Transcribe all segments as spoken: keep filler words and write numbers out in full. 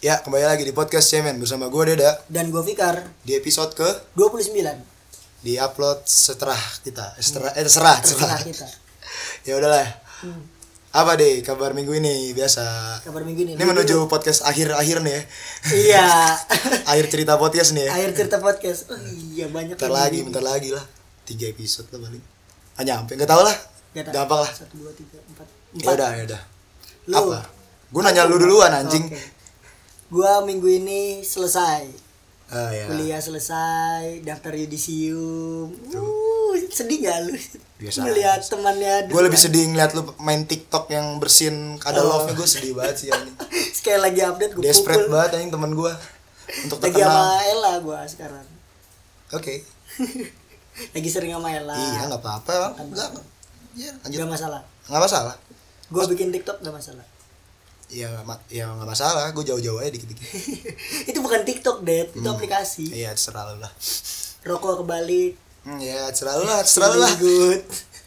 Ya, kembali lagi di podcast Cemen bersama gue Deda. Dan gue Fikar. Di episode ke dua puluh sembilan. Di upload setelah kita. Setelah eh terserah, terserah kita. Ya udahlah. Hmm. Apa deh kabar minggu ini? Biasa. Kabar minggu ini. Ini menuju podcast akhir-akhir nih ya. Iya. Akhir cerita podcast nih ya. Akhir cerita podcast. Oh iya banyak. Bentar lagi, bentar lagi lah. Tiga episode lah paling. Ah nyampe, enggak tahu lah. Gampang lah. Satu, dua, tiga, empat. Ya udah, ya udah. Lu. Apa? Gue nanya lu duluan anjing. Okay. Gua minggu ini selesai. Ah, ya. Kuliah selesai, daftar yudisium. Uh, sedih gak lu? Biasa. Melihat temannya. Gue lebih sedih ngeliat lu main TikTok yang bersin ada Oh. love-nya, gue sedih banget sih anjing. Sekali lagi update gue Desperate pukul. banget anjing teman gue untuk Lagi terkenal. sama Ella gua sekarang. Oke. Lagi sering sama Ella. Iya, enggak apa-apa. Enggak. Ya, lanjut. Gak masalah. Enggak masalah. Gue bikin TikTok gak masalah. Ya, ma- ya enggak masalah. Gue jauh-jauh aja dikit-dikit. Itu bukan TikTok, Dad. Itu Hmm. aplikasi. Iya, terserah lu lah. Rokok kebalik. Hmm, ya, terserah lu lah, terserah lu lah. Good.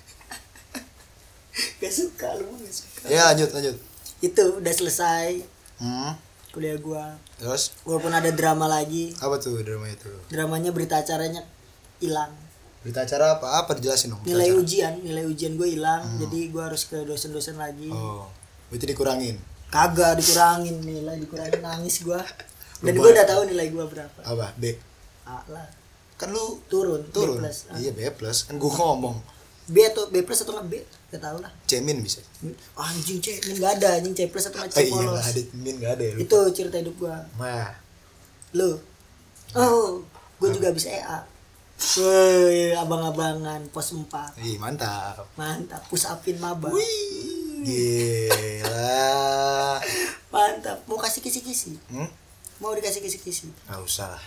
Gak suka lu, gak suka. Ya, lanjut, lanjut. Itu udah selesai Hmm. kuliah gua. Terus Walaupun ada drama lagi. apa tuh drama itu? Dramanya berita acaranya hilang. Berita acara apa? Apa dijelasin dong? berita Nilai acara? ujian, nilai ujian gue hilang. Hmm. Jadi gua harus ke dosen-dosen lagi. Oh, itu dikurangin. Kagak dikurangin nilai, dikurangin nangis gua. Dan Lumayan. gua udah tahu nilai gua berapa. Apa? B. A lah. Kan lu Turun, turun. B plus. Ah. Iya, B plus. Kan gua ngomong. B atau B plus atau nggak B? Gak tau lah. Cemin bisa. Anjing C, min gak ada anjing C plus atau nggak Oh, C iya, polos. enggak ada min, enggak ada ya. lupa. Itu cerita hidup gua. Nah, Lu. Oh, gua juga bisa E A. Woi, abang-abangan pos empat. ih mantap. Mantap, push upin maba. Gila. Mantap. Mau kasih kisi-kisi? Hmm? Mau dikasih kisi-kisi? Nggak usah lah.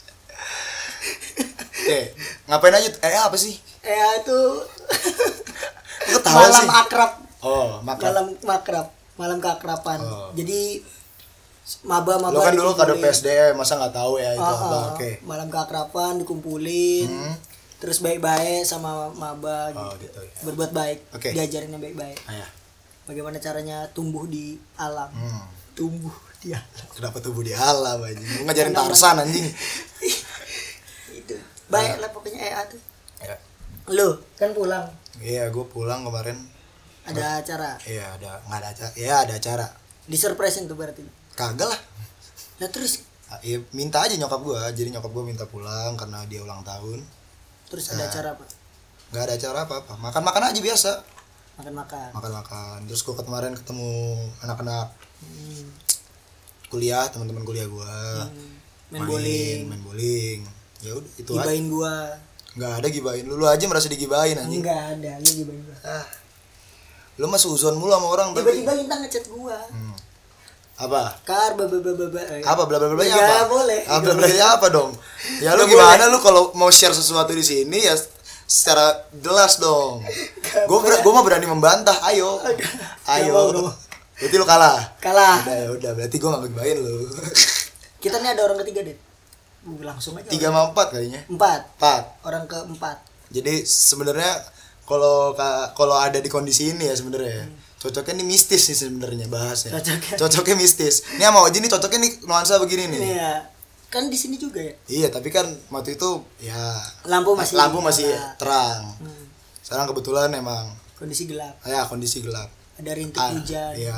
Eh, ngapain aja? Eh, apa sih? E A itu Lu ketawa malam sih. akrab. Oh, makan. Malam akrab, malam keakraban. Oh. Jadi maba-maba Lu kan dulu kado dikumpulin. P S D, masa nggak tahu ya itu Ah, apa? ah, Oke. Malam keakraban dikumpulin. Hmm. Terus baik-baik sama maba Oh, gitu. gitu ya. Berbuat baik, Oke. diajarin yang baik-baik. Ayah. Bagaimana caranya tumbuh di alam. Hmm. Tumbuh di alam. Kenapa tubuh di alam anjing? Lu ngajarin Kenapa? Tarsan anjing. Itu. Baik lah pokoknya E A tuh. Ya. Lu kan pulang. Iya, gue pulang kemarin. Ada acara. Iya, ada nggak ada acara. Iya, ada acara. Disurprisein tuh berarti. Kagak lah. Nah terus Ah, iya, minta aja nyokap gue. Jadi nyokap gue minta pulang karena dia ulang tahun. terus ada Nah. acara apa? Nggak ada acara apa-apa. Makan-makan aja biasa. Makan-makan. Makan-makan. Terus gue kemarin ketemu anak-anak Hmm. kuliah, teman-teman kuliah gue. Hmm. Main bowling. Main bowling. Ya udah itu aja. Gibain gua. Nggak ada gibain. Lu, lu aja merasa digibain anjing. Enggak ada, lu gibain gua. Ah. Lu mah suzon mulu sama orang tapi. Tiba-tiba Lintang ngechat gua. Hmm. Apa? Kar ba ba ba ba. ba. Apa bla bla bla Nggak apa? boleh. Ah, bla bla bla apa dong? Ya lu Nggak gimana boleh. lu kalau mau share sesuatu di sini ya secara jelas dong. Nggak Gue boleh. gue mah berani membantah. Ayo. Nggak Ayo. mau, nggak mau. Berarti lu kalah. Kalah. Udah ya udah berarti gue gak gibain lu. Kita nih ada orang ketiga, deh. Uh, langsung aja. Tiga sama empat kayaknya. Empat. Empat. Orang keempat. Jadi sebenarnya kalau ka- kalau ada di kondisi ini ya sebenarnya cocoknya nih mistis nih sebenarnya bahasnya. Cocoknya. Cocoknya mistis. Ini sama Oji nih cocoknya nih nuansa begini nih. Ini ya. Kan di sini juga ya. Iya, tapi kan waktu itu ya Lampu masih lampu masih nyala. terang. Hmm. Sekarang kebetulan emang Kondisi gelap. ya kondisi gelap. Ada rintik Ah, hujan. ya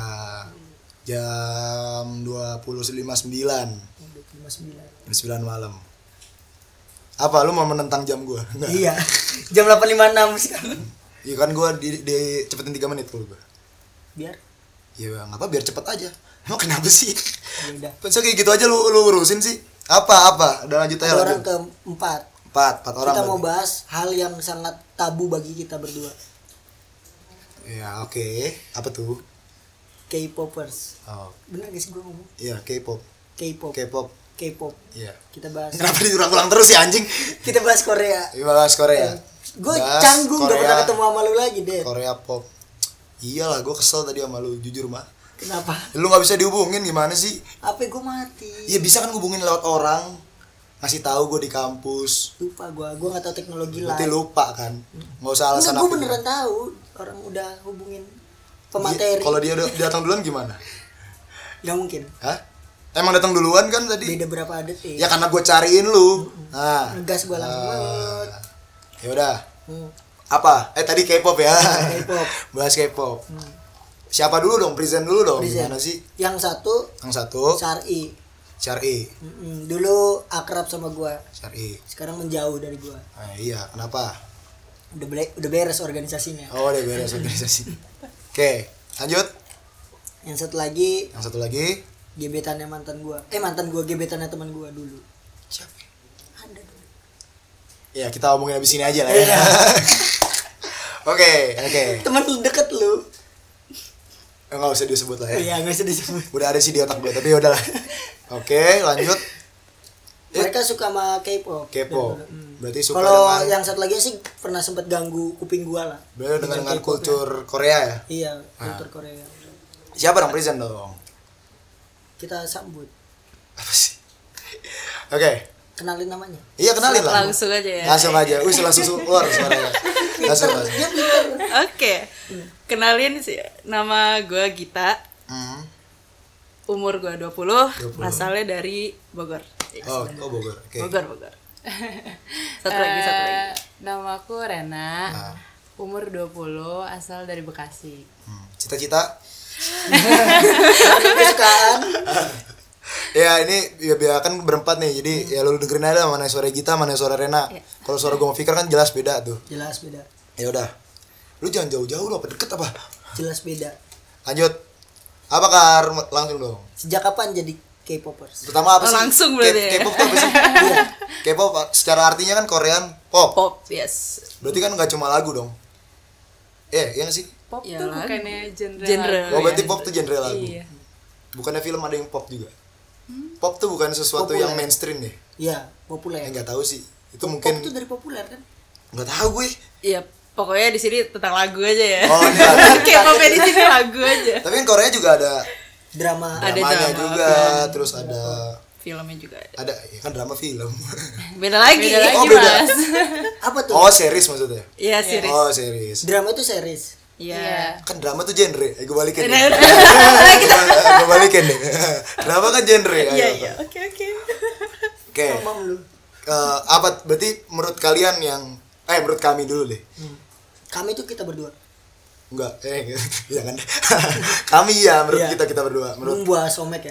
jam dua puluh lima sembilan dua puluh lima sembilan. jam sembilan malam. Apa lu mau menentang jam gua? Enggak. Iya. Jam delapan lima puluh enam sekarang. Iya kan gua di, di cepetin tiga menit dulu gua. Biar Ya enggak apa biar cepet aja. Emang kenapa sih? ya udah. Pensel kayak gitu aja lu lu urusin sih. Apa apa? Udah lanjut aja Ada orang lanjut. keempat. Empat, empat orang. Kita mau berarti. bahas hal yang sangat tabu bagi kita berdua. Ya, oke. Apa tuh? K-popers. Oh, Bener gak sih gue ngomong? iya K-pop. K-pop. K-pop. K-pop. Iya. Kita bahas. Kenapa diulang-ulang terus sih anjing? Kita bahas Korea. Iya, bahas Korea. Gue Bahas canggung gak Korea. pernah ketemu sama lu lagi, deh. Korea pop. Iyalah, gue kesel tadi sama lu, jujur mah. Kenapa? Lu nggak bisa dihubungin gimana sih? H P gue mati. Ya bisa kan hubungin lewat orang. Ngasih tahu gue di kampus. Lupa gue. Gue gak tahu teknologi lain. Berarti lupa kan? Nggak usah alasan Enggak, gue apa. beneran tahu. Orang udah hubungin Dia- pemateri. Kalau dia udah datang duluan gimana? Gak mungkin. Hah? Emang datang duluan kan tadi? Beda berapa detik. Ya karena gue cariin lu. Nah. Ngegas gue langsung. Uh, ya udah. Hmm. Apa? Eh tadi K-pop ya. K-pop. Bahas K-pop. Hmm. Siapa dulu dong? Present dulu dong. Present. Gimana sih? Yang satu Yang satu Syari. Syari. Mm-mm. Dulu akrab sama gua. Syari. Sekarang menjauh dari gua. Nah, iya, kenapa? Udah bele- udah beres organisasinya. Oh, udah beres organisasi. Oke, lanjut. Yang satu lagi Yang satu lagi. gebetannya mantan gua. Eh mantan gua gebetannya teman gua dulu. Siapa? Ada dulu. Ya, kita omongin abis ini aja lah ya. Oke, oke. Teman lu deket lu. Enggak usah disebut lah ya. Iya, enggak usah disebut. Udah ada sih di otak gue, tapi udahlah. Oke, lanjut. Mereka suka sama K-pop. K-pop. Hmm. Berarti suka Kalau dengan yang satu lagi sih pernah sempat ganggu kuping gua lah. berarti dengan, dengan K-pop kultur Korea ya. Iya, kultur Korea. Siapa dong present dong? Kita sambut. Apa sih? Oke. Kenalin namanya. Iya, kenalin lah. Langsung aja ya. Langsung aja. Wih, langsung keluar suaranya. Langsung langsung. Dia pintar. Oke. Kenalin sih, nama gue Gita. Hmm. Umur gue dua puluh, dua puluh. asalnya dari Bogor. Oh, oh Bogor. Oke. Bogor, Bogor. Satu lagi, satu lagi. Eh, Nama aku Rena. Nah. Umur dua puluh, asal dari Bekasi. Hmm. Cita-cita? Kesukaan. Ya ini ya, ya kan berempat nih, jadi ya lu dengerin aja mana suara Gita, mana suara Rena. Ya. Kalau suara gue mau Fikar kan jelas beda tuh. Jelas beda. Ya udah, lu jangan jauh-jauh lo, apa deket apa? Jelas beda. Lanjut, apa Kar? Langsung dong. Sejak kapan jadi K-popers? Pertama apa Oh, sih? langsung K- berarti ya? K-pop tuh apa sih? Iya. K-pop secara artinya kan Korean pop. Pop, yes. Berarti kan nggak cuma lagu dong? Eh, iya nggak sih? Pop Ya, tuh lagu. bukannya genre. Genre. lagu Oh, berarti ya? pop tuh genre lagu. Iya. Bukannya film ada yang pop juga? Pop tuh bukan sesuatu Populer. yang mainstream deh. Iya, Eh, populer. nggak tahu sih. Itu Pop mungkin itu dari populer kan? nggak tahu gue. Iya, pokoknya di sini tentang lagu aja ya. Oh, enggak. K-popnya di sini lagu aja. Tapi kan Korea juga ada Drama. Ada dramanya drama, juga, film. terus ada Filmnya juga ada. ada ya kan drama film. Beda lagi. Beda lagi, Oh, beda. Mas. Apa tuh? Oh, series maksudnya. Iya, series. Oh, series. Drama itu series. Iya. Kan drama tuh genre. Eh, gue balikin. Udah, deh. udah. Gue balikin deh. Drama kan genre. Ayo. Iya, iya. Oke, oke. Oke. Mamam lu. Eh, apa berarti menurut kalian yang eh menurut kami dulu deh. Hmm. Kami tuh kita berdua. Enggak, eh jangan. Kami ya menurut Iya. kita kita berdua. Menurut Membuah somek ya?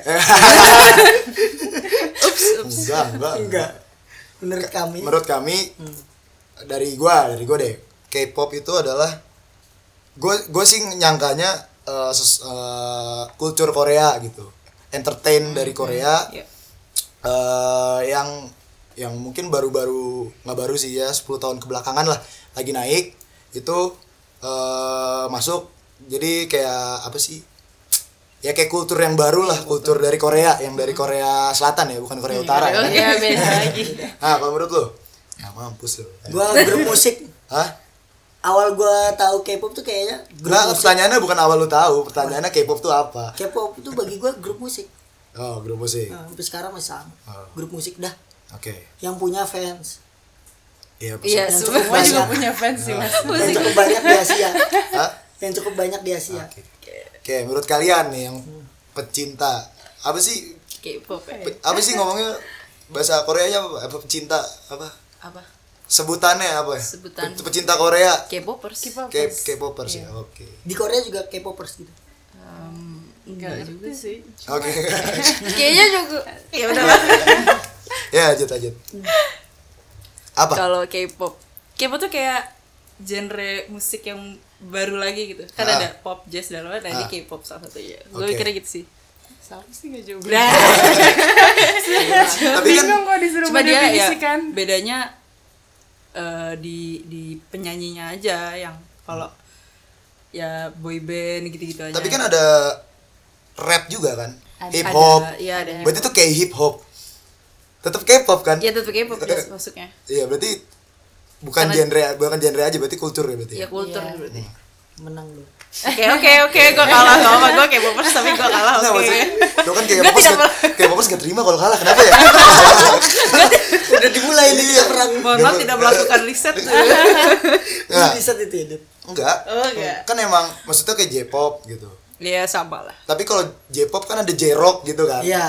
enggak, enggak. Enggak. Menurut kami. Menurut kami Hmm. dari gua, dari gua deh. K-pop itu adalah gua gua sih nyangkanya eh, ses- eh, kultur Korea gitu. Entertain dari Korea. Iya. eh yang yang mungkin baru-baru nggak baru sih ya sepuluh tahun kebelakangan lah lagi naik itu eh masuk jadi kayak apa sih ya kayak kultur yang baru lah kultur dari Korea yang dari Korea Selatan ya bukan Korea Utara ya. Iya, beda lagi. Nah kalau menurut lo ya mampus lo Gua grup musik. hah Awal gua tahu K-pop tuh kayaknya grup nggak musik. pertanyaannya bukan awal lu tahu pertanyaannya K-pop tuh apa K-pop itu bagi gua grup musik. oh grup musik Nah, sampai sekarang masih sama. Oh. Grup musik dah oke yang punya fans. iya Iya, Yang Semua cukup juga banyak. punya fans sih, Mas. Yang cukup banyak di Asia. Hah? Yang cukup banyak di Asia. Oke. Oke, menurut kalian nih yang pecinta apa sih K-pop ya. pe- apa sih ngomongnya bahasa Koreanya apa? Apa pecinta apa? Apa? Sebutannya apa ya? Sebutan. Pe- pecinta Korea. K-popers. K-pop. K K-popers ya. Oke. Di Korea juga K-popers gitu. Um, Enggak enggak juga sih. Oke. Kayaknya juga. Ya udah lah. Ya, lanjut lanjut. Apa? Kalau K-pop, K-pop tuh kayak genre musik yang baru lagi gitu. Kan Ah. ada pop, jazz dan lain-lain. Nah, ini Ah. K-pop salah satunya. Gue Oke. mikirnya gitu sih. Sama sih gak jauh. Nah, Tapi kan Bingung kok disuruh cuma dia ya mendefinisikan. bedanya eh, di di penyanyinya aja yang kalau ya boy band gitu-gitu aja. tapi kan ada rap juga kan? Ada. Hip hop. Ada, iya ada. Berarti tuh kayak hip hop. Tetap K-pop kan? Iya tetap K-pop jelas masuknya. Iya, berarti bukan Karena- genre bukan genre aja berarti kultur ya berarti. Iya kultur Iya. berarti. Menang lu. Oke oke oke, gue kalah gak apa gue K-popers tapi gue kalah Enggak oke. maksudnya, lo kan kayak Gua popers tidak gak, kayak popers gak terima kalau kalah, kenapa ya? Udah dimulai nih kita perang. Mohon maaf tidak melakukan riset. Enggak, Bisa itu ya, Dit. enggak, Oh enggak. kan emang maksudnya kayak J-pop gitu. Iya sama lah. Tapi kalau J-pop kan ada J-rock gitu kan. Iya.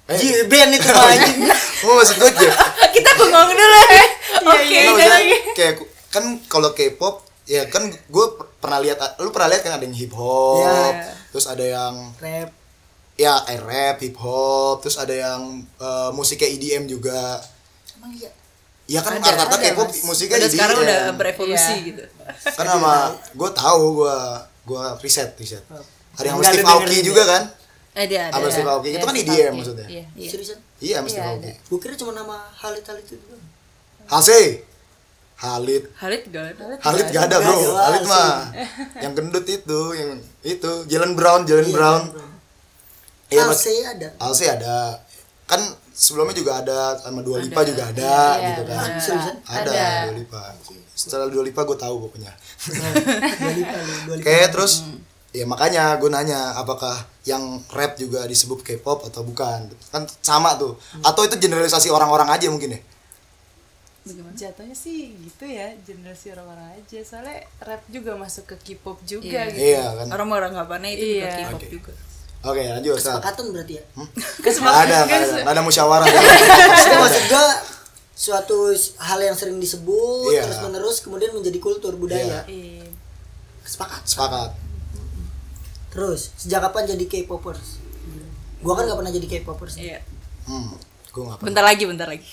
Eh. Ji, band itu Pak, anjing. Oh, maksud gue J- Kita bengong dulu ya. Oke, Nggak, udah maksudnya lagi. kayak kan kalau K-pop ya kan gue pernah lihat, lu pernah lihat kan ada yang hip hop, Iya. terus ada yang Rap. ya eh, rap, hip hop, terus ada yang eh, musiknya E D M juga. Emang iya. Ya kan Ada, rata-rata ada, K-pop Mas. musiknya Udah E D M. sekarang udah berevolusi Iya. gitu. Kan sama gue tahu gue gue riset riset. Ada yang sama Nggak Steve lu Aoki dengerin juga ya? kan? Eh dia ada. Sama Steve Aoki itu Iya, kan E D Steve M Aoki. maksudnya. Iya. Iya. Seriusan? Iya, sama Steve Iya, Aoki. Gue kira cuma nama Halit-Halit itu doang. Halsey. Halid. Halid gak ada. Halid gak ada, Bro. Nggak ada, Halid Halsey. mah yang gendut itu, yang itu Jalen Brown, Jalen Iya, Brown. Iya, Mas. Halsey ada. Halsey ada. Kan sebelumnya juga ada sama Dua Lipa Ada. juga ada Iya, gitu kan. ada. Seriusan? Ada, Ada. Dua Lipa. Setelah Dua Lipa gue tahu pokoknya. Dua Lipa lu, Dua Lipa. Kayak terus ya makanya gue nanya apakah yang rap juga disebut K-pop atau bukan. Kan sama tuh. Atau itu generalisasi orang-orang aja mungkin ya. Bagaimana? Jatuhnya sih gitu ya, generasi orang-orang aja. Soalnya rap juga masuk ke K-pop juga Iya. gitu. Iya kan. Orang orang anggapannya itu juga Iya. K-pop Oke. juga. Oke, lanjut sekarang. Kesepakatan berarti ya. Nggak ada, nggak ada, nggak ada musyawarah. Itu maksud gua suatu hal yang sering disebut Iya. terus menerus kemudian menjadi kultur budaya. Iya. Kesepakatan. Sepakat. Terus sejak kapan jadi K-popers? Gua kan gak pernah jadi K-popers. Iya. Hmm, gue nggak pernah. Bentar lagi, bentar lagi.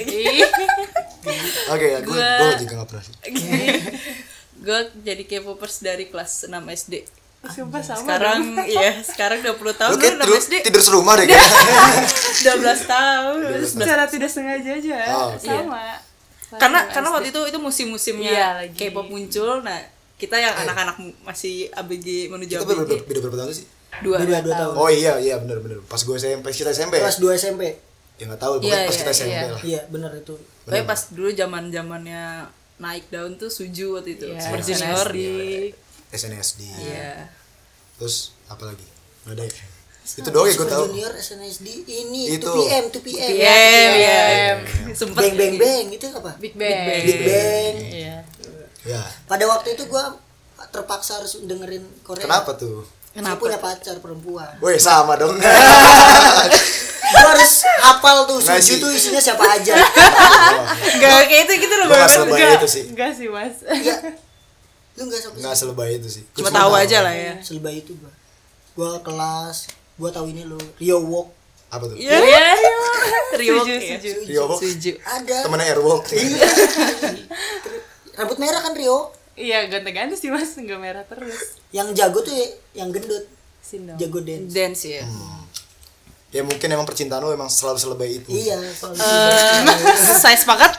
Oke, ya, gue Gua- gue juga nggak pernah sih. Gue jadi K-popers dari kelas enam S D. Sumpah sama Sekarang dong. iya, sekarang dua puluh Lu tahun kayak dulu enam tidur, S D. tidur serumah deh kayaknya. dua belas tahun. Secara tidak sengaja aja. Oh, Sama. Karena Pas karena S D. waktu itu itu musim-musimnya Iya, lagi. K-pop muncul. Nah, kita yang anak-anak masih A B G menuju Kita A B G. beda, beda berapa tahun sih? Dua. Beda dua tahun. Oh iya, iya benar benar. Pas gue S M P, kita S M P. Kelas dua S M P. Ya nggak tahu, Iya, pokoknya pas iya, kita S M P iya. lah. Iya, benar itu. Pokoknya pas dulu zaman-zamannya naik daun tuh Suju waktu itu. Iya, Super S N S Junior. D. S N S D. Iya. Terus apa lagi? Nggak ada ya? Itu doang ya gue Super tahu. Junior, S N S D, ini Itu. two P M, two P M. Iya, iya. Sempet Bang bang bang itu apa? Big Bang. Big Bang. Iya. Ya. Pada waktu itu gua terpaksa harus dengerin Korea. Kenapa tuh? Saya Kenapa? punya pacar perempuan. Woi, sama dong. Gua harus hafal tuh Nggak Suju sih. tuh isinya siapa aja. Enggak kayak itu gitu loh. Gue nggak Bang. selebay Enggak, itu sih. enggak sih, Mas. Iya. Lu enggak sampai Nggak selebay itu sih. Gua Cuma tahu aja lah ya. selebay itu gua. Gua kelas, gua tahu ini lo, Rio Walk. Apa tuh? Iya. Iya, iya. Riwok Setuju, ya. setuju. Rio Walk. Setuju. Ada. Temennya Airwalk. Iya. Rambut merah kan Rio. Iya, ganti-ganti sih, Mas. Enggak merah terus. Yang jago tuh ya, yang gendut, Sindong. jago dance. Dance ya. Ya mungkin emang percintaan lu emang selalu selebay itu. Iya, soalnya Eh, saya sepakat.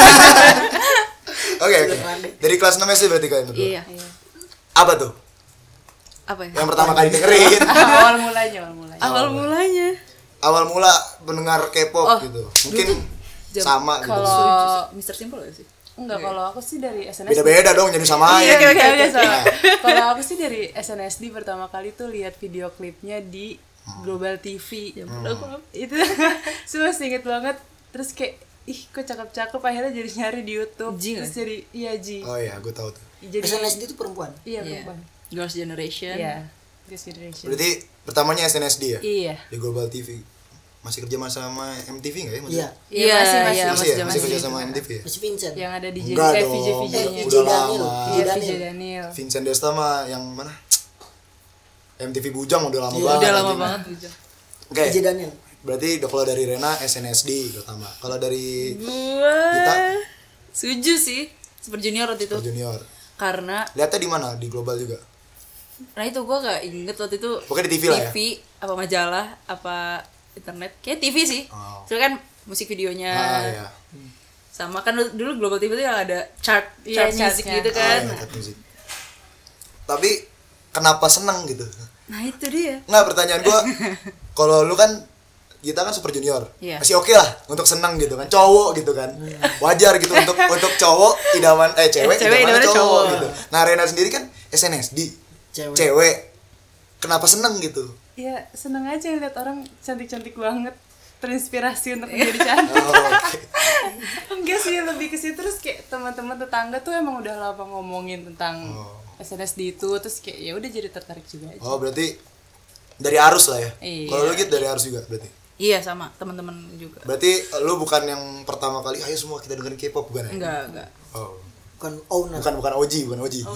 Oke, oke. Dari kelas enam S D berarti kalian berdua. Iya. Apa tuh? Apa ya? Yang pertama kali dengerin. awal mulanya, awal mulanya. Awal mulanya. Awal mula mendengar K-pop Oh, gitu. Mungkin jam- sama gitu. Kalau Mister Simple gak sih? enggak, kalau aku sih dari S N S D. Beda-beda dong jadi samain. Iya, oke, oke, Iya, oke. iya, sama. Kalau aku sih dari S N S D pertama kali tuh lihat video klipnya di Global T V. Itu semua masih inget banget. Terus kayak ih kok cakep-cakep, akhirnya jadi nyari di YouTube. Ji Terus nggak? jadi iya Ji. Oh iya, gue tahu tuh. Jadi S N S D itu perempuan. iya Iya. perempuan. Girls Generation. Iya. This generation. Berarti pertamanya S N S D ya? Iya. Di Global T V. Masih kerja sama M T V nggak ya? Maksudnya? Iya. Iya, Iya, masih, iya, Masih, masih ya? zaman Masih kerja itu. sama M T V ya? Masih Vincent. Yang ada di J Enggak eh, dong. V J V J-nya. Eh, Udah J. Daniel. lama. J. Iya, V J Daniel. Daniel. Vincent Desta mah yang mana? M T V Bujang udah lama Iya, banget. Udah lama anjing. banget tuh. Oke. J. Daniel. Berarti udah kalau dari Rena S N S D pertama. Kalau dari Gua Kita? Suju sih. Super Junior waktu itu. Super Junior. Karena Lihatnya di mana? Di Global juga. nah itu gua gak inget waktu itu Pokoknya di T V lah ya? T V apa majalah apa internet. Kayak T V sih. Oh. Soalnya kan musik videonya. Ah iya. Sama kan dulu Global T V itu yang ada chart Iya, chart musik chartnya. gitu kan. Ah, iya, cat music. Tapi kenapa seneng gitu? Nah itu dia. Nggak, pertanyaan gua kalau lu kan kita kan Super Junior. Iya. Masih oke lah untuk seneng gitu kan. Cowok gitu kan. Wajar gitu untuk untuk cowok idaman eh cewek, Eh, cewek idamannya idamannya cowok, cowok. gitu. Nah, Rena sendiri kan S N S D. Cewek. Cewek. Kenapa seneng gitu? Iya, seneng aja lihat orang cantik-cantik banget. Terinspirasi untuk menjadi cantik. Oh, oke. Enggak sih, lebih ke situ. Terus kayak teman-teman tetangga tuh emang udah lama ngomongin tentang Oh. S N S D itu, terus kayak ya udah jadi tertarik juga aja. Oh, berarti dari arus lah ya. Iya. Kalau lu gitu dari arus juga berarti. Iya sama teman-teman juga. Berarti lu bukan yang pertama kali ayo semua kita dengerin K-pop bukan ya? Enggak, enggak. Oh. Bukan owner. Bukan bukan O G, bukan O G.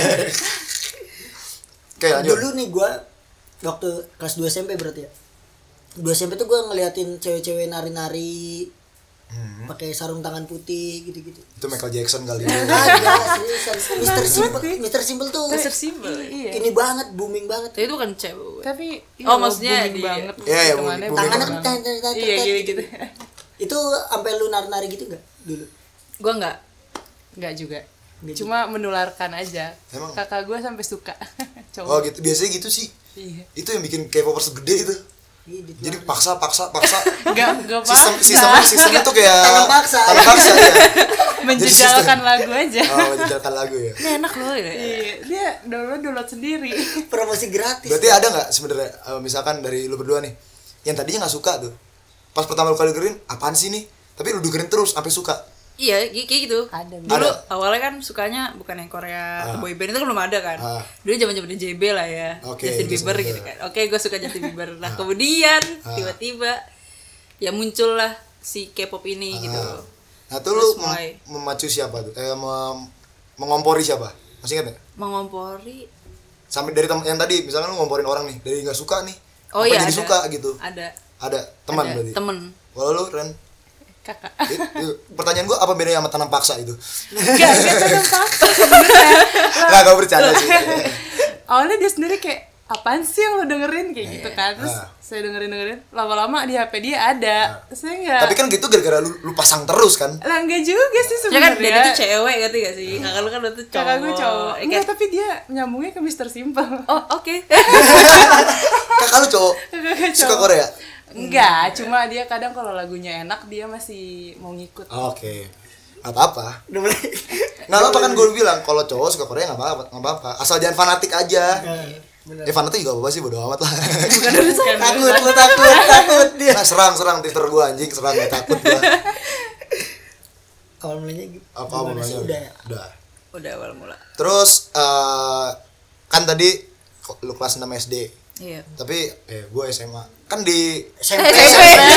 Oke, lanjut. Dulu nih gue waktu kelas dua S M P berarti ya. dua S M P tuh gue ngeliatin cewek-cewek nari-nari Hmm. pakai sarung tangan putih gitu-gitu. Itu Michael Jackson kali Ada ya. seriusan. Mister Simple, Mister Simple tuh Mister Simple. Iya. ini banget, booming banget. Tapi itu bukan cewek. Tapi iya Oh, loh, maksudnya booming di- banget. Iya, iya, hitungannya booming Tangannya banget. tet tet tet Iya, tet gitu-gitu. Itu sampai lu nari-nari gitu enggak dulu? Gua enggak. Enggak juga. Nggak Cuma menularkan aja. Emang? Kakak gue sampai suka. Oh Cowok. gitu, biasanya gitu sih. Iya. Itu yang bikin K-popers gede itu. Iya, di- Jadi paksa paksa paksa. Enggak, enggak Sistem paksa. sistemnya sistemnya tuh kayak Tangan paksa. tangan paksa ya. Menjejalkan lagu aja. Oh, menjejalkan lagu ya. Ini enak loh ya. Iya, dia download download sendiri. promosi gratis. Berarti ada nggak sebenarnya eh, misalkan dari lu berdua nih yang tadinya nggak suka tuh. Pas pertama lu kali dengerin, apaan sih nih? Tapi lu dengerin terus sampai suka. Iya, kayak kayak gitu. Ada. Dulu Ada. awalnya kan sukanya bukan yang Korea Ah. boyband itu kan belum ada kan. Ah. Dulu zaman-zaman J B lah ya. Oke, Justin Justin Bieber Bieber. gitu kan. Oke, gue suka Justin Bieber. Nah, kemudian Ah. tiba-tiba ya muncullah si K-pop ini gitu. Ah. Nah, tuh lu Terus mem- mulai. memacu siapa tuh? Eh mem- mengompori siapa? Masih ingat ya? Mengompori. Sampai dari tem- yang tadi misalkan lu ngomporin orang nih, dari nggak suka nih. Oh apa iya, jadi ada. suka gitu. Ada. Ada teman ada berarti. Temen. Kalau lu Ren, Kakak. it- it- pertanyaan gua apa bedanya sama tanam paksa itu? Enggak, enggak tanam paksa. Nggak, gak bercanda sih. Awalnya dia sendiri kayak apaan sih yang lo dengerin kayak gitu kan. Terus Ah. saya dengerin dengerin lama-lama di H P dia ada. Terus saya enggak. Tapi kan gitu gara-gara lu, lu pasang terus kan? lah enggak juga sih Ya kan sebenarnya. dia tuh cewek gitu gak sih? Kakak lu kan udah tuh cowok. Kakak gue cowok. Ya Enggak, kan? tapi dia nyambungnya ke Mister Simple. Oh, oke. Kakak lu cowok Kakak gue suka cowok. Korea? Enggak, cuma dia kadang kalau lagunya enak dia masih mau ngikut. Oke. Gak apa-apa. Udah mulai. Nggak apa-apa kan gue bilang kalau cowok suka Korea nggak apa-apa, nggak apa-apa. Asal jangan fanatik aja. Bener. Eh fanatik juga apa sih bodo amat lah. Takut, lu takut, takut dia. Nah, serang serang Twitter gue anjing serang gak takut gue. Awal mulanya gitu. Apa Gimana sih? namanya? Udah ya. Udah. Udah awal mula. Terus eh kan tadi kok lu kelas enam S D. Iya. Tapi eh gue S M A. Kan di S M P. S M P.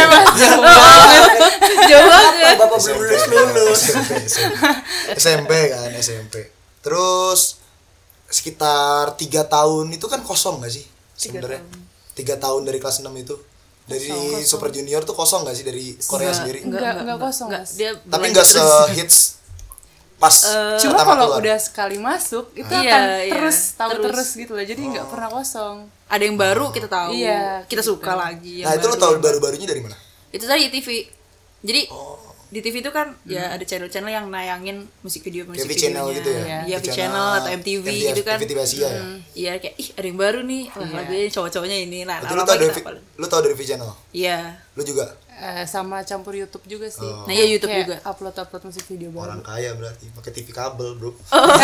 Jauh banget. Bapak belum lulus lulus. S M P, S M P. S M P kan S M P. Terus sekitar tiga tahun itu kan kosong gak sih sebenarnya? Tiga tahun dari kelas enam itu dari Kosong, kosong. Super Junior tuh kosong gak sih dari Korea sendiri? Enggak, enggak kosong, Mas. Dia Tapi berlanjut nggak terus. se-hits pas Cuma pertama kalau keluar. udah sekali masuk itu Iya, akan iya. terus tahu Terus. terus. gitu loh. Jadi nggak pernah kosong. Ada yang baru kita tahu. Iya, Kita gitu. suka lagi. yang Nah itu lu baru. tahu baru-barunya dari mana? Itu tadi T V. Jadi Oh. di T V itu kan ya ada channel-channel yang nayangin musik video musik Kayak V channel videonya. gitu ya? Iya, V channel atau M T V gitu kan. M T V Asia ya? Hmm, Iya kayak ih ada yang baru nih. Wah, Iya. lagunya cowok-cowoknya ini. Nah, Itu lu lama-lama tau dari kita V- hafalin. lu tau dari V channel? Iya. Lu juga Eh, sama campur YouTube juga sih. Oh. Nah, iya YouTube Kayak juga. Upload-upload musik video baru. orang kaya berarti pakai T V kabel bro.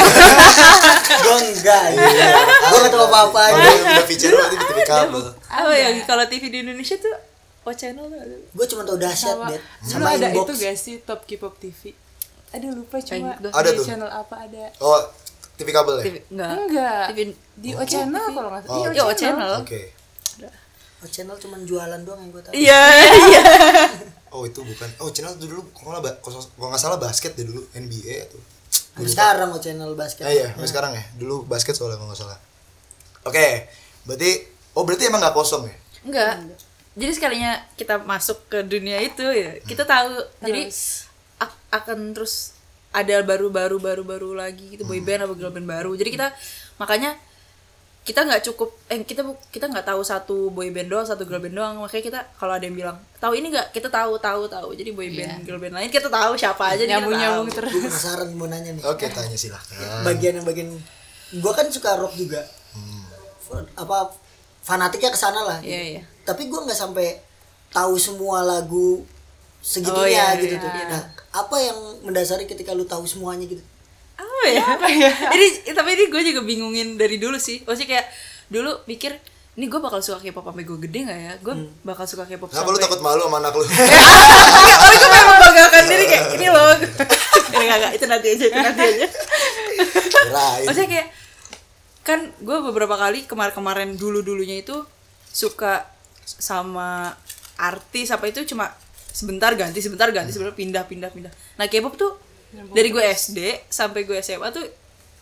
Gue enggak ya. Gue gak tau apa-apa Oh, aja. udah udah V channel berarti T V kabel. Oh ya kalau T V di Indonesia tuh O channel tuh ada. Gue cuma tau dahsyat Sama, deh. dulu Sama ada inbox. itu gak sih Top K-pop T V? Aduh lupa cuma gitu. Ada di tuh. channel apa ada. Oh T V kabel ya? T V enggak. Enggak. T V Di O channel kalau nggak salah. Oh, Iya, Iya, O channel. Oke. Oh, channel cuma jualan doang yang gue tau. Iya, iya. Oh itu bukan. Oh channel itu dulu kalau nggak ba- kalau nggak salah basket deh dulu N B A atau. Sampai sekarang oh channel basket. Ah, iya, sampai sekarang ya. Dulu basket soalnya kalau nggak salah. Oke, berarti oh berarti emang nggak kosong ya? Enggak. Jadi sekalinya kita masuk ke dunia itu ya, kita tahu. Jadi ak- akan terus ada baru-baru baru-baru lagi gitu, boy band atau girl band baru. Jadi kita makanya kita nggak cukup eh kita bu- kita nggak tahu satu boy band doang, satu girl band doang. Makanya kita kalau ada yang bilang, "Tahu ini nggak?" Kita tahu, tahu, tahu. Jadi boy band, girl band lain kita tahu siapa aja. Nyambung-nyambung terus. terus. Gue penasaran mau nanya nih. Oke, tanya silahkan. Bagian yang bagian gue kan suka rock juga. F- Apa fanatiknya ke sana lah. Iya, iya. Tapi gue nggak sampai tahu semua lagu segitunya Oh, iya, gitu iya, tuh. iya. Nah, apa yang mendasari ketika lu tahu semuanya gitu? Apa ya? Ini tapi ini gue juga bingungin dari dulu sih. Maksudnya kayak dulu mikir, ini gue bakal suka K-pop sampai gue gede gak ya? Gue bakal suka K-pop Kenapa lu sampai takut malu sama anak lu? Enggak, orang gue memang banggakan diri kayak ini loh. Enggak, enggak, itu nanti aja, itu nanti aja. Kirain. Maksudnya kayak kan gue beberapa kali kemarin-kemarin dulu-dulunya itu suka sama artis apa itu cuma sebentar ganti sebentar ganti sebentar pindah pindah pindah. Nah K-pop tuh dari gue S D sampai gue S M A tuh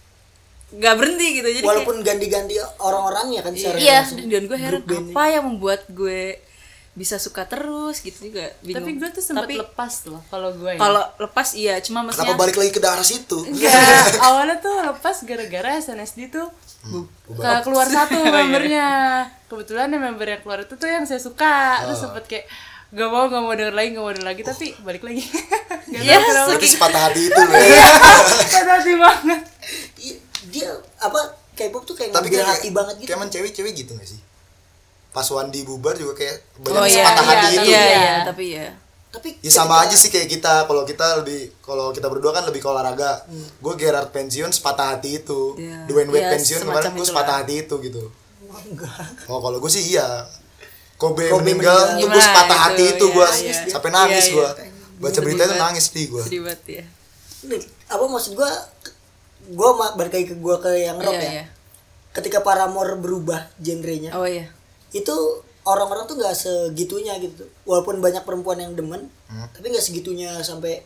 nggak berhenti gitu. Jadi walaupun kayak, ganti-ganti orang-orangnya kan secara iya langsung. dan gue heran Grup band apa yang membuat gue bisa suka terus gitu juga bingung. Tapi gue tuh sempat Tapi lepas loh kalau gue. Ya. kalau lepas iya cuma maksudnya Kenapa balik lagi ke daerah situ? Enggak, awalnya tuh lepas gara-gara S N S D tuh Hmm, ke- keluar satu membernya. Kebetulan yang member yang keluar itu tuh yang saya suka. Terus sempet kayak gak mau gak mau denger lagi gak mau denger lagi tapi balik lagi. Gak Iya, tahu kenapa. Berarti sepatah hati itu loh ya. Patah hati banget. I- dia apa K-pop tuh kayak Tapi ngambil kayak hati banget gitu. Kayak emang cewek-cewek gitu gak sih? Pas Wandi bubar juga kayak banyak oh iya sepatah iya hati iya, itu. iya, Iya. iya, tapi ya Tapi Ya sama ketika- aja sih kayak kita. Kalau kita lebih kalau kita berdua kan lebih ke olahraga. Gue Gerard pensiun sepatah hati itu. Iya. Dwayne Wade Iya, pensiun semacam kemarin gue itulah. sepatah hati itu gitu. Wah, enggak. Oh kalau gue sih iya. Kobe, Kobe meninggal, meninggal. tuh gue Gimana sepatah itu, hati itu iya, gue iya. sampai nangis Iya, gue. iya. Baca Sedih berita itu banget. nangis di gue. sedih banget ya. Ini, apa maksud gua gua ma- balik lagi ke gua ke yang rock Iya, ya. iya. Ketika Paramore berubah genrenya, Oh iya. itu orang-orang tuh nggak segitunya gitu. Walaupun banyak perempuan yang demen, tapi nggak segitunya sampai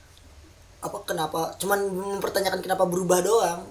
apa kenapa? Cuman mempertanyakan kenapa berubah doang.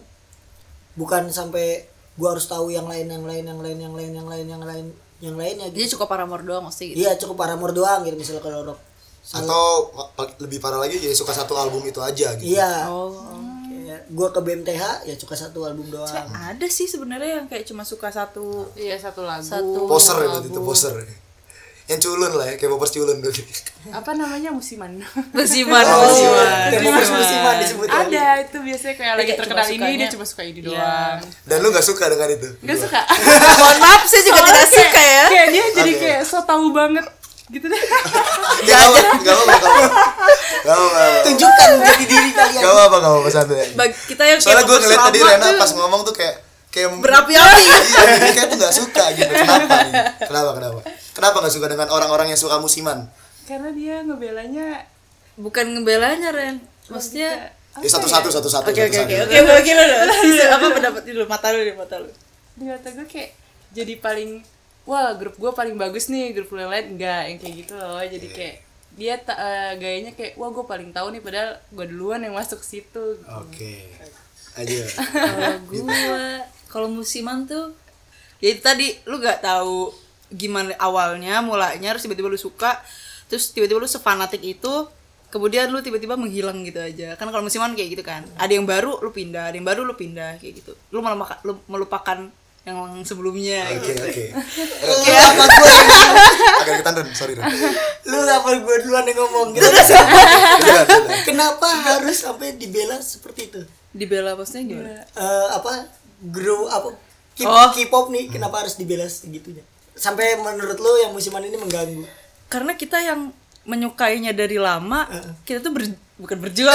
Bukan sampai gua harus tahu yang lain, yang lain, yang lain, yang lain, yang lain, yang lain, yang lainnya Jadi gitu. cukup Paramore doang mesti gitu. Iya, cukup Paramore doang gitu misalnya kalau rock. Atau pa- lebih parah lagi ya suka satu album itu aja gitu. Iya. Oh. Kayak gua ke B M T H ya suka satu album doang. Ada sih sebenarnya yang kayak cuma suka satu Iya satu lagu. Satu. Poser ya berarti itu poser. Yang culun lah ya, kayak popers culun berarti. Apa namanya musiman? musiman, Oh, musiman. Kayak popers musiman disebut ya. Ada itu biasanya kayak lagi Kayak terkenal cuma ini sukanya- dia cuma suka ini Iya. doang. Dan lu gak suka dengan itu? Gak suka. Mohon maaf saya juga tidak suka ya. Kayak dia jadi Oke. kayak so tahu banget gitu deh. Gak apa, gak apa, gak apa. Gak apa, Tunjukkan jati diri kalian. gak apa, gak apa, santai. Bagi kita yang Soalnya gue K-popers ngeliat tadi lama Rena tuh pas ngomong tuh kayak kayak berapi-api. Iya, dia kayak tuh gak suka gitu. Kenapa nih? Kenapa, kenapa? Kenapa gak suka dengan orang-orang yang suka musiman? Karena dia ngebelanya Bukan ngebelanya Ren. Maksudnya Ya satu-satu, satu-satu. Oke oke oke satu-satu. oke bagi lu dulu. Apa pendapat lu? Mata lu deh mata lu. di mata gue kayak jadi paling wah grup gue paling bagus nih, grup yang lain enggak, yang kayak gitu loh. Jadi kayak dia ta- eh, gayanya kayak wah gue paling tahu nih padahal gue duluan yang masuk situ. Oke. Aja. Kalau gua kalau musiman tuh ya itu tadi lu gak tahu gimana awalnya mulanya terus tiba-tiba lu suka terus tiba-tiba lu sefanatik itu kemudian lu tiba-tiba menghilang gitu aja kan kalau musiman kayak gitu kan ada yang baru lu pindah ada yang baru lu pindah kayak gitu lu malah maka- lu melupakan yang sebelumnya Oke, gitu. oke. Lu apa gue yang ngomong? Agak deketan Ren, sorry Ren. Lu apa gue duluan yang ngomong gitu. Udah, udah. Kenapa harus sampai dibela seperti itu? Dibela maksudnya gimana? Eh, apa grow apa K- Oh. K-pop nih kenapa harus dibela segitunya? Sampai menurut lu yang musiman ini mengganggu. Karena kita yang menyukainya dari lama kita tuh ber- bukan berjuang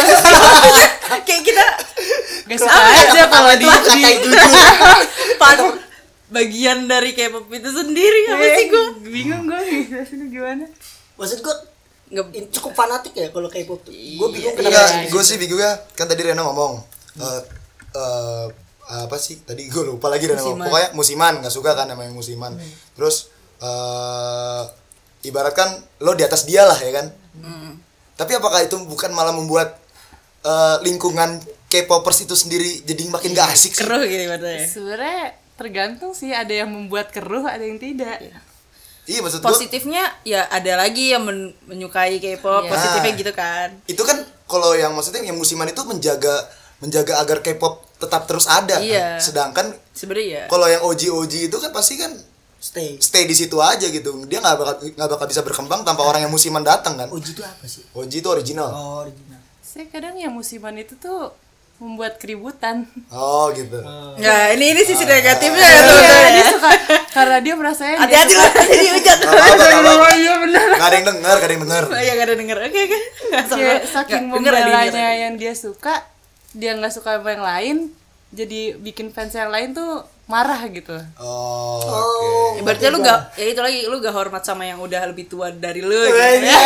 kayak kita Gak suka aja kalau di Kata jujur. part bagian dari K-pop itu sendiri apa sih gue bingung gue jelasin gimana. Maksud gue nggak in- cukup fanatik ya kalau K-pop tuh. Gue bingung Enggak, kenapa. gue sih bingung ya. Kan tadi Rena ngomong eh eh, apa sih? Tadi gue lupa lagi Rena ngomong. Musiman. Pokoknya musiman, nggak suka kan namanya musiman. Terus eh ibaratkan lo di atas dia lah ya kan. Tapi apakah itu bukan malah membuat eh, lingkungan K-popers itu sendiri jadi makin gak asik sih? keruh gitu katanya Sebenarnya tergantung sih, ada yang membuat keruh, ada yang tidak. Iya maksud gue. positifnya ya ada lagi yang men- menyukai K-pop Iya. positifnya Ah. gitu kan Itu kan kalau yang maksudnya yang musiman itu menjaga menjaga agar K-pop tetap terus ada. Iya. Kan? Sedangkan sebenarnya ya kalau yang O G O G itu kan pasti kan Stay. stay di situ aja gitu. Dia nggak bakal nggak bakal bisa berkembang tanpa orang yang musiman datang kan. Uji itu apa sih? O G itu original. Oh, original. Saya kadang yang musiman itu tuh membuat keributan. Oh gitu. nah ini ini sisi negatifnya ya Iya, teman-teman dia ya. suka karena dia merasa yang dia hati-hati lah dihujat Gak apa-apa, gak apa-apa. iya benar. Nggak ada yang denger, gak ada yang denger. ya gak ada denger oke oke nggak sama Kayak saking Nggak, denger, denger. membelanya yang dia suka, dia nggak suka sama yang lain, jadi bikin fans yang lain tuh marah gitu. Oh, Oh, oke. Berarti lu gak, ya itu lagi, lu gak hormat sama yang udah lebih tua dari lu gitu Iya. ya.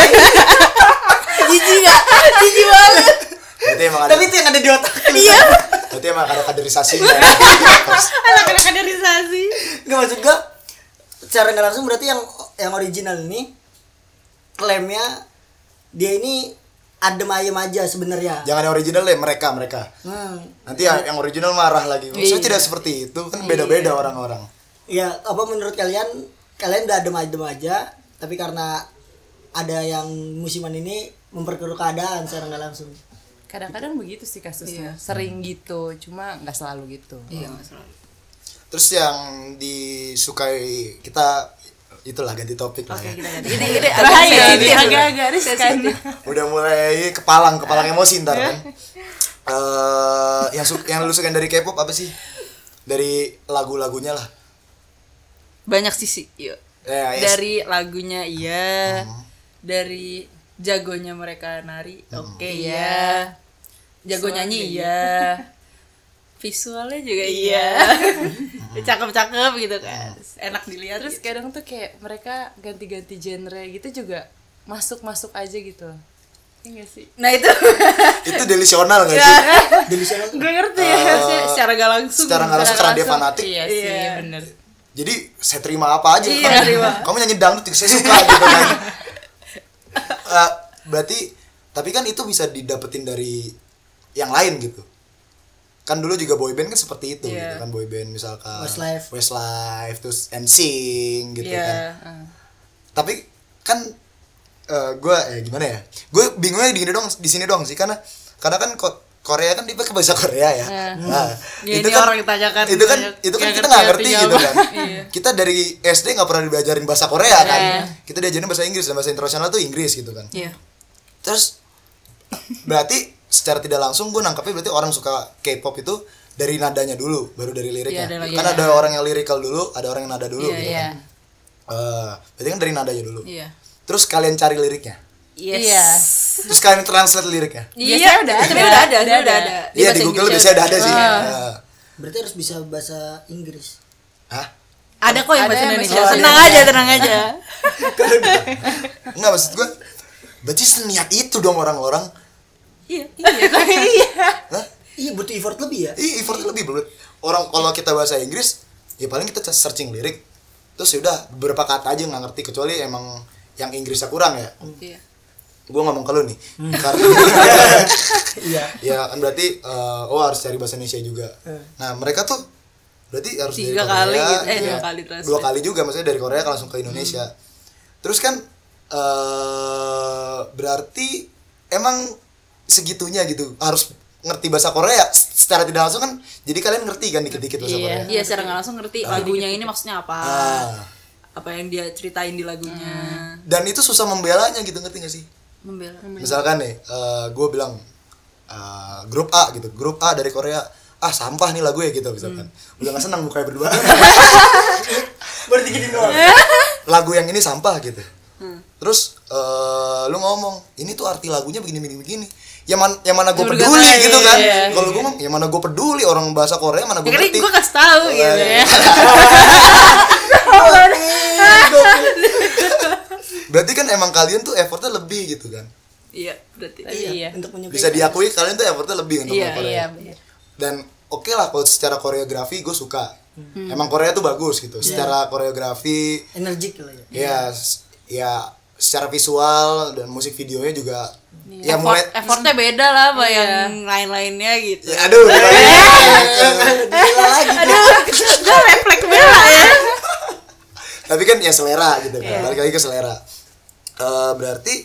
Jijik gak? Jijik banget. Berarti emang ada, Tapi itu yang ada di otak. Iya. berarti emang ada kaderisasinya. Anak-anak kaderisasi. Nggak maksud gue secara nggak langsung berarti yang yang original ini klaimnya dia ini adem ayem aja sebenarnya. Jangan yang original deh, mereka mereka. Hmm. Nanti yang, yang original marah lagi. Saya Iya. tidak seperti itu, kan beda-beda orang-orang. Ya, apa menurut kalian? Kalian udah adem adem aja, tapi karena ada yang musiman ini memperkeruh keadaan secara nggak langsung. Kadang-kadang begitu sih kasusnya. Sering gitu, cuma nggak selalu gitu. Iya, nggak selalu. Terus yang disukai kita itulah ganti topik lah Oke, ya. kita ganti. Ini ini agak Bahaya, sensitif. ini agak-agak riskan. Udah mulai kepalang, kepalang emosi ntar kan. Eh yang su- yang lu suka dari K-pop apa sih? Dari lagu-lagunya lah. Banyak sisi. Yuk. Ya, yes. Dari lagunya iya. Dari jagonya mereka nari. Oke, iya. Jago nyanyi iya. Visualnya juga iya. Cakep-cakep gitu kan. Enak dilihat. Terus gitu. kadang tuh kayak mereka ganti-ganti genre gitu juga masuk-masuk aja gitu. Iya gak sih? Nah, itu Itu delisional nggak ya, sih? Delusional tuh. Gue ngerti ya. harusnya secara gak langsung. Secara nggak langsung karena dia langsung. fanatik. Iya sih, Iya. bener. Jadi saya terima apa aja. Iya, kamu, terima. kamu nyanyi dangdut saya suka gitu kan. Eh, berarti tapi kan itu bisa didapetin dari yang lain gitu. Kan dulu juga boyband kan seperti itu Iya. gitu kan, boyband misalkan Westlife. Westlife terus N Sync gitu Iya. kan. Tapi kan gue eh gimana ya? Gue bingungnya di gini dong, di sini dong sih karena karena kan Ko- Korea kan dia pakai bahasa Korea ya. Nah, Ya, ini orang ditanyakan itu kan banyak- itu kan nggak kita nggak ngerti ngerti artinya gitu apa. kan. Iya. Kita dari S D nggak pernah diajarin bahasa Korea kan. Iya. Kita diajarin bahasa Inggris dan bahasa internasional tuh Inggris gitu kan. Iya. Terus berarti secara tidak langsung gue nangkapnya berarti orang suka K-pop itu dari nadanya dulu, baru dari liriknya. Iya, dari Kan liriknya. ada orang yang lirikal dulu, ada orang yang nada dulu Iya, gitu iya. kan. Eh, berarti kan dari nadanya dulu. Iya. Terus kalian cari liriknya. Yes. Iya. Terus kalian translate liriknya. Iya, Biasanya udah tapi ada. udah ada, Udah udah ada. ada. Iya di Google biasanya udah ada sih. Nah. Berarti harus bisa bahasa Inggris. Hah? Ada kok yang Ada bahasa yang Indonesia. bahasa Tenang Indonesia. aja, tenang aja. Enggak maksud gue. Berarti seniat itu dong orang-orang. Iya. Hah? Iya, butuh effort lebih ya. Iya, effortnya lebih berat. Orang kalau kita bahasa Inggris, ya paling kita searching lirik, terus ya udah beberapa kata aja nggak ngerti kecuali emang yang Inggrisnya kurang ya. Iya. Gue ngomong ke lu nih, karena Iya. ya kan berarti eh, oh harus cari bahasa Indonesia juga. Nah mereka tuh berarti harus dari Tiga Korea, kali gitu. Eh, iya. dua kali translate. Dua kali juga, maksudnya dari Korea langsung ke Indonesia. Terus kan eh berarti emang segitunya gitu harus ngerti bahasa Korea secara tidak langsung kan, jadi kalian ngerti kan dikit-dikit bahasa Iya. Korea. Iya, secara nggak langsung ngerti lagunya ini maksudnya apa. Ah. Apa yang dia ceritain di lagunya. Dan itu susah membelanya gitu, ngerti gak sih? Membela. Misalkan nih, gue bilang eh, grup A gitu, grup A dari Korea, ah sampah nih lagu ya gitu misalkan. Udah gak senang mukanya berdua. Berarti gini doang. Lagu yang ini sampah gitu. Terus eh, lu ngomong, ini tuh arti lagunya begini begini begini. Yang mana yang mana gue Ya, peduli berkata, gitu iya, kan. iya, Kalau gue ngomong, yang mana gue peduli orang bahasa Korea mana gue Ya kan ngerti. gue kasih tahu gitu ya. Berarti kan emang kalian tuh effortnya lebih gitu kan. Iya, berarti. Iya. Untuk menyukai. Bisa diakui kalian tuh effortnya lebih untuk Iya, ke Korea. Iya, bener. Dan oke lah kalau secara koreografi gue suka. Emang Korea tuh bagus gitu. Secara koreografi, Energik lah ya. ya, s- ya secara visual dan musik videonya juga. Ya Effort, mulai. effortnya beda lah sama yang lain-lainnya gitu. Ya, aduh. Gila lagi. Gue refleks bela ya. Tapi kan ya selera gitu kan. Balik lagi ke selera. Eh, berarti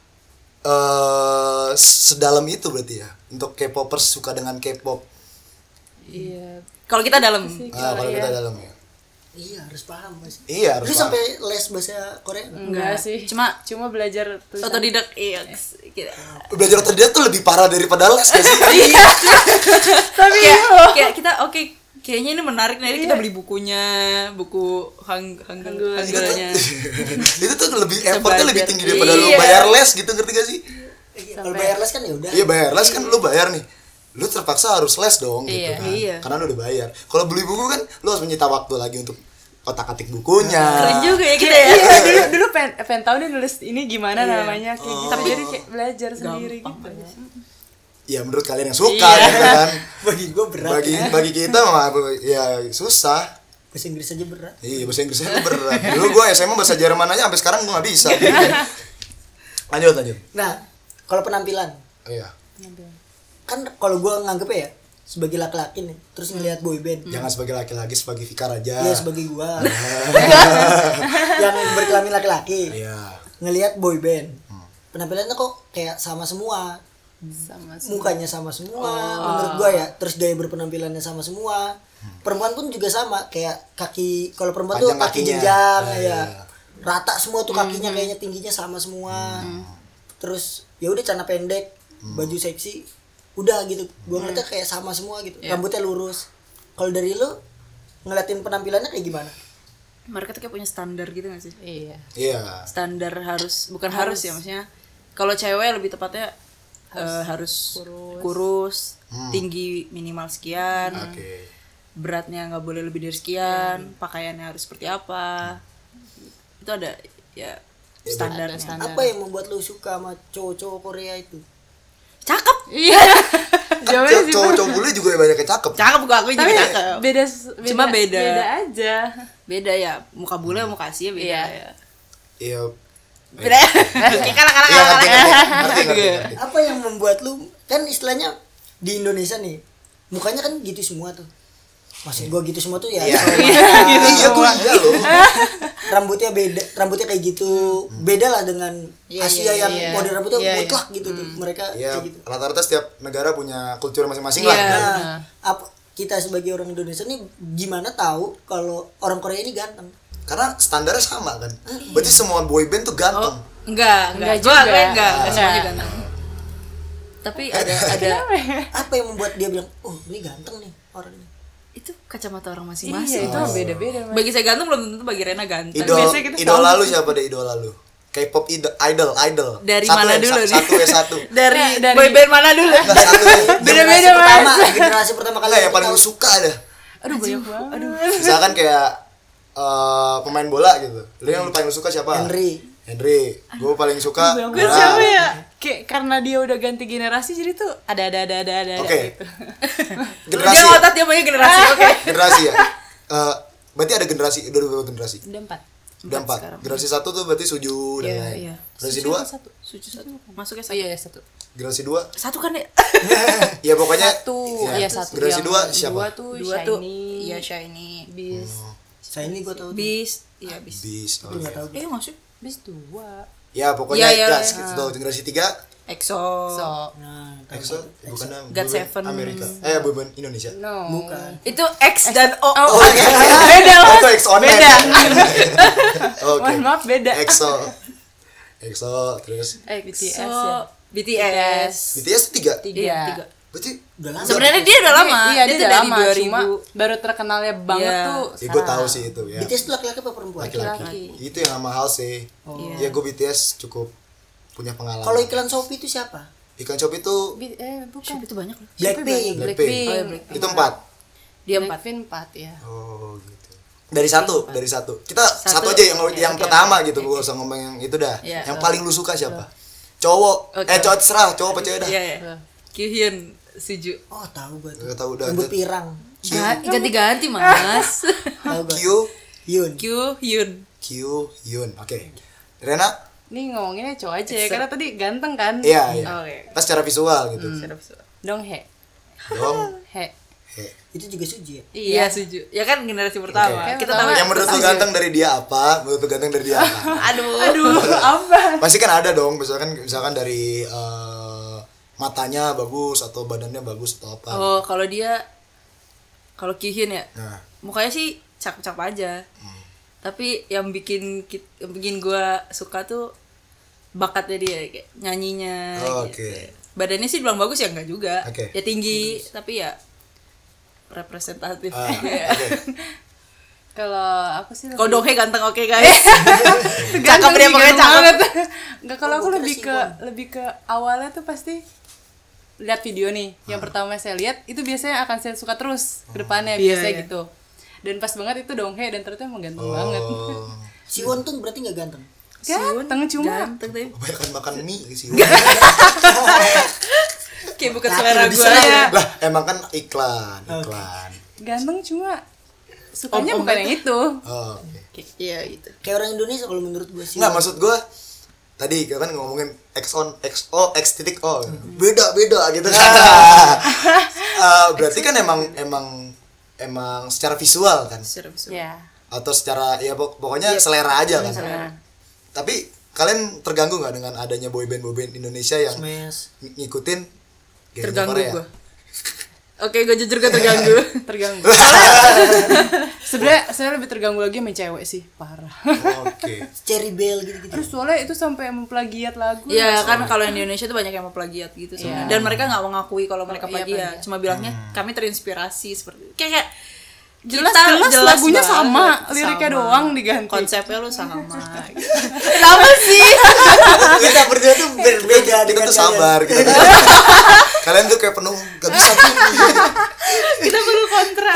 eh sedalam itu berarti ya untuk K-popers suka dengan K-pop. Iya. Kalau kita dalam. Ah, kalau iya. kita dalam ya. Iya, harus paham Mas. Iya harus. Lu paham. sampai les bahasa Korea? Enggak sih. Cuma- cuma belajar tulisan. Otodidak iya. Gitu. Belajar otodidak tuh lebih parah daripada les gak sih? Iya. Tapi kayak, kayak kita oke kayaknya ini menarik nih kita beli bukunya, buku hang hangul hangulnya. Itu tuh lebih effortnya lebih belajar. tinggi daripada lu Iya. bayar les gitu, ngerti gak sih? Iya, kalau bayar les kan ya udah. Iya bayar les kan lu bayar nih, lu terpaksa harus les dong gitu Iya. kan, Iya. karena lu udah bayar. Kalau beli buku kan lu harus menyita waktu lagi untuk otak-atik bukunya. Keren juga ya kita ya. Iya, dulu dulu pengen, pengen tahu nih nulis ini gimana namanya kayak gitu. Jadi kayak belajar sendiri gitu. Ya menurut kalian yang suka Iya. gitu kan. Bagi gua berat. Bagi ya. bagi kita mah ya susah. Bahasa Inggris aja berat. Iya, bahasa Inggrisnya tuh berat. Dulu gue S M A bahasa Jerman aja sampai sekarang gue nggak bisa. Lanjut lanjut. Nah, kalau penampilan Iya. kan kalau gue nganggep ya sebagai laki-laki nih, terus ngelihat boy band. Jangan sebagai laki-laki, sebagai Fikar aja. Iya, sebagai gua. Yang berkelamin laki-laki. Iya. Ngelihat boy band. Penampilannya kok kayak sama semua. Sama Mukanya sama semua menurut gua ya. Terus gaya berpenampilannya sama semua. Perempuan pun juga sama, kayak kaki kalau perempuan tuh Panjang kaki kakinya. jenjang Ah, ya. iya. Rata semua tuh kakinya kayaknya tingginya sama semua. Terus ya udah celana pendek, baju seksi, udah gitu. Gua ngeliatnya kayak sama semua gitu. Rambutnya lurus. Kalau dari lu ngeliatin penampilannya kayak gimana? Mereka tuh kayak punya standar gitu gak sih? Iya. Iya. Standar harus, bukan harus, ya maksudnya. Kalau cewek lebih tepatnya harus, harus kurus, kurus tinggi minimal sekian, Oke. beratnya nggak boleh lebih dari sekian, pakaiannya harus seperti apa. Itu ada ya standarnya. Apa yang membuat lu suka sama cowok-cowok Korea itu? Cakep. Iya. Jawabannya sih. Cowok-cowok bule juga banyak yang cakep. Cakep gua akuin juga Tapi cakep. beda, beda Cuma beda. Beda aja. Beda ya, muka bule sama muka Asia beda Iya. ya. Iya. Beda. Kayak kalah kalah Iya, kalah. ngerti, ngerti, ngerti, ngerti, ngerti. Apa yang membuat lu, kan istilahnya di Indonesia nih mukanya kan gitu semua tuh. Maksud gua gitu semua tuh ya. Iya. soalnya Iya, gue iya loh. rambutnya beda, rambutnya kayak gitu. Beda lah dengan Iya, Asia iya, yang iya. model rambutnya Iya, iya. mutlak gitu tuh. Mereka Iya, kayak gitu. rata-rata setiap negara punya kultur masing-masing Iya. lah. Nah, apa kita sebagai orang Indonesia nih gimana tahu kalau orang Korea ini ganteng? Karena standarnya sama kan. Berarti semua boy band tuh ganteng. Enggak, enggak Enggak juga. Gua juga. enggak, enggak, enggak semuanya Enggak. ganteng. Tapi ada ada Apa yang membuat dia bilang, "Oh, ini ganteng nih orang ini." itu kacamata orang Iya, masing-masing. itu beda-beda. Mas. Bagi saya ganteng belum tentu bagi Rena ganteng. Idol, biasanya kita idola tahu. lu siapa deh idola lu? K-pop idol, idol, idol. Dari Satu mana ya, dulu sa- nih? Satu ya satu. Dari, Nah, dari- boyband mana dulu? Enggak satu ya. Beda-beda, Generasi Mas. pertama, generasi pertama kali Enggak yang paling tahu. lu suka dah. Aduh, banyak banget. Aduh. Misalkan kayak eh, pemain bola gitu. Lu yang lu paling lu suka siapa? Henry. Henry. Gue paling suka. Gue siapa ya? Kayak karena dia udah ganti generasi jadi tuh ada ada ada ada ada ada Oke. gitu. Generasi. Dia Ya? ngotot dia punya generasi. Oke. Generasi ya. Eh, berarti ada generasi, udah berapa generasi? Udah empat. Udah empat. sekarang. Generasi satu tuh berarti Suju dan Iya, lain. iya. Generasi dua, Satu. Suju satu. Masuknya Oh satu. iya, satu. generasi dua. Satu kan ya? Ya pokoknya. Satu. ya, Iya, satu. Generasi Yang dua siapa? Dua tuh Dua tuh. Shiny. Iya, Shiny. Bis. Saya ini gua tahu. tuh. Bis. Iya, bis. Bis. Tapi oke. nggak tahu. Eh, maksud Bis dua. Ya pokoknya Iya, iya, ya, iya. segitu tuh. Generasi tiga. EXO. So. Nah, tahu. EXO bukan God boyband Seven. Amerika. Eh boyband Indonesia. No. Bukan. Itu X dan O. Oh, iya. Beda Oh, Mas. itu EXO online. Beda. Oke. Mohon maaf beda. EXO. EXO terus B T S EXO, ya. B T S. B T S tuh tiga. Tiga. Iya, tiga. Berarti Udah lama. Sebenarnya dia udah lama. Iya, dia tuh udah dari lama. dua Cuma ribu. baru terkenalnya banget Iya. tuh. ya, gue sekarang. tahu sih itu ya. B T S itu laki-laki apa perempuan? Laki-laki. Itu yang sama hal sih. Ya gue B T S cukup punya pengalaman. Kalau iklan Shopee itu siapa? Iklan Shopee itu Bi- Eh, bukan. Itu banyak loh. Blackpink. Blackpink. Oh, iya, Blackpink. Itu empat. Dia empat. Blackpink empat ya. Oh gitu. Dari satu, dari satu. Kita satu, Satu. aja yang Oke, yang oke, pertama oke, gitu, oke. gue usah ngomong yang itu dah. Iya. Yang paling lu suka siapa? Cowok. Oke. Eh cowok terserah, cowok apa cewek dah. Iya, iya. Kyuhyun, Suju. Oh, tahu gua tuh. Gak tahu udah. Rambut pirang. Ga- Ganti-ganti, Mas. Tahu gua. Q Yun. Kyuhyun. Q Yun. Oke. Rena? Nih ngomonginnya cowok aja ya, karena tadi ganteng kan? Iya, iya. Oke. Pas secara visual gitu. Dong he. Dong. He. He. Itu juga Suji ya? Iya, Suju. Ya kan generasi pertama. Oke. Kita Pertama. tahu Yang menurut lu ganteng dari dia apa? Menurut lu ganteng dari dia apa? Aduh. Aduh. Apa? Pasti kan ada dong, misalkan misalkan dari eh, matanya bagus atau badannya bagus atau apa. Oh, kalau dia kalau Kyuhyun ya, Nah, mukanya sih cakep-cakep aja. Tapi yang bikin kit- yang bikin gua suka tuh bakatnya dia kayak nyanyinya Oh, gitu. oke. Badannya sih bilang bagus ya enggak juga. Oke. Ya tinggi, tapi ya representatif. ah, Iya. oke. Kalau aku sih Kalau Donghae ganteng oke guys. Cakep Ganteng dia sih, pokoknya ganteng cakep. banget. Enggak, kalau Oh, aku gua kira lebih ke Siwon. lebih ke awalnya tuh pasti lihat video nih. Yang pertama saya lihat itu biasanya akan saya suka terus ke depannya Iya, biasanya iya. gitu. Dan pas banget itu Donghae dan ternyata emang ganteng banget. Oh, Siwon tuh berarti nggak ganteng. Ganteng cuma Ganteng tapi kebanyakan makan mie sih. kayak bukan Nah, selera lebih gua selera. ya. Lah, emang kan iklan, iklan. ganteng cuma sukanya Om-om bukan itu. yang itu. Oh, oke. Kayak- iya gitu. Kayak orang Indonesia kalau menurut gue sih. Nggak, maksud gue tadi kan ngomongin X on X O X titik O beda beda gitu kan. Eh, berarti kan emang emang emang secara visual kan Secara visual. Ya. atau secara ya pok- pokoknya selera aja kan. Selera. Tapi kalian terganggu nggak dengan adanya boyband boyband Indonesia yang Smash. ng- ngikutin gaya Terganggu Korea? gue. Oke, gue jujur gue terganggu. Terganggu. Sebenarnya saya lebih terganggu lagi sama cewek sih, parah. Oke. Cherry Bell gitu-gitu. Terus soalnya itu sampai memplagiat lagu. Iya, kan kalau yang di Indonesia tuh banyak yang mau plagiat gitu sebenarnya. Iya. Dan mereka nggak mengakui kalau mereka Iya, plagiat. plagiat. Cuma bilangnya kami terinspirasi seperti kayak, kayak Jelas- kita jelas lagunya banget, sama, liriknya sama. doang diganti. Konsepnya lu sama. gitu. Kenapa sih? Kita berdua tuh berbeda Kita dengan tuh kalian. sabar, kita tuh kalian tuh kayak penuh gak bisa gini. Kita perlu kontra.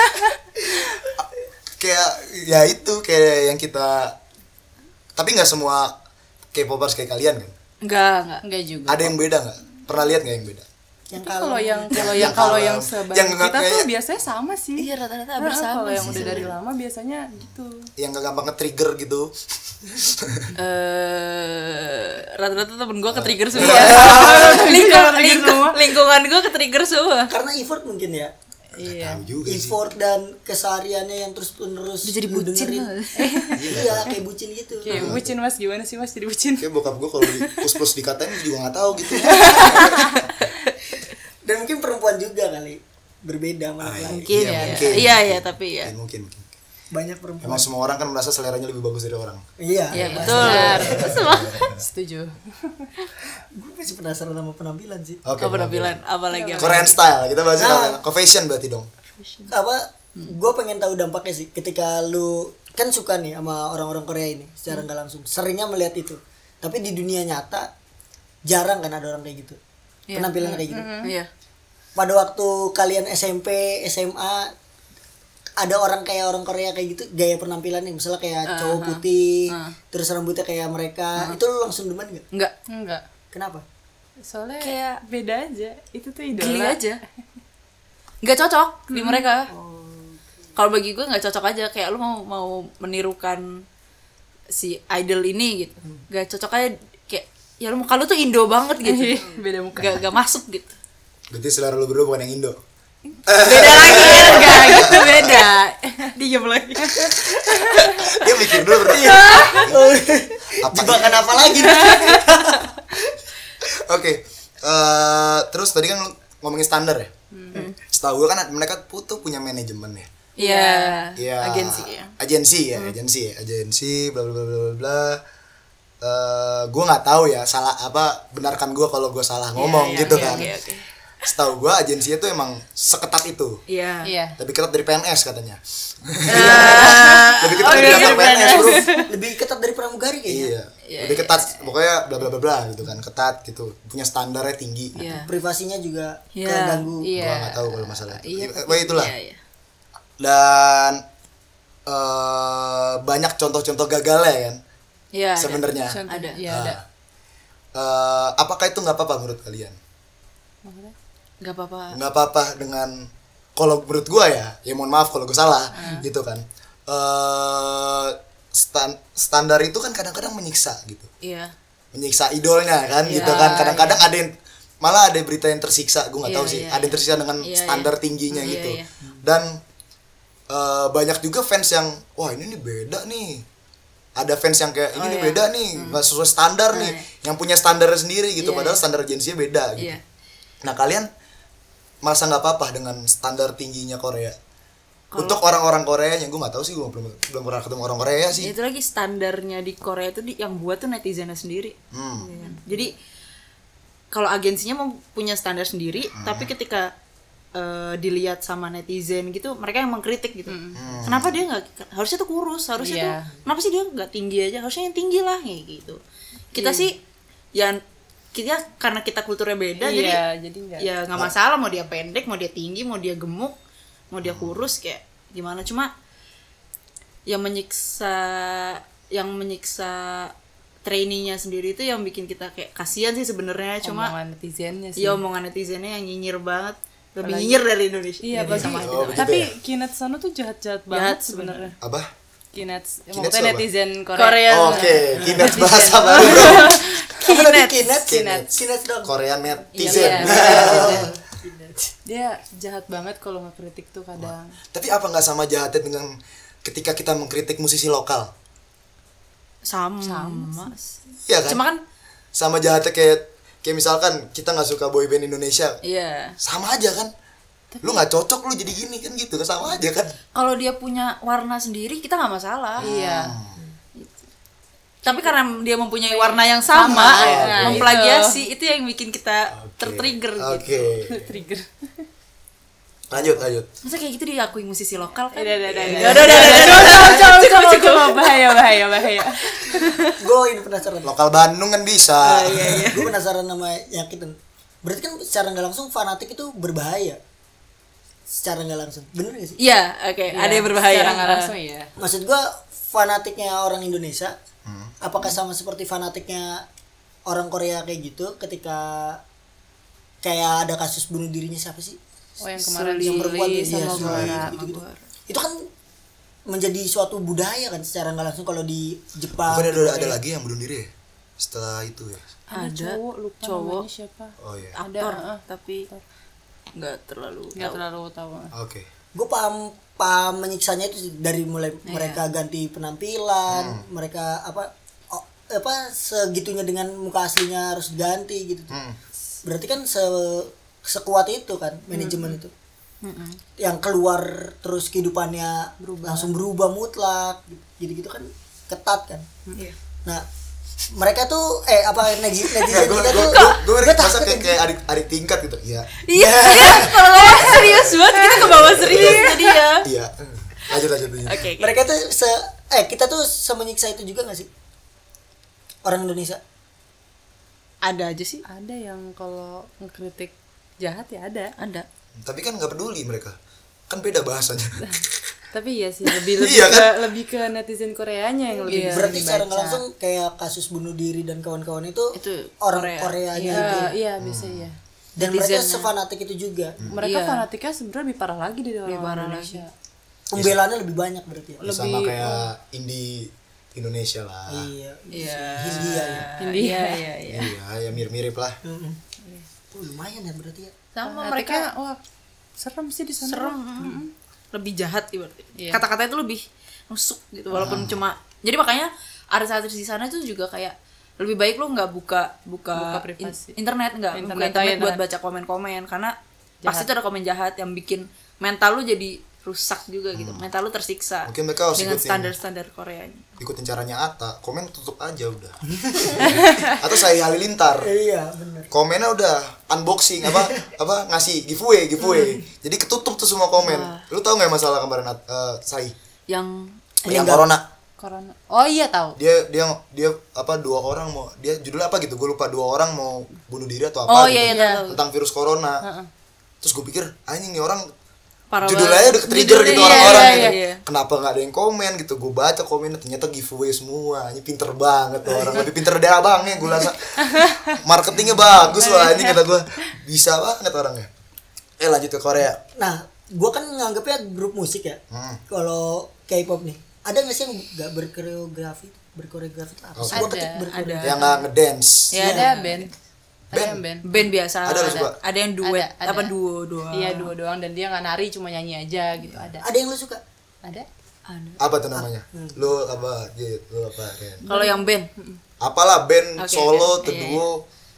Kayak ya itu kayak yang kita tapi nggak semua K-popers kayak kalian kan. Enggak, enggak. Enggak juga. Ada yang beda nggak? Pernah lihat nggak yang beda? Yang Tapi kalau yang kalau yang yang kalau kalem. yang sebagai Yang nggak kita tuh kayak- biasanya sama sih. Iya, rata-rata Nah, bersama kalau yang sih udah dari sebenarnya. lama biasanya gitu. Yang nggak gampang nge-trigger gitu. Eh, rata-rata temen gue ke-trigger semua. Iya. Lingkung- Ke-trigger lingkung- semua. Lingkungan gue ke-trigger semua. Karena effort mungkin ya. Iya. Tahu juga sih. Effort dan kesehariannya yang terus menerus Udah jadi bucin lah. Iya, kayak bucin gitu. Kayak bucin Mas, gimana sih Mas jadi bucin? Kayak bokap gue kalau di plus-plus dikatain juga nggak tahu gitu. Dan mungkin perempuan juga kali berbeda sama laki-laki. Mungkin Iya, ya. mungkin. Iya, iya, tapi ya. Mungkin, mungkin. Banyak perempuan. Emang semua orang kan merasa seleranya lebih bagus dari orang. Iya. Iya, betul. Semua. Setuju. Gue masih penasaran sama penampilan sih. Oke. Apa penampilan? Apa lagi? apa Korean style. Kita bahas Ah. ke fashion berarti dong. Apa? Gue pengen tahu dampaknya sih ketika lu kan suka nih sama orang-orang Korea ini secara nggak langsung. Seringnya melihat itu. Tapi di dunia nyata jarang kan ada orang kayak gitu. Iya. Penampilan kayak gitu. Iya. Pada waktu kalian S M P, S M A ada orang kayak orang Korea kayak gitu gaya penampilannya misalnya kayak cowok putih terus rambutnya kayak mereka itu lu langsung demen gak? Enggak. Enggak. Kenapa? Soalnya Kayak beda aja. Itu tuh idola. Geli aja. Enggak cocok di mereka. Kalau bagi gue nggak cocok aja, kayak lu mau mau menirukan si idol ini gitu. Gak cocok aja, kayak ya lu muka lu tuh Indo banget gitu. Beda muka. Gak, gak masuk gitu. Berarti selera lu berdua bukan yang Indo. Beda lagi kan, enggak gitu beda. Diam lagi. Dia mikir dulu berarti. Apa Jebakan apa lagi? Oke. eh, terus tadi kan lu ngomongin standar ya. Setahu gue kan mereka tuh punya manajemen ya. Iya. Iya. Agensi ya. Agensi ya, agensi ya, agensi bla bla bla bla bla. Eh, gue nggak tahu ya salah apa benarkan gue kalau gue salah ngomong Iya, gitu iya, kan. Oke, oke. Setahu gue agensinya tuh emang seketat itu. Iya. Iya. Lebih ketat dari P N S katanya. Eh, Lebih ketat oh, dari iya, kantor iya, P N S, Bro. Lebih ketat dari pramugari kayaknya. Iya. Iya, Lebih iya, ketat pokoknya bla bla bla bla gitu kan, ketat gitu. Punya standarnya tinggi. Iya. Privasinya juga Iya. keganggu. Iya. Gua nggak tahu kalau masalah itu. Iya. Wah, itulah. Iya, iya. Dan eh banyak contoh-contoh gagalnya kan Iya. ada. sebenarnya. Contoh- Ada. Iya, Nah, ada. eh, apakah itu nggak apa-apa menurut kalian? Gak apa-apa. Nggak apa-apa dengan kalau menurut gua ya, ya mohon maaf kalau gue salah Hmm. gitu kan. Eh stan- standar itu kan kadang-kadang menyiksa gitu. Iya. Menyiksa idolnya kan Iya, gitu kan. Kadang-kadang ada yang malah ada berita yang tersiksa, gue nggak Iya, tahu sih. iya, Ada yang tersiksa dengan iya, standar iya. tingginya Iya, gitu. iya. Dan eh, banyak juga fans yang wah ini nih beda nih. Ada fans yang kayak ini Oh, nih iya. beda nih, nggak sesuai standar nih. Yang punya standarnya sendiri gitu, Iya, padahal iya. standar agensinya beda gitu. Iya. Nah kalian merasa nggak apa-apa dengan standar tingginya Korea? Untuk orang-orang Korea yang gue nggak tahu sih, gue belum belum pernah ketemu orang Korea sih. Itu lagi standarnya di Korea itu di, yang buat tuh netizennya sendiri. Hmm. Iya kan? Jadi kalau agensinya mau punya standar sendiri, Hmm. tapi ketika eh, dilihat sama netizen gitu, mereka yang mengkritik gitu. Hmm. Kenapa dia nggak? Harusnya tuh kurus, harusnya Iya. tuh. Kenapa sih dia nggak tinggi aja? Harusnya yang tinggi lah kayak gitu. Kita sih, ya kita karena kita kulturnya beda, jadi Iya, jadi enggak. ya nggak masalah mau dia pendek, mau dia tinggi, mau dia gemuk, mau dia kurus kayak gimana. Cuma yang menyiksa yang menyiksa trainee-nya sendiri itu yang bikin kita kayak kasihan sih sebenarnya. Cuma Omongan netizennya sih. ya omongan netizennya yang nyinyir banget. lebih nyinyir dari Indonesia. Iya, Jadi bagi, sama aja. Oh, begitu tapi ya? Kinet Sono tuh jahat-jahat Jahat banget sebenarnya. Apa? Kinet, Kinet maksudnya apa? netizen Korea. Korea. Oh, Oke, Kinet bahasa baru bro. Apa tadi Kinet. Kinet? Kinet. Kinet dong. Korean Iya, netizen. iya. Dia jahat banget kalau ngekritik tuh kadang. Tapi apa nggak sama jahatnya dengan ketika kita mengkritik musisi lokal? Sama. Sama Iya kan? Cuma kan Sama jahatnya kayak kayak misalkan kita nggak suka boyband Indonesia, iya. sama aja kan? Lu nggak cocok, lu jadi gini kan gitu, sama aja kan? Kalau dia punya warna sendiri kita nggak masalah. Iya. Tapi karena dia mempunyai warna yang sama, Sama, eh, nah, memplagiasi itu. yang bikin kita Oke. tertrigger Oke. gitu. Trigger. Lanjut, lanjut. Masa kayak gitu diakui musisi lokal kan? Udah, udah, udah, Udah, udah, udah, udah, udah. Cukup, cukup, cukup, bahaya, bahaya, bahaya. Gue ini penasaran. Lokal Bandung kan bisa. Gue penasaran sama yakin. Berarti kan secara nggak langsung fanatik itu berbahaya. Secara nggak langsung, bener gak sih? Iya, oke. Ada yang berbahaya. Secara nggak langsung ya. Maksud gue fanatiknya orang Indonesia, apakah sama seperti fanatiknya orang Korea kayak gitu ketika kayak ada kasus bunuh dirinya siapa sih? Oh, yang kemarin yang perempuan Lili tuh, iya, sama Suli, Gora. gitu-gitu. Itu kan menjadi suatu budaya kan secara nggak langsung kalau di Jepang. Bukan ada, Korea. ada lagi yang bunuh diri ya? Setelah itu ya? Ada Ada cowok, lupa cowok. namanya siapa. Oh iya. Aktor, Ada, uh, tapi nggak terlalu. Nggak tahu. terlalu tahu. Oke. Gue paham paham menyiksanya itu sih, dari mulai mereka ganti penampilan, mereka apa oh, apa segitunya dengan muka aslinya harus ganti gitu tuh. Hmm. Berarti kan se sekuat itu kan manajemen itu. Yang keluar terus kehidupannya langsung berubah mutlak gitu-gitu kan ketat kan. Iya. Nah, mereka tuh eh apa netizen Nggak, netizen gue kita gue tuh gue gue gua masa takut kayak kayak adik adik tingkat gitu. Iya. Iya, iya. Kalau ngomong serius banget kita ke bawah serius jadi ya. Iya. Lanjut lanjut lanjut. Oke. oke. mereka tuh se eh kita tuh semenyiksa itu juga gak sih orang Indonesia? Ada aja sih. Ada yang kalau ngekritik jahat ya ada. Ada. Tapi kan nggak peduli mereka. Kan beda bahasanya. Tapi iya sih lebih lebih Iya ke kan? lebih ke netizen Koreanya yang lebih Iya. bisa Berarti secara nggak dibaca. langsung kayak kasus bunuh diri dan kawan-kawan itu, Itu orang Korea. Korea, Iya, gitu. iya bisa ya. Dan mereka Netizennya. sefanatik itu juga. Mereka Iya. fanatiknya sebenarnya lebih parah lagi dari orang parah Indonesia. Pembelaannya lebih banyak berarti ya. Ya, sama kayak indie Indonesia lah. Iya. Iya. Hindia ya. Iya, iya, iya. Iya, ya mirip-mirip lah. Mm-mm. Oh, lumayan ya berarti ya. Sama Fanatiknya, mereka wah serem sih di sana. serem. mm. Lebih jahat ibaratnya. Iya. Kata-kata itu lebih nusuk gitu walaupun cuma jadi makanya artis-artis di sana itu juga kayak lebih baik lu nggak buka buka, Buka privasi. in- internet nggak buka Internet, internet oh, buat internet. baca komen-komen karena Jahat. pasti itu ada komen jahat yang bikin mental lu jadi rusak juga gitu, mental lu tersiksa Mungkin mereka harus dengan ikutin- standar-standar Koreanya. Ikutin caranya Ata, komen tutup aja udah. Atau saya halilintar. Iya, benar. Komennya udah unboxing apa apa ngasih giveaway giveaway. Jadi ketutup tuh semua komen. Lu tahu nggak masalah kemarin uh, Sai Yang yang corona? Corona. Oh iya tahu. Dia dia dia apa dua orang mau dia judulnya apa gitu gue lupa, dua orang mau bunuh diri atau apa Oh, gitu. iya, iya, tahu. Tentang virus corona. Terus gue pikir anjing nih orang parah judulnya banget. udah ke-trigger Judulnya, gitu iya, orang-orang iya, gitu. iya. Kenapa nggak ada yang komen gitu? Gue baca komennya ternyata giveaway semua. Ini pinter banget tuh orang. Lebih pinter dari abangnya gue rasa. Marketingnya bagus loh ini kata gue. Bisa banget orangnya. Eh lanjut ke Korea. Nah, gua kan nganggapnya grup musik ya. Hmm. Kalau K-pop nih, ada nggak sih yang nggak berkoreografi? Berkoreografi itu apa sih? Gua Ada, ketik berkoreografi. ada. Yang nggak ngedance. Ya ada band. Ada Band? yang band. band biasa Ada lu suka? ada yang duet Ada, ada. apa duo doang. Iya dua doang dan dia nggak nari cuma nyanyi aja gitu ada. Ada yang lu suka? Ada. Ada. Apa tuh namanya? Lu apa? Jit, lu apa? Ren? Kalau yang band, Apalah band Oke, solo, oke. atau Iya, duo.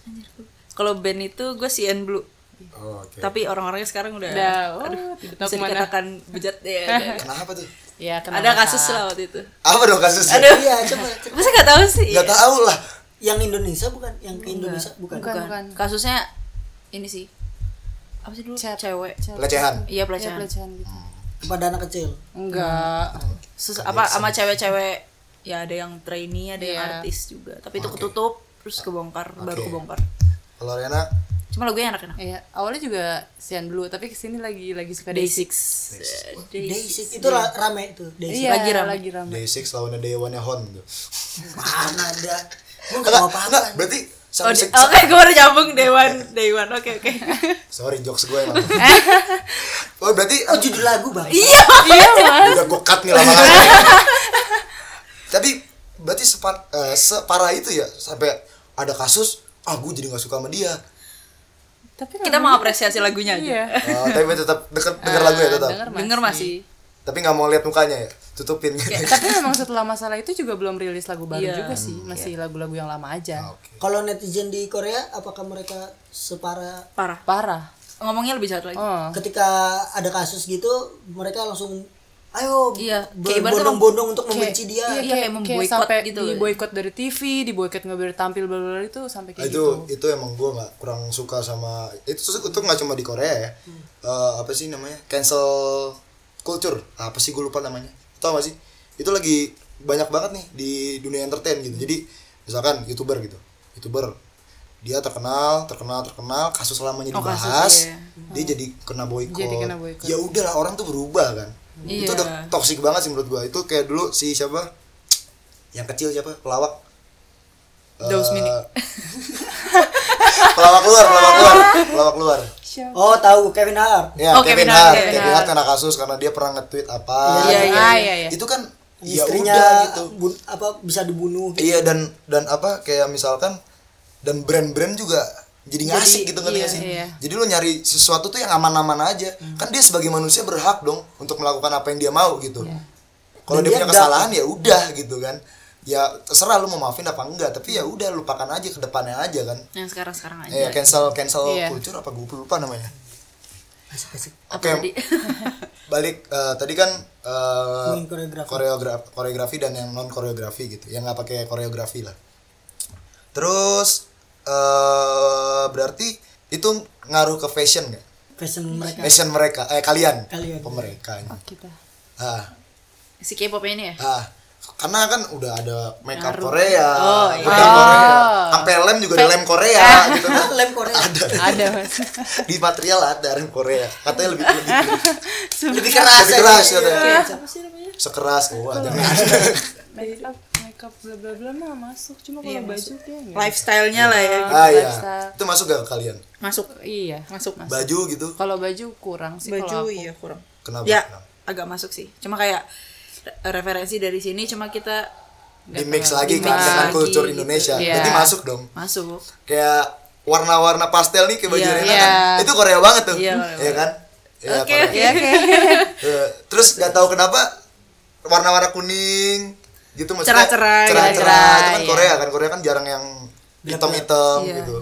kalau band itu gue C N Blue. Oh, oke. Tapi orang-orangnya sekarang udah, Udah, oh, aduh, tidak bisa tahu kemana. dikatakan bejat ya. ada- Kenapa tuh? Ya kena ada kasus masalah. lah waktu itu. Apa dong kasusnya? Aduh. Iya, coba. coba. Masa nggak tahu sih? Nggak tahu lah. Yang Indonesia bukan? Yang ke Indonesia bukan? Bukan. Bukan. Kasusnya ini sih. Apa sih dulu? Chat. Cewek. Pelecehan. Iya Ya, pelecehan. pelecehan gitu. Kepada anak kecil. Enggak. Sus- apa sama cewek-cewek ya ada yang trainee, ada yang Iya. artis juga. Tapi itu Oke. ketutup terus kebongkar, baru Oke. kebongkar. Kalau Rena, Cuma lagunya enak-enak. Iya, awalnya juga Sian Blue, tapi kesini lagi lagi suka Day Day Six. Day Six itu ra- rame itu. Day Six. Iya, Lagi rame. lagi rame. Day Six lawannya Day One-nya Hon tuh. Mana ada? Gua nggak Enggak, tahu enggak, apa-apa. berarti Oh, sampai di- se- oke, gue baru nyambung day one, day one. Oke, oke. sorry jokes gue emang. Oh berarti Oh judul lagu bang. Iya. udah gue cut nih lama-lama. Tapi berarti sepa, eh, separah itu ya sampai ada kasus ah gue jadi nggak suka sama dia. Tapi Kita mau apresiasi lagunya iya. aja. Oh, tapi tetap denger, denger lagu ya tetap. Denger Denger masih. Tapi nggak mau lihat mukanya ya, tutupin gitu. Tapi memang setelah masalah itu juga belum rilis lagu baru Iya. juga sih, masih lagu-lagu yang lama aja. Ah, oke. Kalau netizen di Korea, apakah mereka separah Parah. Parah. Ngomongnya lebih jahat lagi. Oh. ketika ada kasus gitu, mereka langsung ayo Iya, ber- kayak ibaratnya bondong-bondong untuk membenci dia. iya, kayak memboikot sampai gitu. di boykot dari T V, di boykot nggak boleh tampil bla bla bla itu sampai Ah, kayak itu gitu. itu emang gue nggak kurang suka sama itu itu nggak cuma di Korea ya. Eh, apa sih namanya cancel culture apa sih gue lupa namanya, tau gak sih itu lagi banyak banget nih di dunia entertain gitu. Jadi misalkan youtuber gitu youtuber dia terkenal terkenal terkenal kasus lamanya Oh, dibahas kasus, iya. dia jadi kena boykot. Jadi kena boykot. Ya udahlah orang tuh berubah kan. Iya. Itu udah toksik banget sih menurut gue. Itu kayak dulu si siapa yang kecil siapa pelawak Daus Mini. Eh, pelawak luar pelawak luar pelawak luar Oh tahu Kevin Hart. ya Oh, Kevin, Kevin Hart Hart, Kevin, Kevin Hart kena kasus karena dia pernah nge-tweet apa Iya, gitu. iya, Ah, iya, iya. Itu kan ya Istrinya udah gitu. bun- apa bisa dibunuh. Iya dan dan apa kayak misalkan dan brand-brand juga jadi ngasih gitu ngerti iya, nggak sih. iya. Jadi lo nyari sesuatu tuh yang aman-aman aja. Kan dia sebagai manusia berhak dong untuk melakukan apa yang dia mau gitu. Kalau Dan dia dia punya enggak. kesalahan ya udah gitu kan. Ya terserah lu mau maafin apa enggak, tapi ya udah lupakan aja ke depannya aja kan. Yang sekarang-sekarang aja. Eh cancel cancel Iya. culture apa gue lupa namanya. Asik-asik. Oke. Apa tadi? Balik eh, tadi kan eh, Ngomongin koreografi. koreografi koreografi dan yang non koreografi gitu, yang nggak pakai koreografi lah. Terus eh berarti itu ngaruh ke fashion nggak? Fashion mereka. Fashion mereka, eh kalian, Kalian. Oh, mereka. Oh, kita. Ah, Si K-pop ini ya? ah, karena kan udah ada makeup Ngaruh. Korea, Oh, iya. bedak Oh. Korea, sampai lem juga ada lem Korea gitu kan. Lem Korea. Ada. Ada Mas. Di material ada lem Korea, katanya lebih lebih Lebih keras. lebih keras ya. katanya. Kayak siapa sih namanya? Sekeras, wah jangan. Makeup makeup bla bla bla mah masuk, cuma kalau Iya, baju masuk. dia enggak. Lifestyle-nya lah ya. Ah iya, Lifestyle. itu masuk gak ke kalian? Masuk. Iya, Masuk. Baju gitu, Kalau baju kurang sih kalau Baju aku. iya kurang. kenapa? Ya, agak masuk sih. Cuma kayak re- referensi dari sini cuma kita Di mix lagi di kan mix dengan lagi kultur gitu. Indonesia, Iya. berarti masuk dong. masuk. Kayak warna-warna pastel nih kayak baju Iya. Rena Iya. kan, itu Korea banget tuh, Iya, ya Korea kan? Iya, Oke, Korea. oke. Oke. Eh, Terus gak tahu kenapa warna-warna kuning gitu maksudnya Cerah-cerah, cerah-cerah cerah, itu kan iya. Korea kan Korea kan jarang yang hitam-hitam Iya. gitu.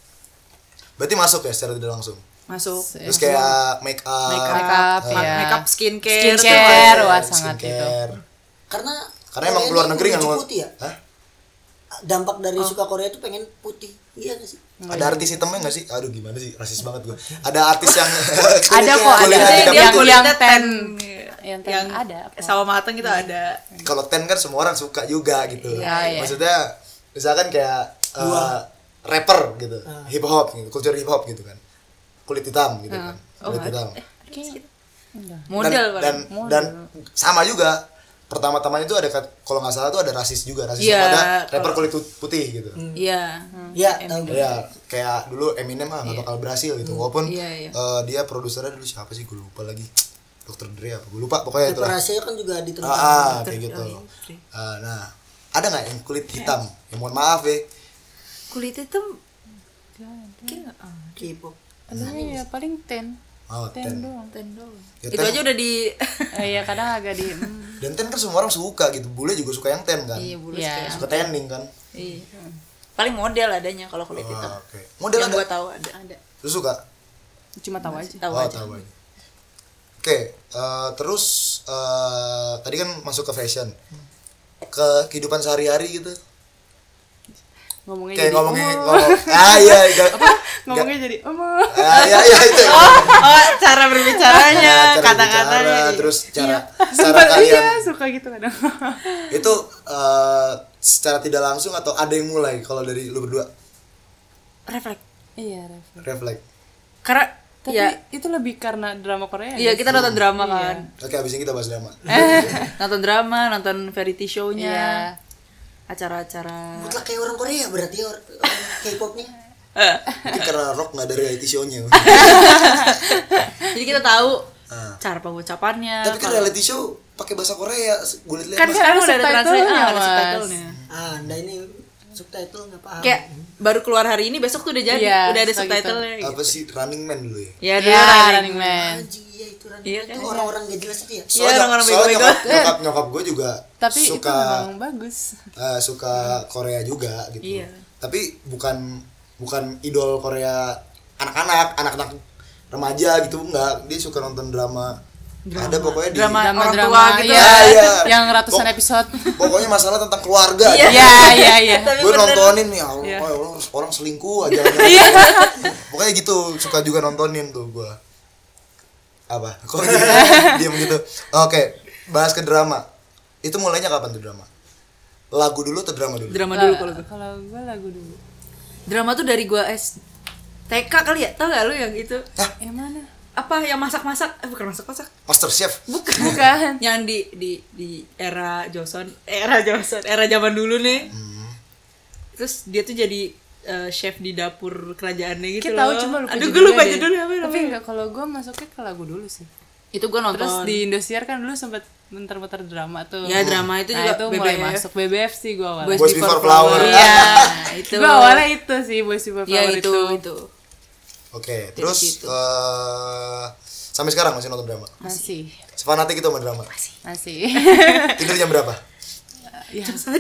Berarti masuk ya secara tidak langsung. Masuk. Terus kayak make up, Make up, Make up, ma- iya. make up skincare, Skincare, tuh. wah sangat itu. skincare. Karena Karena emang Korea keluar ini negeri nggak menuju mau. putih ya. Hah? Dampak dari Oh. suka Korea tuh pengen putih. Iya gak sih? Ada artis hitamnya nggak sih? Aduh gimana sih, rasis banget gue. Ada artis yang Ada kok, ada. kulitnya Jadi tidak dia putih. kulitnya Yang ten, Yang ten yang ada. kok. sawo mateng itu ada. Kalau ten kan semua orang suka juga gitu. Iya, iya. Maksudnya misalkan kayak uh, rapper gitu, hip hop gitu, culture hip hop gitu kan. Kulit hitam gitu kan. Oh, Kulit hitam. Kayak- enggak. Model dan, kan. dan dan sama juga. Pertama-tama itu ada kat- kalau nggak salah tuh ada rasis juga, rasis Iya, pada rapper kalau- kulit putih gitu. Iya. Iya, tahu gue. Ya, kayak dulu Eminem ah nggak bakal berhasil gitu. Walaupun Iya, iya. eh, dia produsernya dulu siapa sih? Gue lupa lagi. dokter Dre apa? Gue lupa pokoknya itu lah. Reparasi kan juga ditentang. Ah, ah, kayak Dre, gitu. oh iya, Dre. Ah, nah, ada nggak yang kulit hitam? Ya mohon maaf ya. Kulit itu kayak ah, K-pop. Aduh, ya paling ten. Oh, Ten ten. doang. ten doang. Ya, Itu ten- aja udah di Eh, Iya, kadang agak di mm, Dan ten kan semua orang suka gitu. Bule juga suka yang ten kan. iya bulu Iya. kayak. Suka tanning kan. Iya. Paling model adanya kalau kulit hitam. Ah, oke. Model Yang ada. gua tahu ada. ada. Lu suka? Cuma tahu aja. Tahu oh, aja. tahu aja. Oke, eh, terus eh, tadi kan masuk ke fashion. Ke kehidupan sehari-hari gitu. Ngomongnya Kayak jadi ngomongin oh. ngomong. Ah iya, enggak. Ngomongnya jadi oh. Ah iya iya itu. Oh, cara berbicaranya, Nah, cara kata-katanya. bicara, terus cara cara Sempat kalian iya, suka gitu kadang. itu eh, secara tidak langsung atau ada yang mulai kalau dari lu berdua? Refleks. Iya, refleks. Refleks. Karena Tapi ya, itu lebih karena drama Korea. iya nggak kita sih? nonton drama Iya. kan. Oke, abis ini kita bahas drama. Nonton drama, nonton variety show-nya. Iya. acara-acara. Mutlak kayak orang Korea berarti ya, orang orang K-popnya. Mungkin karena rock nggak ada reality show-nya. Jadi kita tahu Ah. cara pengucapannya. Tapi kan kalau- reality show pakai bahasa Korea, gue liat-liat. Kan Mas. sekarang udah ada subtitle-nya, translate, ah, ada Mas. subtitlenya. Ah, Anda ini subtitle nggak paham. Kayak baru keluar hari ini, besok tuh udah jadi, Iya, udah ada suka subtitlenya. Apa sih Running Man dulu ya? Ya, Ya, dulu Running Man. Anjing, iya itu Running Iya Man. kan? Itu orang-orang gak jelas itu ya. Iya, orang-orang soalnya bego-bego. nyokap, nyokap, nyokap gue juga Tapi itu suka memang bagus. eh, suka Korea juga gitu. Iya. Tapi bukan bukan idol Korea anak-anak, anak-anak remaja gitu enggak. Dia suka nonton drama. Ada pokoknya di Drama. orang Drama-drama tua gitu. iya, Ah, iya. yang ratusan Pok- episode. Pokoknya masalah tentang keluarga. Iya. Iya, iya, iya. Gue nontonin nih, oh, Iya. oh, ya Allah, orang selingkuh aja. Pokoknya gitu, suka juga nontonin tuh gue. Apa? Kok gitu? Diam gitu. Oke, bahas ke drama. Itu mulainya kapan tuh drama? Lagu dulu atau drama dulu? Drama dulu kalau gue. Kalau gue lagu dulu. Drama tuh dari gua S T K kali ya, tau gak lu yang itu? Yang mana? Apa yang masak-masak? Eh bukan masak-masak. Master Chef. Bukan. Bukan. Yang di di di era Joseon, era Joseon, era zaman dulu nih. Hmm. Terus dia tuh jadi eh, chef di dapur kerajaannya gitu Kita tahu loh. cuma lupa Aduh, gue judulnya lupa deh. judulnya apa Tapi namanya. enggak, kalau gue masuknya ke lagu dulu sih. Itu gue nonton. Terus di Indosiar kan dulu sempat muter-muter drama tuh. Ya, drama itu Nah, juga itu B B F. mulai masuk B B F sih gue awalnya. Boys, Boys Before, Before Flower. Flower. Iya. itu. Gue awalnya itu sih Boys Before Ya Flower itu itu. itu. Oke, terus situ. eh, sampai sekarang masih nonton drama. Masih. Sefanatik itu sama drama. Masih. Tidur jam berapa? Ya.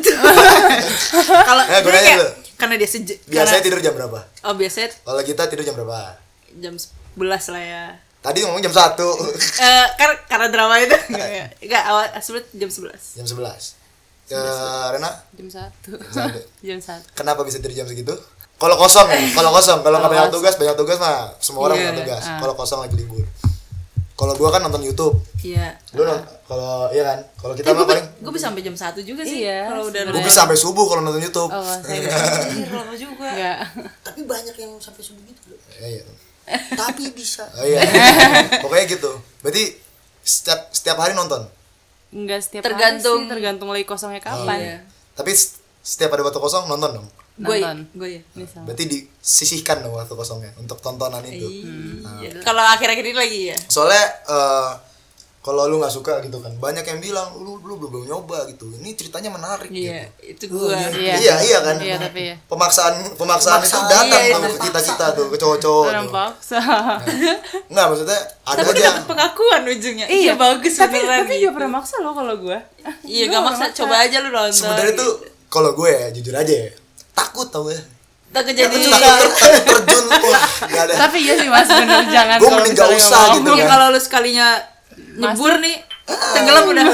Kalau Eh, gue dia nanya kayak- dulu. karena dia sejak Biasanya tidur jam berapa? Oh, biasanya Kalau kita tidur jam berapa? jam sebelas lah ya. Tadi ngomong jam satu. Eh karena karena drama itu enggak enggak awal sebelum jam sebelas. Jam sebelas. Ya, Rena, Jam satu. satu. Jam satu. kenapa bisa tidur jam segitu? Kalau kosong ya, kalau kosong, kalau nggak banyak kosong. tugas, banyak tugas mah semua orang Iya, banyak tugas. ah. Kalau kosong lagi libur. Kalau gua kan nonton YouTube. Iya. Lu non- kalau iya kan, kalau kita Eh, mah gue paling bisa sampai jam satu juga sih. Iya, Kalau udah gua bisa sampai subuh kalau nonton YouTube. Oh, saya Anjir, lama juga. enggak. Tapi banyak yang sampai subuh gitu loh. Iya, iya. Tapi bisa. Oh iya. Pokoknya gitu. Berarti setiap setiap hari nonton. Enggak setiap Tergantung- hari sih, tergantung lagi kosongnya Oh, kapan. iya. Tapi s- setiap ada waktu kosong nonton dong. Gue Nonton. gue ya. Misal. Berarti disisihkan dong waktu kosongnya untuk tontonan itu. Iya. Kalau akhir-akhir ini lagi ya. Soalnya eh, kalau lu nggak suka gitu kan, banyak yang bilang lu lu belum belum nyoba gitu. Ini ceritanya menarik Iya, gitu. itu gue. Iya. Iya, iya kan? Iya, tapi ya. Pemaksaan pemaksaan, itu Pemaksaan, datang iya, tuh itu ke kita-kita tuh, ke cowok-cowok Orang tuh. paksa. Enggak, maksudnya ada Tapi aja. udah dapet pengakuan ujungnya. Iya, bagus tapi beneran tapi gitu. gak pernah maksa loh kalau gue. Iya, gak maksa. Coba aja lu nonton. Sebenarnya tuh kalau gue ya jujur aja ya, takut tau ya. tak kejadian. Takut ter- terjun wah, nggak ada. Tapi iya sih Mas, bener jangan. Gua kalau mending nggak misalnya usah mau. gitu. Iya, kan. kalau lu sekalinya nyebur nih, tenggelam udah.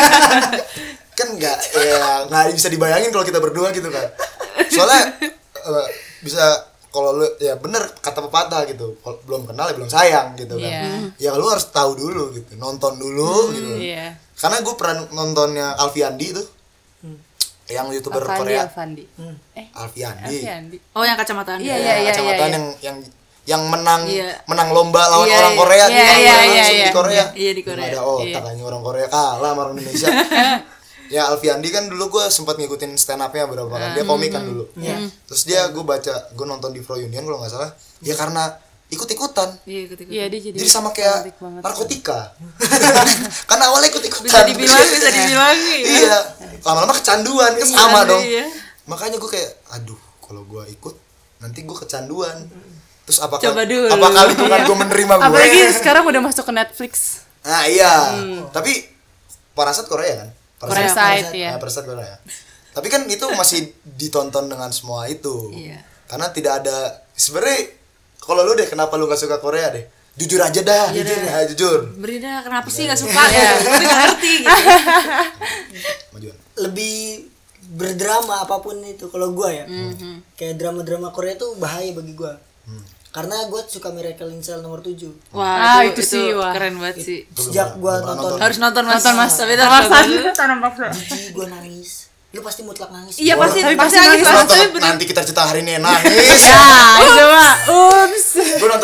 Kan nggak ya nggak bisa dibayangin kalau kita berdua gitu kan. Soalnya eh, bisa kalau lu ya bener kata pepatah gitu, kalau belum kenal ya belum sayang gitu kan. Iya. Ya lu harus tahu dulu gitu, nonton dulu gitu. Iya. Karena gue pernah nontonnya Alfiandi tuh, yang youtuber Avandi, Korea. Avandi. Hmm. Eh, Alfiandi. Avandi. Oh, yang kacamataan. Iya, Ya, iya, iya, kacamataan iya. yang yang yang menang Iya. menang lomba lawan Iya, orang iya. Korea Iya, gitu, iya, langsung iya, di iya. Korea. Iya, di Korea. Nggak ada oh, Iya. takanya orang Korea kalah sama orang Indonesia. Ya Alfiandi kan dulu gue sempat ngikutin stand up-nya beberapa kan. Dia komik kan dulu. Terus dia gue baca, gue nonton di Fro Union kalau nggak salah. Ya karena ikut-ikutan. Iya, ikut-ikut. Iya, dia jadi Jadi sama kayak cantik banget. narkotika. Karena awalnya ikut-ikutan. Bisa dibilang, bisa dibilang. Iya. Lama-lama kecanduan kan sama Iya, dong. iya. Makanya gue kayak aduh, kalau gue ikut nanti gue kecanduan. Terus apakah Coba dulu. apakah lingkungan gue menerima gue? Apalagi sekarang udah masuk ke Netflix. Nah, iya. Tapi Parasat Korea kan? Parasite, Parasite. ya. Nah, Parasite Korea. Tapi kan itu masih ditonton dengan semua itu. Iya. Karena tidak ada sebenarnya kalau lu deh kenapa lu gak suka Korea deh? Jujur aja dah, jujur ya, jujur. Berida, kenapa sih gak suka? Ya, tapi gak ngerti gitu. Majuan. Lebih berdrama apapun itu kalau gua ya. Kayak drama-drama Korea tuh bahaya bagi gua. Karena gua suka Miracle in Cell nomor tujuh. Wah, Ah, itu, itu sih, wah. keren banget sih. Sejak gua Belum pernah nonton, nonton. Harus nonton Mas. Nonton Mas. Tapi itu harus nonton. Tanam paksa. jijik gua nangis. Lu pasti mutlak nangis. Iya, Wah, pasti tapi pasti pasti nangis. Gua Pasti nonton bener. nanti kita cerita hari ini nangis. Nah, itu mah. Ups. Gue nonton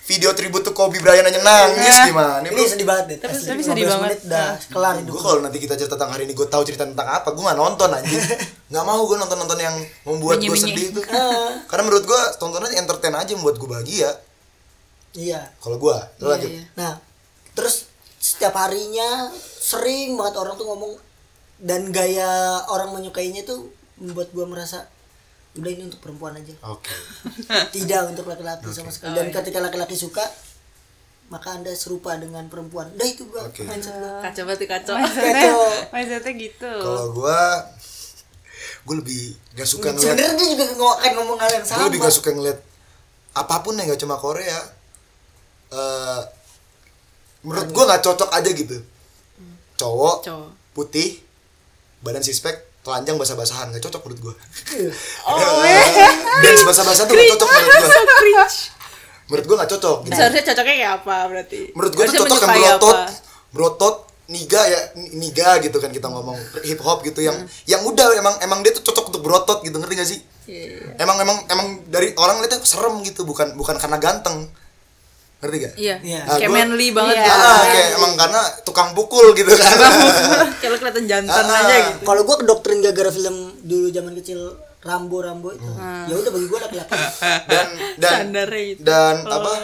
video tribute to Kobe Bryant aja nangis gimana? Ini sedih banget deh. Tapi- Asli, tapi lima sedih belas banget. menit udah kelar hidup. Gue kalau nanti kita cerita tentang hari ini gue tahu cerita tentang apa, gue nggak nonton anjing. Nggak mau gue nonton nonton yang membuat gue Menye-menye. sedih itu. Karena menurut gue tontonannya entertain aja membuat gue bahagia. Iya. Kalau gue, Iya, lanjut. iya. Nah, terus setiap harinya sering banget orang tuh ngomong, dan gaya orang menyukainya tuh membuat gua merasa udah ini untuk perempuan aja. Oke. Tidak untuk laki-laki sama sekali. Dan ketika laki-laki suka, maka Anda serupa dengan perempuan. Udah itu gua. Oke. Mindset gua. Kacau banget kacau. mindsetnya mindsetnya gitu. Kalau gue, gue lebih gak suka ngeliat. Sebenarnya dia juga ngomong, akan ngomong hal yang Gue sama. lebih gak suka ngeliat apapun yang gak cuma Korea. Eh, menurut gue nggak cocok aja gitu. Cowok, Cowok. putih, badan sispek, telanjang basah-basahan nggak cocok menurut gue. Oh, Dance basah-basahan tuh nggak cocok menurut gue. Menurut gue nggak cocok. Gitu. Seharusnya cocoknya kayak apa berarti? Menurut gue tuh Harusnya cocok yang menyukai berotot, apa? berotot, niga ya, niga gitu kan kita ngomong hip hop gitu yang yang udah emang emang dia tuh cocok untuk berotot gitu, ngerti gak sih? Iya, iya. Emang emang emang dari orang lihatnya serem gitu, bukan bukan karena ganteng. Ngerti gak? Iya. Iya. Ah, Kayak gua- manly banget Iya. gitu. Ah, kayak emang karena tukang pukul gitu kan. Kayak lo kelihatan jantan Ah, aja ah. gitu. Kalau gua kedoktrin gara-gara film dulu zaman kecil Rambo Rambo itu. Ya udah bagi gua laki-laki. dan dan Standarnya gitu. dan apa?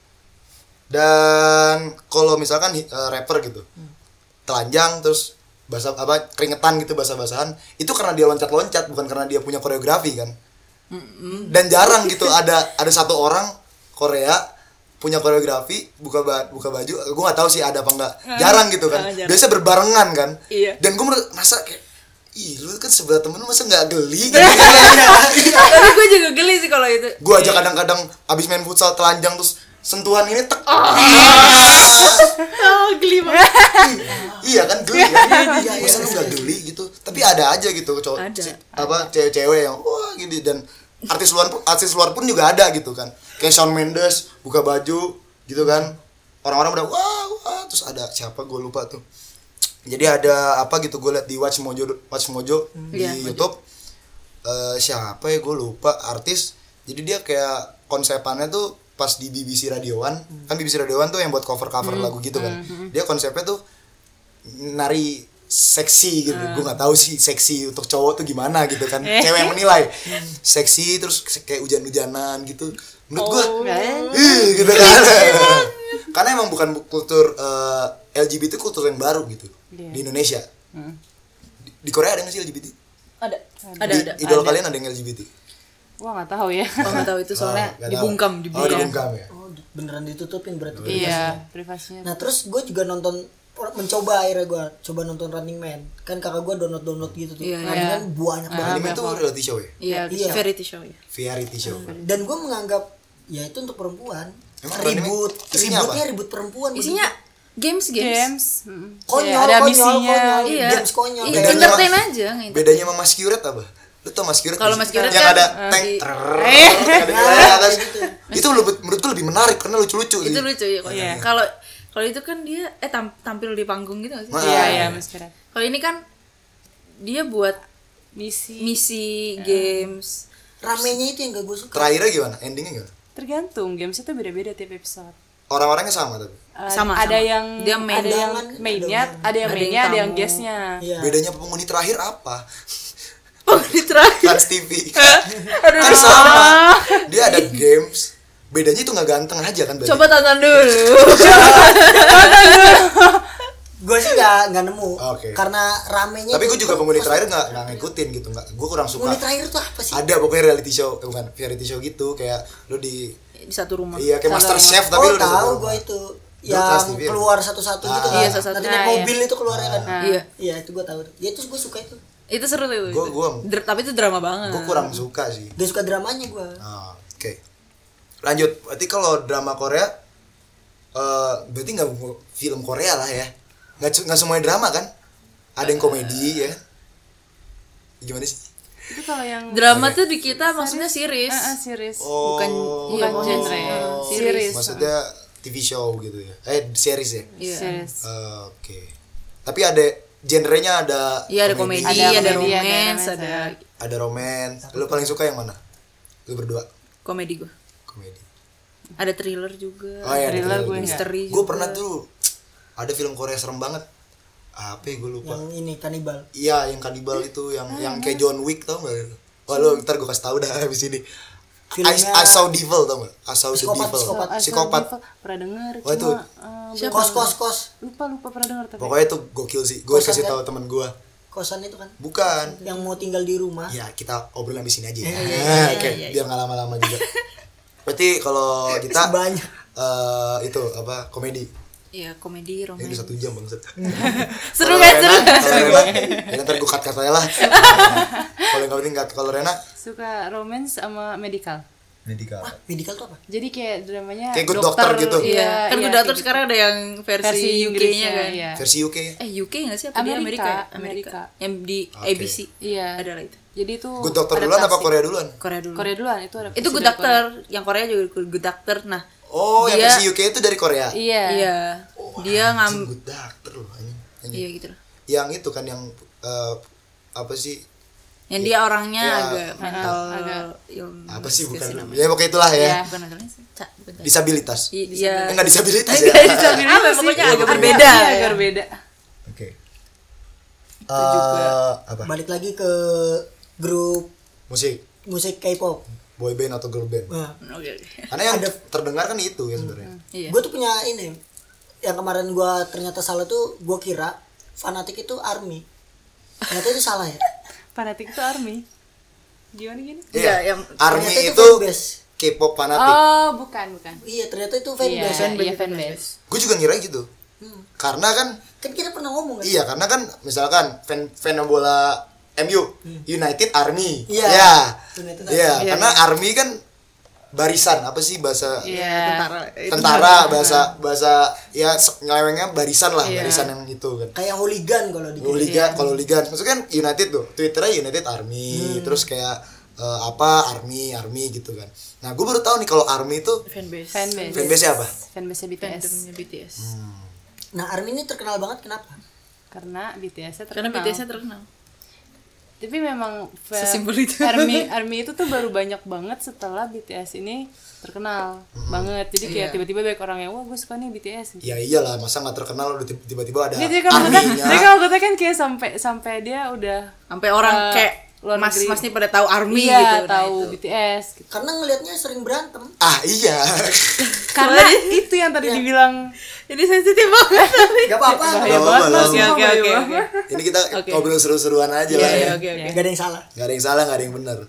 Dan kalau misalkan uh, rapper gitu. Telanjang terus basah apa keringetan gitu basah-basahan, itu karena dia loncat-loncat bukan karena dia punya koreografi kan. Dan jarang gitu ada ada satu orang Korea punya koreografi buka ba- buka baju, gue nggak tahu sih ada apa enggak, jarang gitu kan. Ah, jarang. Biasanya berbarengan kan. Iya. Dan gue merasa kayak, ih lu kan sebelah temen lu masa nggak geli gitu. Tapi gue juga geli sih kalau itu. Gue aja kadang-kadang abis main futsal telanjang terus sentuhan ini tek. Oh, geli banget. Iya kan geli kan. Masa lu nggak geli gitu. Tapi ada aja gitu cowok Ada. si- apa cewek-cewek yang wah gini, dan artis luar pun artis luar pun juga ada gitu kan. Kayak Shawn Mendes buka baju gitu kan. Orang-orang udah wah wah terus ada siapa gue lupa tuh. Jadi ada apa gitu gue liat di Watch Mojo Watch Mojo di Iya, Mojo. YouTube. Eh, siapa ya gue lupa artis. Jadi dia kayak konsepannya tuh pas di B B C Radio One, kan B B C Radio One tuh yang buat cover-cover lagu gitu kan. Dia konsepnya tuh nari seksi gitu. Gue nggak tahu sih seksi untuk cowok tuh gimana gitu kan. Cewek yang menilai. Seksi terus kayak hujan-hujanan gitu. Menurut gue ih gitu kan. Karena emang bukan kultur eh, L G B T kultur yang baru gitu di Indonesia. Di, di Korea ada nggak sih L G B T? Ada. Ada Di ada. idol ada. kalian ada yang L G B T? Wah nggak tahu ya. Oh, nggak tahu itu soalnya Oh, nggak tahu. dibungkam, Oh, dibungkam. dibungkam ya. Oh, beneran ditutupin berarti. Iya, privasinya. Nah terus gue juga nonton, mencoba akhirnya gue coba nonton Running Man. Kan kakak gue download download gitu tuh. Iya, Running iya. Man banyak banget. Anime itu reality show ya? Iya, Iya. variety show ya. Variety show. Dan gue menganggap ya itu untuk perempuan. Emang Running Man Ribut, isinya ributnya apa? ribut perempuan. Isinya games games. Games. mm. Konyol, Kayak ada konyol, misinya. konyol. Iya. Games konyol. Iya, Bedanya entertain sama- aja gitu. Bedanya sama Masquerade apa? Lu tau Masquerade? Kalau nggak sih? Masquerade yang kan, ada eh, tank di- trrrr, ada di atas. Itu lebih- menurut gue lebih menarik karena lucu-lucu sih. Itu lucu ya kok. Iya. Kalau kalau itu kan dia eh tam- tampil di panggung gitu nggak sih? Nah, Iya, iya, iya. maskeran. Kalau ini kan dia buat Misi. misi games. Ramenya itu yang gak gue suka. Terakhirnya gimana? Endingnya gimana? Tergantung, games itu beda-beda tiap episode. Orang-orangnya sama tapi. Uh, Sama, ada sama. yang Dia main. ada yang Ada mainnya, yang- ada yang ada mainnya, yang ada yang tamu. guestnya. Iya. Bedanya penghuni terakhir apa? Oh, di terakhir. Trans T V. Kan sama. Dia ada games. Bedanya itu nggak ganteng aja kan bedanya. Coba tonton dulu. Gue sih gak, gak nemu. Oke. Karena ramenya. Tapi tuh- gue juga penghuni terakhir nggak nggak ngikutin gitu nggak. Gue kurang suka. Penghuni terakhir tuh apa sih? Ada pokoknya reality show, eh, bukan reality show gitu kayak lu di Di satu rumah. iya kayak Master Sama- Chef tapi Oh lu udah tahu satu gue rumah. itu. Itu Trans Yang T V ya? keluar satu-satu Ah. gitu kan. Iya, satu-satu. Nanti Ah, naik iya. mobil itu keluar kan. Iya. Iya itu gue tahu. Ya itu gue suka itu. Itu seru tuh. Gua- itu. gua- Dr- tapi itu drama banget. Gue kurang suka sih. Gak suka dramanya gue. Ah, Oke. Lanjut. Berarti kalau drama Korea eh berarti nggak film Korea lah ya. Nggak cu- nggak semuanya drama kan? Ada yang komedi ya. Gimana sih? Itu kalau yang Drama tuh di kita maksudnya series. Ah, ah, series. Oh, Bukan Bukan iya, genre. oh, Series. maksudnya T V show gitu ya. Eh series ya. Iya. Series. Eh, Oke. Tapi ada genrenya ada Iya, ada komedi, Ada ada, komedi, ada romance, romance, ada ada romance. Lu paling suka yang mana? Lu berdua komedi gua. komedi. Ada thriller juga. Oh iya, Thriller gue misteri juga. Gue pernah tuh ada film Korea serem banget. Apa ya gue lupa. Yang ini kanibal. Iya, yang kanibal itu yang yang kayak John Wick tau gak? Wah lu ntar gue kasih tau dah habis ini. I, Filmnya- I saw Devil tau gak? I saw the Psikopat, Devil. psikopat. Asal Psikopat. Devil pernah dengar Wah, itu. cuma eh, Kos kos kos. lupa lupa pernah dengar tapi Pokoknya itu gokil sih. Gue Kosan kasih kan? tahu teman gue. Kosan itu kan Bukan. yang mau tinggal di rumah. Ya kita obrolan di sini aja. Iya, Ya. iya, Nah, iya, kayak iya, biar nggak lama-lama juga. Berarti kalau kita Banyak. eh, itu apa komedi. Iya, komedi, Ya udah romantis. satu jam banget. Seru kan, seru. Kalau Rena, ya ntar gue cut cut aja lah. Kalau yang nggak penting cut. Kalau Rena, suka romance sama medical. medical. Wah, medical tuh apa? Jadi kayak dramanya Kayak Good Doctor gitu. Iya, Kan iya, Good Doctor kayak sekarang ada yang versi, versi U K-nya Inggrisnya, kan. iya. Versi U K ya. Eh U K nggak sih? Apa dia Amerika, Amerika? ya? Amerika. Yang di Oke. A B C. Iya. Ada lah itu. Jadi itu Good Doctor duluan apa adaptasi. Korea duluan? Korea dulu. Korea duluan itu ada. Itu Good Doctor. Yang Korea juga Good Doctor. Nah, Oh, yang Dia- versi U K itu dari Korea. Iya. iya. Dia ngam Anjing, Good Doctor loh anjing. Anjing. Iya gitu loh. Yang itu kan yang eh, apa sih? Yang dia orangnya Iya. agak mental agak- yang Apa sih bukan? namanya. Ya pokoknya itulah ya. Iya. Bukan mentalnya sih. Ca- bukan tadi. Disabilitas. I- Iya. Eh, Enggak disabilitas ya. Enggak disabilitas. Apa, pokoknya Iya, agak pokoknya berbeda. Iya, ya. agak berbeda. Oke. juga. Eh, apa? Balik lagi ke grup Musik, musik K-pop. boy band atau girl band. Nah, Oke. Karena yang terdengar kan itu ya sebenarnya. Iya. gue tuh punya ini yang kemarin gue ternyata salah tuh gue kira fanatik itu army. Ternyata itu salah ya. Fanatik itu army. Gimana gini? Iya, yang Army Ternyata itu fanbase. K-pop fanatik. Oh, bukan, bukan. Iya ternyata itu Iya, fanbase. iya fanbase. Gue juga ngira gitu. Karena kan Kan kita pernah ngomong kan. iya, karena kan misalkan fan fan bola M U, United Army. Iya. Ya. United Iya, Army. karena Army kan barisan apa sih bahasa Iya. tentara. Itu tentara bahasa bahasa ya se- ngelewengnya barisan lah, Iya. barisan yang itu kan. Kayak hooligan kalau di Oh, liga, kalau liga, maksudnya kan United tuh, Twitternya United Army, terus kayak eh, apa Army, Army gitu kan. Nah, gue baru tahu nih kalau Army itu fanbase. Fanbase. fanbase-nya apa? Fanbase B T S. Fandomnya B T S. Nah army ini terkenal banget kenapa? Karena B T S-nya Karena terkenal. B T S-nya terkenal. Tapi memang fa- Sesimpel itu. Army Army itu tuh baru banyak banget setelah B T S ini terkenal banget. Jadi kayak Iya. tiba-tiba banyak orang yang wah gue suka nih B T S. Ya iyalah, masa nggak terkenal udah tiba- tiba-tiba ada Dia kan maksudnya, Army-nya. dia kan maksudnya kan kayak sampai sampai dia udah Sampai orang eh, kayak luar mas negeri. mas nih pada tahu Army iya, gitu. Nah, tahu itu. B T S gitu. Karena ngelihatnya sering berantem. Ah, iya. Karena itu yang tadi dibilang Ini sensitif banget. Gak apa-apa. bahaya Nggak banget apa-apa, Mas. Oke, nggak oke, Bahaya oke, banget. oke. Ini kita Oke. ngobrol seru-seruan aja Iya, lah iya, ya. oke, oke. Gak ada yang salah. Gak ada yang salah, gak ada yang benar.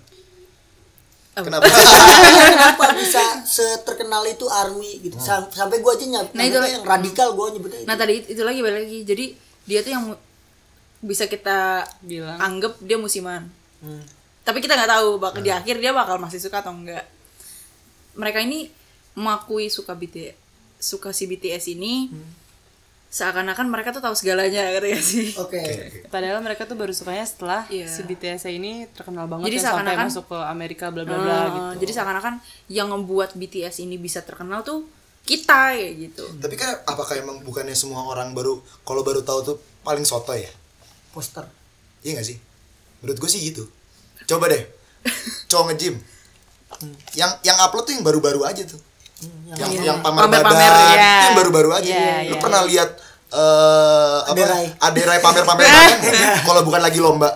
Apa? Kenapa? Kenapa bisa seterkenal itu army gitu? Sam- sampai gue aja nyebut Nah, itu- yang radikal gue nyebutnya itu. Nah tadi itu lagi balik lagi. Jadi dia tuh yang mu- bisa kita Bilang. anggap dia musiman. Hmm. Tapi kita nggak tahu bakal di akhir dia bakal masih suka atau enggak. Mereka ini mengakui suka B T S, suka si B T S ini. Seakan-akan mereka tuh tahu segalanya, ngerti gak sih? Oke. Padahal mereka tuh baru sukanya setelah Iya. si B T S ini terkenal banget Jadi yang sampai seakan-akan- masuk ke Amerika bla bla bla Ah, gitu. Jadi seakan-akan yang membuat B T S ini bisa terkenal tuh kita kayak gitu. Tapi kan apakah emang bukannya semua orang baru kalau baru tahu tuh paling soto ya? Poster. Iya gak sih? Menurut gue sih gitu. Coba deh, cowok nge-gym. Yang yang upload tuh yang baru-baru aja tuh. Yang yang pamer badan, Pamer-pamer, iya. itu yang baru-baru aja. Iya, Lu iya, pernah lihat eh apa? Aderai. Aderai pamer-pamer badan kalau bukan lagi lomba.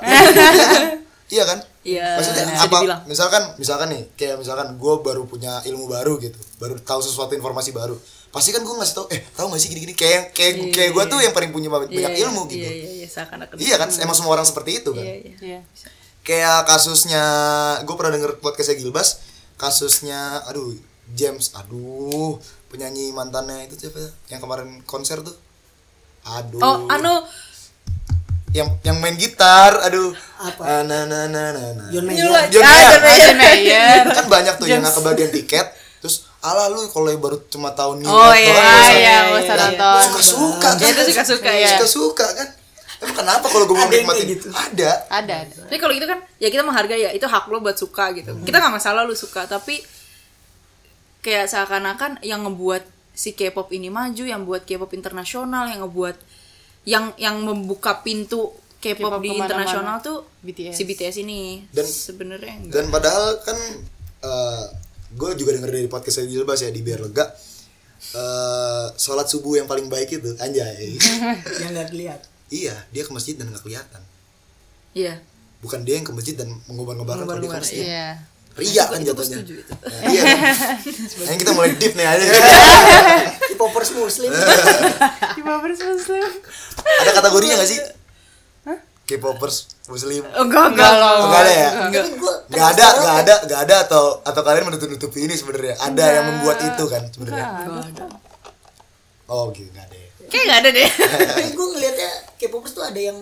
Iya kan? Iya, Maksudnya bisa apa? dibilang. Misalkan misalkan nih, kayak misalkan gue baru punya ilmu baru gitu, baru tahu sesuatu informasi baru. Pasti kan gue ngasih tau, eh tahu gak sih gini-gini, kayak kayak Iya, kayak gue iya. tuh yang paling punya banyak Iya, ilmu iya, gitu. Iya, iya, iya, seakan-akan. Iya kan, emang semua orang seperti itu kan. Iya, iya. Iya. Kayak kasusnya, gue pernah denger podcastnya Gilbas, kasusnya, aduh, James, aduh, penyanyi mantannya itu siapa? Yang kemarin konser tuh, aduh. Oh, anu yang yang main gitar, aduh. Apa? Ah, na na na na na. John Nyulut. Mayer. John Ah, Mayer. John Mayer. John Mayer. Kan banyak tuh yang James. nggak kebagian tiket, terus alah lu kalau yang baru cuma tahun ini Oh, iya, Ah iya, ya, gak usah iya. nonton. suka suka Ya, itu suka-suka, ya. suka suka kan. Emang kenapa kalau gue mau Ada yang nikmatin kayak gitu. Ada. Ada, ada. Tapi kalau gitu kan ya kita menghargai ya, itu hak lo buat suka gitu. Kita nggak masalah lu suka, tapi kayak seakan-akan yang ngebuat si K-pop ini maju, yang buat K-pop internasional, yang ngebuat yang yang membuka pintu K-pop K-pop di kemana-mana. internasional tuh B T S. si B T S ini. Dan- sebenarnya enggak. Dan padahal kan uh, gue juga denger dari podcast Gilbas ya di Biar Lega. Uh, sholat subuh yang paling baik itu anjay. Yang nggak lihat. Iya, dia ke masjid dan nggak kelihatan. Iya. Bukan dia yang ke masjid dan mengobar-ngobarkan kalau dia ke masjid. Iya. Ria kan jatuhnya. Nah, iya kan. Nah, kita mulai deep nih aja. K-popers muslim. K-popers muslim. Ada kategorinya nggak sih? K-popers muslim. Enggak, enggak loh. Enggak ada ya? Tapi gua Enggak ada, enggak ada, enggak ada atau atau kalian menutup-nutupi ini sebenarnya. Ada yang membuat itu kan sebenarnya. Oh, gitu enggak ada. Ya. Kayak enggak ada deh. Tapi gue ngeliatnya K-popers tuh ada yang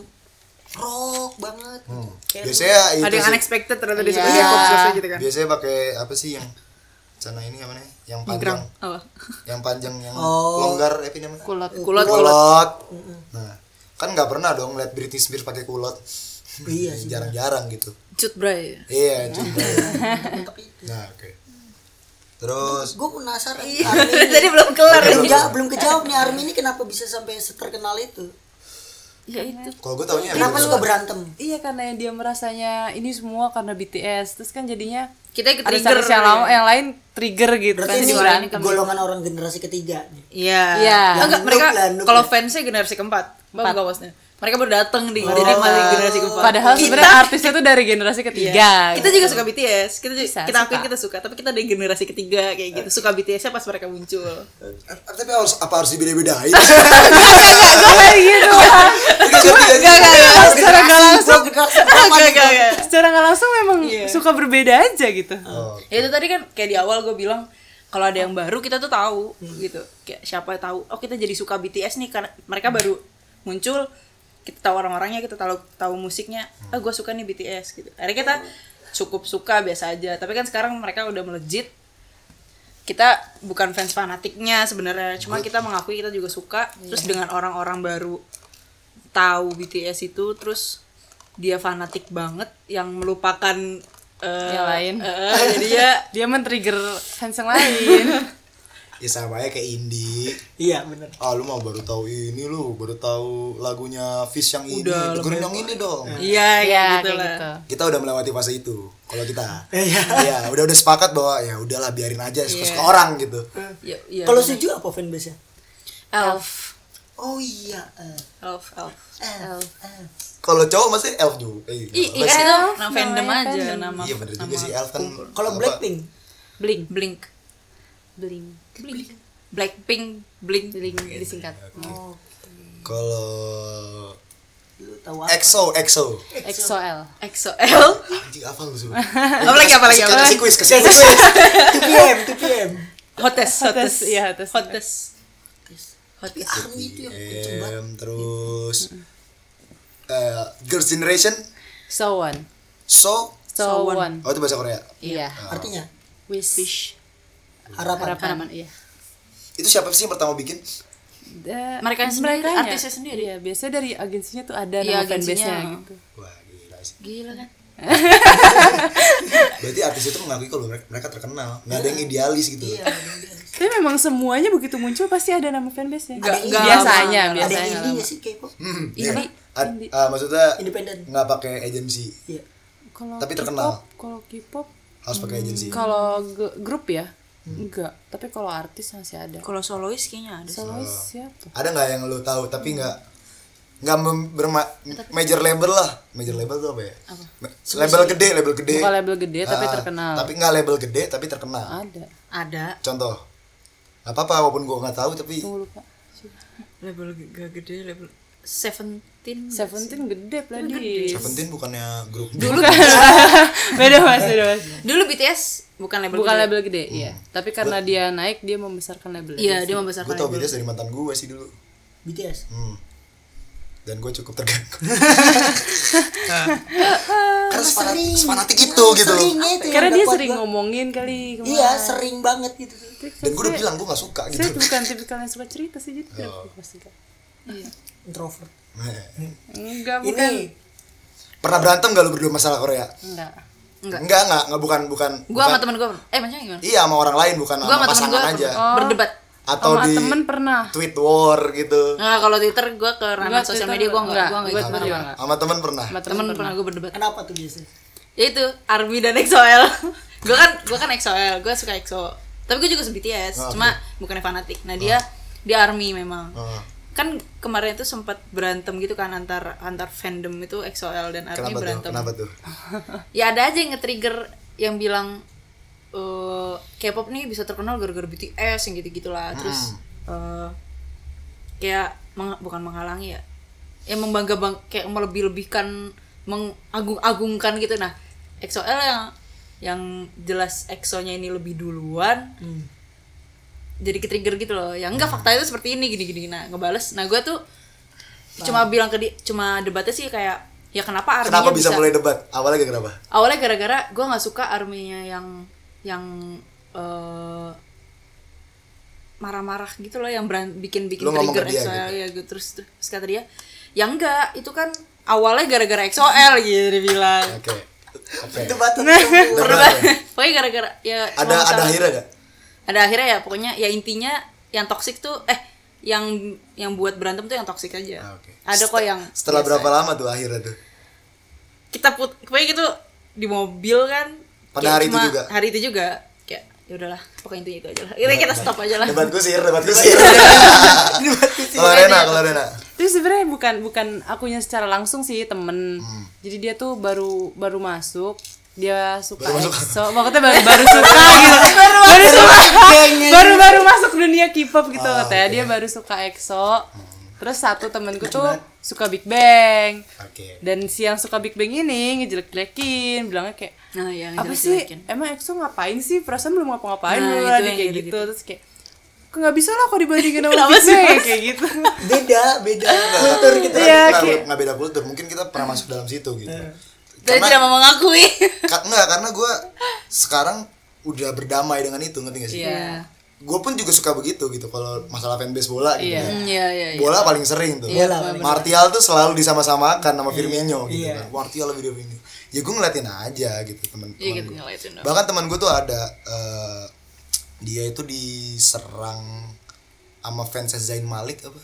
rock banget. Hmm. Kayak Biasanya itu Ada yang sih. unexpected ternyata di Iya. sekolah K-pop selesai gitu kan. Biasanya pakai apa sih yang celana ini apa namanya? Yang panjang. Apa? Yang panjang yang Oh. longgar apa namanya? Kulot. Kulot, kulot. Kulot. Nah, kan nggak pernah dong lihat Britney Spears pakai kulot. Iya sih. Jarang-jarang gitu. Cut bray. Iya, coba. Tapi Nah, oke. Terus gue penasaran Iya. Army ini. Tadi belum kelar. belum, ja- belum kejawab nih Army ini kenapa bisa sampai terkenal itu? Ya itu. kalau gue taunya Kenapa gitu. suka berantem? Iya karena dia merasanya ini semua karena B T S. Terus kan jadinya Kita ikut ada trigger. satu yang, lama, yang lain trigger gitu Berarti kan ini jadi berantem. golongan orang generasi ketiga nih. Iya. Iya. Enggak, Yang mereka noob lah, noob kalau lah. fansnya generasi keempat. Bang Empat. enggak bosnya. Mereka baru datang nih. Jadi masih generasi keempat. Padahal Kita- sebenarnya artisnya tuh dari generasi ketiga. Iya. Kita juga suka B T S. Kita juga, Bisa, kita suka. akuin kita suka, tapi kita dari generasi ketiga kayak gitu. Suka B T S-nya pas mereka muncul. Eh, tapi harus apa harus dibeda-bedain? Kayak gitu lah. Enggak, enggak, enggak. Secara nggak langsung, Enggak, enggak, enggak. secara nggak langsung memang Iya. suka berbeda aja gitu. Oh, Ya itu tadi kan kayak di awal gue bilang kalau ada yang baru kita tuh tahu gitu. Kayak siapa tahu oh kita jadi suka B T S nih karena mereka baru muncul, kita tahu orang-orangnya, kita tahu tahu musiknya. Ah gue suka nih B T S gitu. Akhirnya kita cukup suka biasa aja. Tapi kan sekarang mereka udah melejit. Kita bukan fans fanatiknya sebenarnya, cuma kita mengakui kita juga suka. Terus dengan orang-orang baru tahu B T S itu, terus dia fanatik banget yang melupakan eh, Yang lain. eh, jadi ya Dia men-trigger fans yang lain. ya sama aja kayak indie. Iya benar. Ah lu mau baru tahu ini lu, baru tahu lagunya Fish yang ini, Udah, dengerin lebih- yang ini dong. iya Iya ya, gitu kayak lah. gitu. Kita udah melewati fase itu. Kalau kita, Iya. ya udah udah sepakat bahwa ya udahlah biarin aja suka-suka Iya. orang gitu. Ya, iya, Kalau bener. Suju apa fanbase-nya? Elf, Oh iya. eh, elf, elf. eh, eh. Kalau cowok masih elf juga. Eh, Ih, apa iya sih? itu Elf, nama fandom namanya aja, fandom. nama. Iya bener juga nama sih elf kan. kumpul. Kalau apa, Blackpink, Blink, blink, Blink. blink. Blackpink, blink, Blink disingkat. oh, Kalau lu tahu apa? EXO, EXO. EXO L. EXO, L. Anjing apa lu semua? Apalagi, apalagi, Kasih apalagi. kuis, kasih kuis. two P M, two P M. Hottest, hottest, Hottest, iya, hottest. hottest, Tapi hottest. Army itu yang kenceng banget. Em, terus eh, Girls' Generation, So one. So, So, So one. one. oh itu bahasa Korea. Iya. Artinya Wish. Fish. harapan. Harapan. Iya. Itu siapa sih yang pertama bikin? Da- Mereka sendiri, merekanya. artisnya sendiri. Iya, biasanya dari agensinya tuh ada Iya, nama fanbase-nya agensinya. gitu. Wah gila sih. Gila kan? Berarti artis itu mengakui kalau mereka, mereka terkenal. Nggak ada yang idealis gitu. Iya. Tapi memang semuanya begitu muncul pasti ada nama fanbase-nya. Nggak- Ada nggak biasanya, lama. Ada biasanya. yang nggak indie lama. nggak sih K-pop? Hmm, Indie. ya. Ad- ah, maksudnya Independen. nggak pakai agensi, Iya. Kalau Tapi terkenal. K-pop- Kalau K-pop, harus pakai agensi. kalau ge- grup ya, enggak. Tapi kalau artis masih ada. Kalau solois kayaknya ada. sih. Solois siapa? Ada nggak yang lo tahu tapi nggak nggak mem- berma- major label lah. Major label tuh apa ya? Ma- Label gede, label gede. Bukan label gede tapi Ah, terkenal. Tapi nggak label gede tapi terkenal. Ada. Ada. Contoh. Nggak apa-apa walaupun gua nggak tahu tapi Tunggu lupa. Label gak gede, label Seventeen. Seventeen gede Pladis. Seventeen bukannya grup. Dulu Beda mas, beda mas. dulu B T S bukan label Bukan gede. label gede, iya. Tapi karena dia naik, dia membesarkan label. Iya, dia Gue membesarkan tau B label. T S dari mantan gue sih dulu. B T S. Hmm. Dan gue cukup terganggu. Karena sefanatik, sefanatik itu gitu. Seringnya itu yang Karena dia dapat sering gua. ngomongin kali. kemana. Iya, sering banget gitu. Dan gue udah bilang gue gak suka Saya gitu. bukan tipikal yang suka cerita sih, jadi tidak Oh. pasti suka. Introvert. Enggak, bukan. Ini Pernah berantem gak lu berdua masalah Korea? Enggak. Enggak. Enggak, enggak, enggak bukan bukan. Gua sama bukan- temen gua. Eh, maksudnya gimana? Iya, sama orang lain bukan Gua sama sama temen pasangan gua aja. Oh. berdebat. Atau Sama di temen pernah. tweet war gitu. Nah, kalau Twitter gua ke ranah Gua sosial Twitter media gua enggak, enggak. gua enggak Gua ikut Twitter berdebat. enggak. Sama temen pernah. Sama Temen pernah gua berdebat. kenapa tuh biasanya? Ya itu, Army dan E X O L. gue kan gue kan EXO L, gue suka EXO. Tapi gue juga suka B T S, Oh, cuma okay. bukannya fanatik. Nah dia oh. dia ARMY memang. Oh. Kan kemarin itu sempat berantem gitu kan antar antar fandom itu EXO L dan ARMY Kenapa berantem. tuh? Kenapa tuh? Ya ada aja yang nge-trigger yang bilang uh, K-pop nih bisa terkenal gara-gara B T S yang gitu-gitulah. Terus hmm. uh, kayak meng, bukan menghalangi ya. Yang membangga bang kayak melebih-lebihkan, mengagung-agungkan gitu. Nah, EXO L yang yang jelas EXO-nya ini lebih duluan. Hmm. Jadi ke-trigger gitu loh. Ya enggak, fakta itu seperti ini gini-gini. Nah, ngebales. Nah, gue tuh nah. cuma bilang ke dia, cuma debatnya sih kayak ya kenapa ARMY-nya Kenapa bisa, bisa mulai debat? Awalnya kenapa? Awalnya gara-gara gue nggak suka ARMY-nya yang yang uh, marah-marah gitu loh, yang beran, bikin-bikin Lu trigger dia, EXO L gitu. ya gitu. Terus, terus kata dia, ya enggak, itu kan awalnya gara-gara EXO L gitu dia bilang. Oke. Okay. Oke. Debat tuh. Pokoknya gara-gara ya ada ada akhirnya gak? Ada akhirnya ya, pokoknya ya intinya yang toksik tuh eh yang yang buat berantem tuh yang toksik aja. Ah, okay. Ada kok yang setelah berapa biasa. lama tuh akhirnya tuh? Kita put pokoknya gitu di mobil kan. Pada hari itu juga. Hari itu juga kayak ya udahlah, pokoknya intinya itu aja lah. Kita kita stop aja lah. Debat kusir, debat kusir. Kalau Rena, kalau Rena. Itu sebenarnya bukan bukan akunya secara langsung sih, temen. Hmm. Jadi dia tuh baru baru masuk, dia suka Baru masuk. EXO, maksudnya baru baru suka gitu. baru baru suka. baru baru masuk dunia K-pop gitu Oh, katanya. okay. Dia baru suka EXO. Terus satu temenku tuh suka Big Bang. Oke. Dan si yang suka Big Bang ini ngejelek-jelekin, bilangnya kayak Nah, ya, apa sih? Emang EXO ngapain sih? Perasaan belum ngapa-ngapain Nah, belum itu ada yang kayak gitu-gitu. gitu. Terus kayak kok nggak bisa lah kok dibandingin sama Kenapa Big sih, Bang Mas? kayak gitu. Beda, beda kultur kita. Iya, Nggak, kayak- nggak beda kultur, mungkin kita pernah masuk dalam situ gitu. Saya tidak mau mengakui. ka- enggak, karena gue sekarang udah berdamai dengan itu, ngerti gak sih? Iya. Gue pun juga suka begitu gitu kalau masalah fanbase bola gitu. Iya. ya. Hmm, iya iya iya. Bola paling sering tuh. Bola, Martial tuh selalu disama-samakan sama Firmino gitu Iya. kan. Martial lebih dari Firmino. Ya gue ngeliatin aja gitu teman-teman. Iya gitu gua. ngeliatin dong. Bahkan teman gue tuh ada eh, dia itu diserang sama fansnya Zayn Malik apa?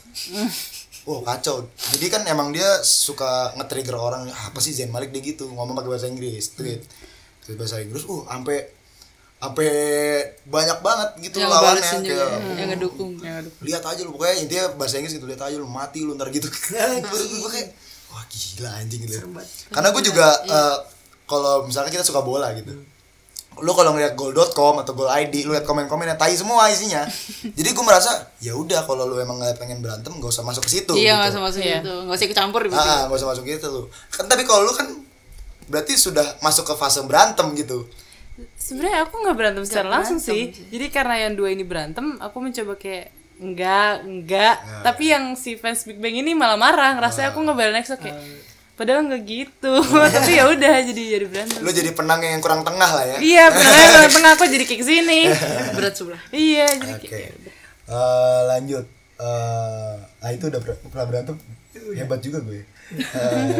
Oh kacau. Jadi kan emang dia suka nge-trigger orang, apa sih Zayn Malik dia gitu, ngomong pakai bahasa Inggris, tweet. Tweet bahasa Inggris, uh sampai sampai banyak banget gitu Yang lawannya balesin juga, kayak yang ngedukung, yang ngedukung. lihat aja lu, pokoknya intinya bahasa Inggris gitu, lihat aja lu mati lu ntar gitu. Gue kayak wah gila anjing gitu. Karena gue juga eh, kalau misalnya kita suka bola gitu, lu kalau ngeliat goal dot com atau goal I D, lu liat komen-komennya tai semua isinya. Jadi gue merasa ya udah kalau lu emang ngeliat pengen berantem gak usah masuk ke situ. Iya, gitu. nggak usah masuk Iya. itu, nggak usah ikut campur gitu. Ah, gak usah masuk gitu lu. Kan tapi kalau lu kan berarti sudah masuk ke fase berantem gitu. Sebenarnya aku nggak berantem secara langsung berantem sih. Jadi karena yang dua ini berantem, aku mencoba kayak enggak, enggak. Nah. Tapi yang si fans Big Bang ini malah marah, ngerasa aku ngebelain EXO kayak padahal nggak gitu. Tapi ya udah jadi jadi berantem. Lu jadi penang yang kurang tengah lah ya. Iya, benar kalau tengah aku jadi kayak kesini. Berat sebelah. Iya, jadi Oke. kayak Eh, lanjut. Eh, ah itu udah ber- pernah berantem. Hebat juga gue. Eh,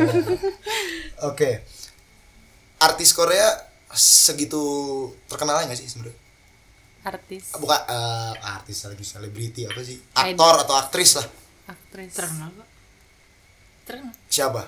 Oke. Artis Korea segitu terkenal nggak sih sebenarnya? artis, Bukan eh, artis lagi selebriti apa sih? Aktor atau aktris lah. aktris. Terkenal kok. Terkenal. Siapa?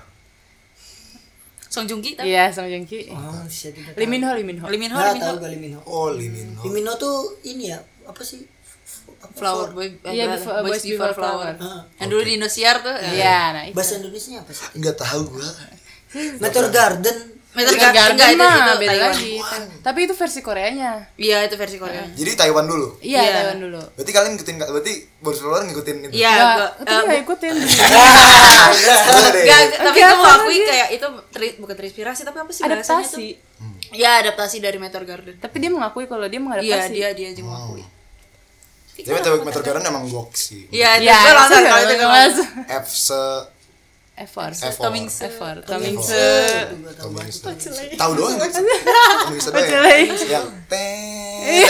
Song Joong Ki tahu? Iya, Song Joong Ki. Oh, saya tidak tahu. Lee Min Ho, Lee Min Ho. Lee Min Ho, Nggak Lee Min Ho. tahu gak Lee Min Ho. Oh, Lee Min Ho. Lee Min Ho tuh ini ya, apa sih? Apa, Flower for- Boy. Iya, eh, Before- Boys Boys Before Before Flower. Flower. Yang dulu di Indosiar tuh. ya. Iya, nah itu. Bahasa Indonesianya apa sih? Enggak tahu gue. Meteor Garden. Meteor Meteor Garden Garden enggak, itu, mah itu beda Taiwan. lagi. Tapi itu versi Koreanya. Iya, itu versi Korea. Jadi Taiwan dulu. Iya, Iya. Taiwan dulu. Berarti kalian ngikutin, berarti Boys Flower ngikutin itu. Iya, Enggak, gua- tapi eh, nggak ikutin. Udah deh. Enggak, tapi Enggak, gue mau apa akui lagi? kayak itu teri- bukan terinspirasi tapi apa sih bahasanya tuh? Adaptasi. Iya, adaptasi dari Meteor Garden. Tapi dia mengakui kalau dia Iya, mengadaptasi. dia dia aja mengakui. Tapi Meteor Meteor Garden emang gok sih. Iya, itu Ya, gue nonton itu kalau itu nggak gue masuk. F se Effort. Effort. Tomingse. Effort. Tomingse. Tomingse. Tomingse. Tahu doang kan? Tomingse doang. ya? Pecele. Yang teh.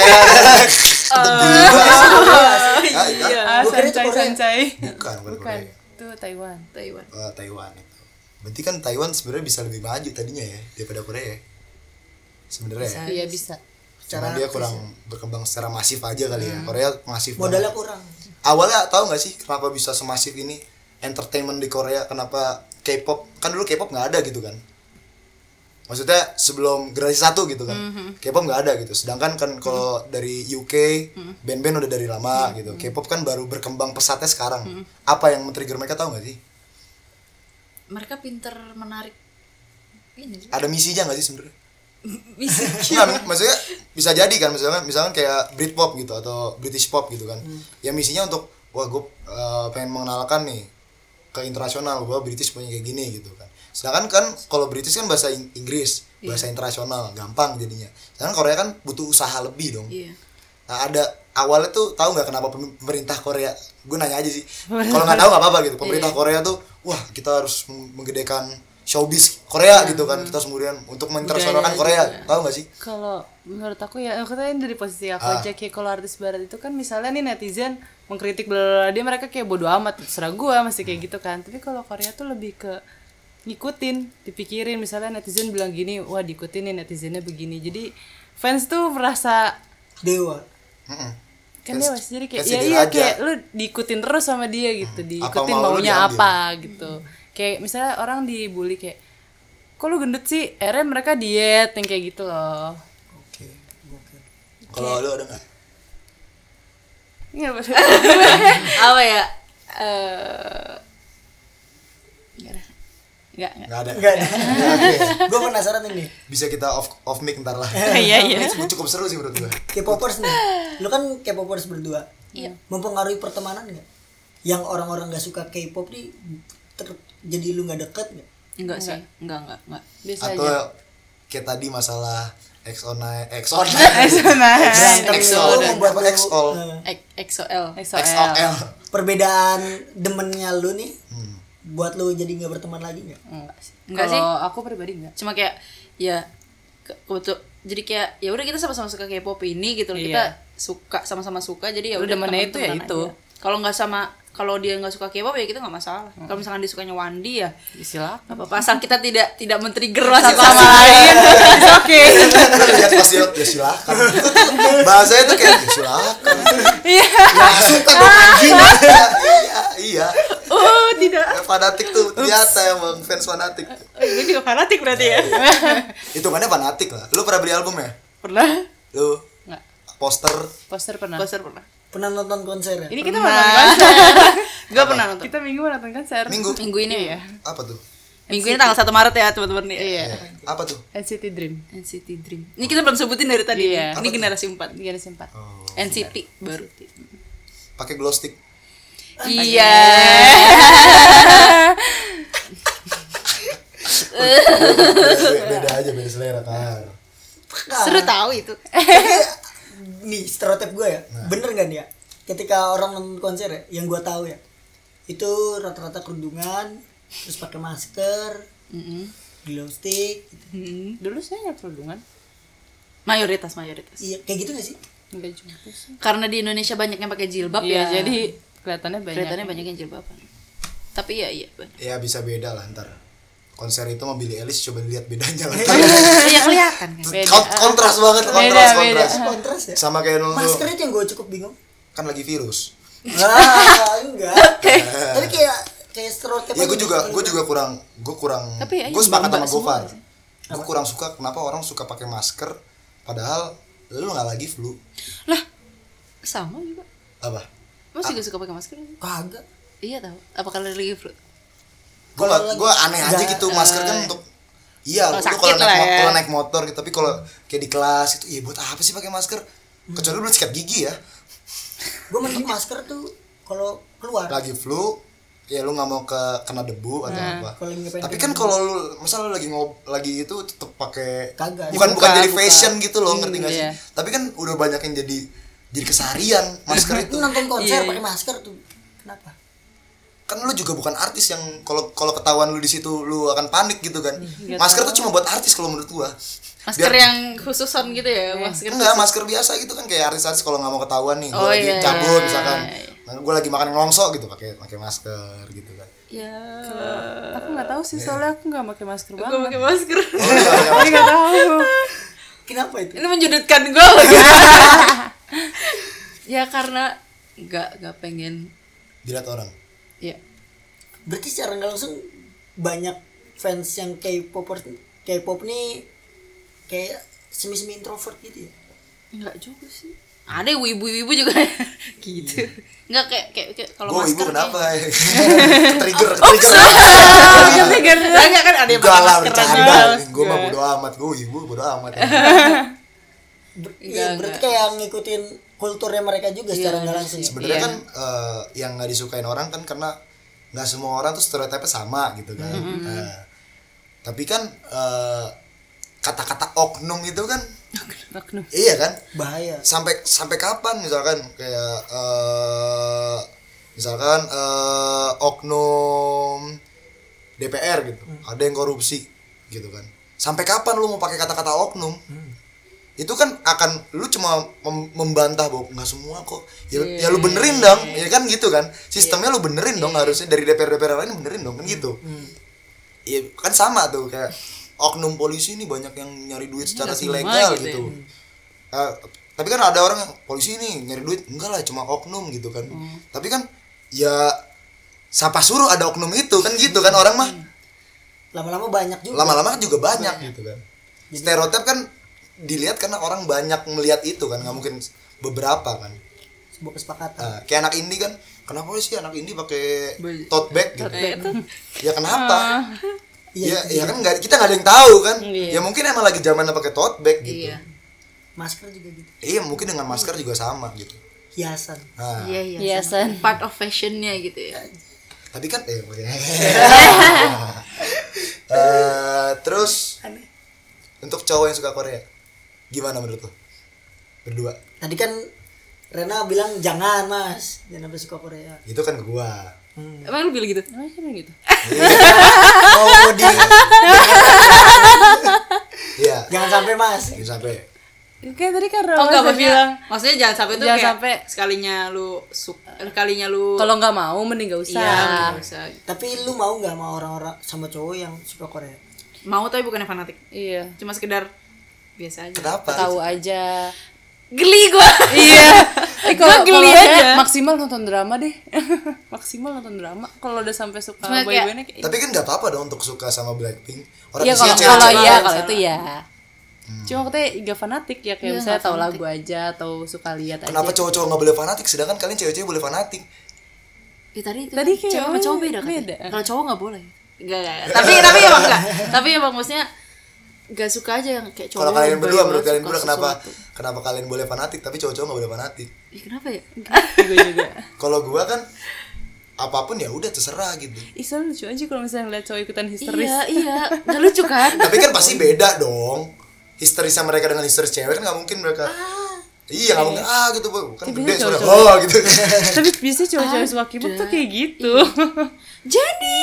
Iya. Ah, Gua kira itu sancai Korea. sancai. Bukan, bukan Bukan. Korea. Itu Taiwan. Taiwan. Oh, Taiwan itu. Berarti kan Taiwan sebenarnya bisa lebih maju tadinya ya daripada Korea. ya? Sebenarnya. ya. Iya bisa. Cuma dia kurang berkembang secara masif aja kali ya. Korea masif Modalnya banget. kurang. Awalnya tahu nggak sih kenapa bisa semasif ini entertainment di Korea? Kenapa K-pop? Kan dulu K-pop nggak ada gitu kan? Maksudnya sebelum generasi satu gitu kan. Mm-hmm. K-pop nggak ada gitu. Sedangkan kan kalau mm-hmm. dari U K mm-hmm. band-band udah dari lama mm-hmm. gitu. K-pop kan baru berkembang pesatnya sekarang. Mm-hmm. Apa yang men-trigger mereka tahu nggak sih? Mereka pinter menarik. Ini sih. Ada misinya nggak sih sebenarnya? Misi. Nggak, maksudnya bisa jadi kan misalnya misalnya kayak Britpop gitu atau British pop gitu kan. Hmm. Ya misinya untuk wah gue uh, pengen mengenalkan nih ke internasional bahwa British punya kayak gini gitu kan. Sedangkan kan kalau British kan bahasa Inggris, bahasa yeah. internasional, gampang jadinya. Sedangkan Korea kan butuh usaha lebih dong. Yeah. Nah ada awalnya tuh tahu nggak kenapa pemerintah Korea? Gue nanya aja sih. Kalau nggak tahu nggak apa-apa gitu. Pemerintah yeah. Korea tuh wah kita harus menggedekan showbiz Korea yeah. gitu kan. Kita kemudian untuk menginternasionalkan Korea. Juga. Tahu nggak sih? Kalau menurut aku ya, aku tanya dari posisi aku ah. aja kayak kalau artis barat itu kan misalnya nih netizen mengkritik bla dia mereka kayak bodo amat terserah gue masih kayak gitu kan. Tapi kalau Korea tuh lebih ke ngikutin, dipikirin misalnya netizen bilang gini, wah diikutin nih netizennya begini. Jadi fans tuh merasa dewa. Mm-mm. Kan dewa jadi kayak ya iya aja. Kayak lu diikutin terus sama dia gitu, hmm. diikutin apa maunya apa gitu. Hmm. Kayak misalnya orang dibully kayak kok lu gendut sih? Akhirnya mereka diet yang kayak gitu loh. Oke. Okay. Kalau lu ada enggak? Enggak apa apa ya? Eh Enggak, enggak ada. Enggak ada. Gue penasaran ini. Bisa kita off off mic ntar lah. Iya, iya. Cukup seru sih menurut gue. K-popers nih. Lu kan K-popers berdua. Iya. Mempengaruhi pertemanan enggak? Yang orang-orang enggak suka K-pop nih ter- jadi lu enggak deket enggak? Enggak sih. Enggak, enggak, enggak. Biasa atau aja. Kayak tadi masalah X O nine X O nine X O membuat X O X O L X O L perbedaan demennya lu nih hmm. buat lu jadi nggak berteman lagi nggak? Enggak sih. Enggak sih. Kalau aku pribadi enggak. Cuma kayak ya kebetul jadi kayak ya udah kita sama-sama suka K-pop ini gitu loh. Iya. Kita suka sama-sama suka jadi ya udah demennya itu ya itu. Kalau nggak sama kalau dia nggak suka K-pop ya kita nggak masalah. Hmm. Kalau misalkan dia sukanya Wandi ya silakan. Apa-apa asal kita tidak tidak men-trigger lah sama lain. Oke. Lihat pasti ya silakan. Bahasanya tuh kayak ya silakan. Iya. Ya suka dong anjing. Iya, iya. Oh, tidak. Ya, fanatik tuh ternyata emang fans fanatik. Oh, ini juga fanatik berarti ya. Hitungannya fanatik lah. Lu pernah beli album ya? Pernah. Lu? Enggak. Poster? Poster pernah. Poster pernah. Pernah nonton konser ya? Ini kita mau nonton konser. Gak pernah nonton. Kita minggu mau nonton konser. Minggu. Minggu ini ya. Apa tuh? Minggu ini tanggal satu Maret ya teman-teman nih. Iya. Apa tuh? N C T Dream. N C T Dream. Ini kita belum sebutin dari tadi. Iya. Ini generasi empat. Generasi empat. Oh, N C T baru. pakai glow stick. Iya. Beda aja, beda selera kan. Seru tahu itu. Nih stereotip gue ya, nah. Bener gak nih ya? Ketika orang nonton konser ya, yang gue tahu ya, itu rata-rata kerudungan, terus pakai masker, mm-hmm. glow stick. Gitu. Mm-hmm. Dulu saya nggak kerudungan. Mayoritas mayoritas. Iya, kayak gitu gak sih? Enggak juga sih. Karena di Indonesia banyak yang pakai jilbab iya, ya. Jadi kelihatannya banyak. Kelihatannya banyak yang jilbaban. Tapi ya iya. Ya bisa beda lah ntar. Konser itu mau Billie Eilish coba lihat bedanya lah. Iya kelihatan kan. Beda. Kontras banget, kontras, beda, kontras. Beda. Kontras ya. Sama kayak nunggu. Maskernya yang gue cukup bingung. Kan lagi virus. Ah, enggak. Tapi kayak kayak stereotip. Ya gue juga, gue juga kurang, gue kurang. Tapi ya, gue sepakat sama Gofar. Gue Gue kurang suka kenapa orang suka pakai masker, padahal lu nggak lagi flu. Lah, sama juga. Apa? Lu juga suka pakai masker? Kagak. Iya tahu. Apa kalau lagi flu? Gue gue aneh aja gitu, masker kan untuk iya, lu kalau naik motor, kalau naik motor gitu, tapi kalau kayak di kelas itu, iya buat apa sih pakai masker? Kecuali lu sikat gigi ya. Gue mending masker tuh kalau keluar. Lagi flu, ya lu nggak mau ke kena debu atau nah, apa. Tapi kan kalau lu misal lu lagi ngob lagi itu tetap pakai bukan bukan buka, jadi buka. fashion gitu loh, hmm, ngerti nggak iya. sih? Tapi kan udah banyak yang jadi jadi keseharian masker itu. Nonton konser iya. pakai masker tuh. Kenapa? Kan lu juga bukan artis yang kalau kalau ketahuan lu di situ lu akan panik gitu kan. Gak masker tahu. tuh cuma buat artis kalau menurut gua. Masker Biar, yang khususan gitu ya, masker enggak, khusus. masker biasa gitu kan kayak artis-artis kalau nggak mau ketahuan nih, Oh, gua lagi iya, cabut iya, misalkan. iya. Nah, gua lagi makan ngelongso gitu pakai pakai masker gitu kan. Ya. Aku nggak tahu sih soalnya aku nggak pakai masker banget. Gue pakai masker. Oh, iya, iya, Tapi nggak tahu. Kenapa itu? Ini menjudutkan gue loh. Ya karena nggak nggak pengen. dilihat orang. Ya. Berarti secara nggak langsung banyak fans yang K-popers K-pop nih kayak semi-semi introvert gitu ya. Enggak juga sih. Ada wibu-wibu juga gitu. Enggak kayak kayak, kayak kalau Gue ibu masker kenapa kayak- ya? Trigger, trigger. Trigger. Enggak kan ada yang Gak pakai lah masker aja. bercanda. Gue mah bodo amat. Gue ibu bodo amat. Ber- Enggak, iya, berarti enggak. kayak ngikutin kulturnya mereka juga secara nggak langsung. Sebenarnya Iya. kan eh, yang nggak disukain orang kan karena nggak semua orang tuh stereotipnya sama gitu kan. Eh, tapi kan eh, kata-kata oknum itu kan Oknum. iya kan Bahaya. sampai sampai kapan misalkan kayak eh, misalkan eh, oknum D P R gitu ada yang korupsi gitu kan sampai kapan lu mau pakai kata-kata oknum itu kan akan lu cuma mem- membantah bahwa nggak semua kok ya, ya lu benerin dong ya kan gitu kan sistemnya lu benerin dong harusnya dari D P R D P R lain benerin dong kan gitu ya kan sama tuh kayak oknum polisi ini banyak yang nyari duit secara nggak semua ilegal gitu gitu, Eh, tapi kan ada orang yang polisi ini nyari duit enggak lah cuma oknum gitu kan tapi kan ya siapa suruh ada oknum itu kan gitu kan orang mah Lama-lama banyak juga. lama-lama kan juga banyak gitu kan stereotip kan dilihat karena orang banyak melihat itu kan nggak mungkin beberapa kan. Sebuah kesepakatan. Nah, kayak anak indie kan kenapa sih anak indie pakai Baju- tote bag gitu Kayak itu. ya kenapa Iya, ya ya kan nggak kita nggak ada yang tahu kan Iya. ya mungkin emang lagi zamannya pakai tote bag gitu Iya. Masker juga gitu. iya mungkin dengan masker juga sama gitu Hiasan. nah Iya, iya. Hiasan. Part of fashionnya gitu ya. tapi kan eh, Eh, terus untuk cowok yang suka Korea gimana menurut lo berdua Tadi kan Rena bilang jangan mas, jangan sampai suka Korea. itu kan ke gua Emang lu bilang gitu? Oh, siapa gitu? Mau di iya jangan sampai mas. ini sampai Kayak tadi kan Oh enggak Rama maksudnya, bilang maksudnya jangan sampai tuh Jangan kayak sampai. sekalinya lu suk, sekalinya lu kalau nggak mau mending nggak usah. iya nggak usah. Tapi lu mau nggak sama orang-orang sama cowok yang suka Korea? Mau tapi bukannya fanatik. Iya. Cuma sekedar biasa aja. kenapa Tahu aja. Geli gua. Iya. Eh kalau Gua geli kalau saya aja. maksimal nonton drama deh. Maksimal nonton drama. Kalau udah sampai suka Cuma boy kayak- bandnya kayak tapi kan nggak apa-apa dong untuk suka sama Blackpink orang Iya isinya kalau cewek-cewek. kalau iya cewek. kalau itu ya. Hmm. Cuma katanya nggak fanatik ya kayak Iya, misalnya nggak tahu fanatik. lagu aja atau suka lihat aja. kenapa cowok-cowok nggak boleh fanatik sedangkan kalian cewek-cewek boleh fanatik Ya, tadi itu Tadi kan kayak cewek sama cowok beda kan? beda. Kalau cowok nggak boleh. Enggak, enggak. Tapi tapi emang enggak. Tapi emang maksudnya enggak suka aja yang kayak cowok. kalau kalian boy berdua banget menurut kalian suka berdua kenapa sesuatu. kenapa kalian boleh fanatik tapi cowok-cowok nggak boleh fanatik Ih, kenapa ya? Gue juga. kalau gua kan apapun ya udah terserah gitu Ih soalnya lucu aja kalau misalnya ngeliat cowok ikutan histeris. Iya, iya. Enggak lucu kan? tapi kan pasti beda dong histerisnya mereka dengan histeris cewek kan nggak mungkin mereka iya nggak mungkin ah gitu Bu. kan Tapi gede biasanya sudah cowok-cowok- oh gitu Tapi biasanya cowok-cowok suka K-pop tuh kayak gitu. Jadi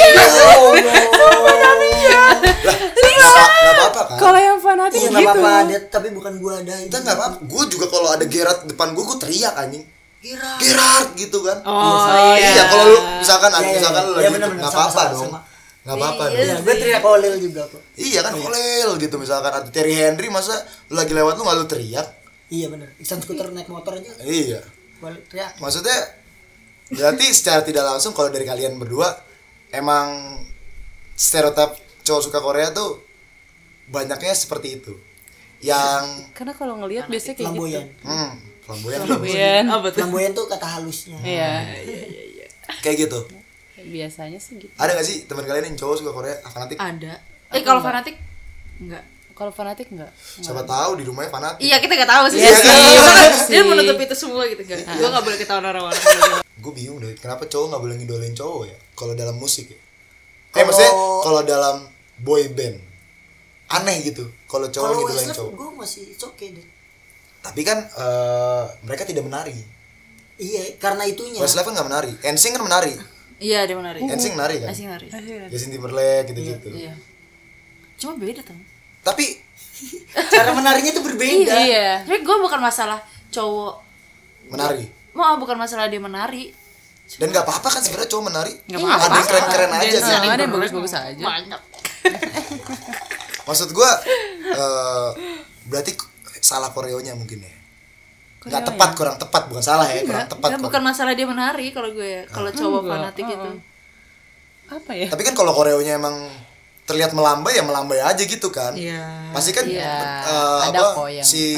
lah nggak nggak apa-apa kan Kalau yang fanatik Iya gitu. nggak apa-apa, ada- tapi bukan gua ada. kita nggak apa-apa gue juga kalau ada Gerard depan gue gue teriak anjing Kira. Gerard gitu kan Oh iya, iya. kalau lu misalkan ada Iya, iya, misalkan lu iya, lagi bener-bener, nggak sama, apa-apa sama, dong sama. nggak apa-apa Iya. dong Ya, gue teriak kolil juga kok. iya kan kolel gitu misalkan ada Terry Henry masa lu lagi lewat lu nggak lu teriak Iya bener. Iksan skuter naik motor aja. iya Balik teriak. maksudnya berarti secara tidak langsung kalau dari kalian berdua emang stereotip cowok suka Korea tuh banyaknya seperti itu yang Karena kalau ngelihat biasanya kayak gitu. Flamboyan. hmm flamboyan Flamboyan. Apa tuh? Flamboyan tuh kata halusnya. Iya. kayak gitu Biasanya sih gitu. ada nggak sih teman kalian yang cowok suka Korea ah, fanatik Ada. Eh kalau fanatik enggak. Kalau fanatik enggak? siapa tahu di rumahnya fanatik Iya, kita enggak tahu sih. Iya Iya sih, kan? iya Dia sih. menutup itu semua gitu kan. Gua enggak boleh ketahuan orang-orang. gue bingung deh kenapa cowok nggak boleh ngidolain cowok ya kalau dalam musik ya eh Kalau- maksudnya kalau dalam boy band aneh gitu kalau cowok Kalau ngidolain Westlife cowok gue masih oke deh. tapi kan eh, mereka tidak menari Iya, karena itunya. Westlife kan nggak menari N Sync kan menari Iya, dia menari. N Sync menari kan Asing nari. Justin Timberlake gitu-gitu Iya. Cuma beda tau. tapi Cara menarinya tuh berbeda. Iya. Tapi gue bukan masalah cowok menari mau bukan masalah dia menari. dan nggak apa-apa kan sebenarnya cowok menari Nggak ada apa-apa. yang keren-keren aja Dance gitu Ada yang bagus-bagus aja. Banyak. maksud gue eh, berarti salah koreonya mungkin ya nggak tepat kurang tepat bukan salah ya kurang tepat Ya, kok. bukan masalah dia menari kalau gue ya. Kalau cowok Enggak, fanatik uh-uh. itu. Apa ya? tapi kan kalau koreonya emang terlihat melambai ya melambai aja gitu kan. Iya. Pasti kan Iya, eh, ada apa kok yang si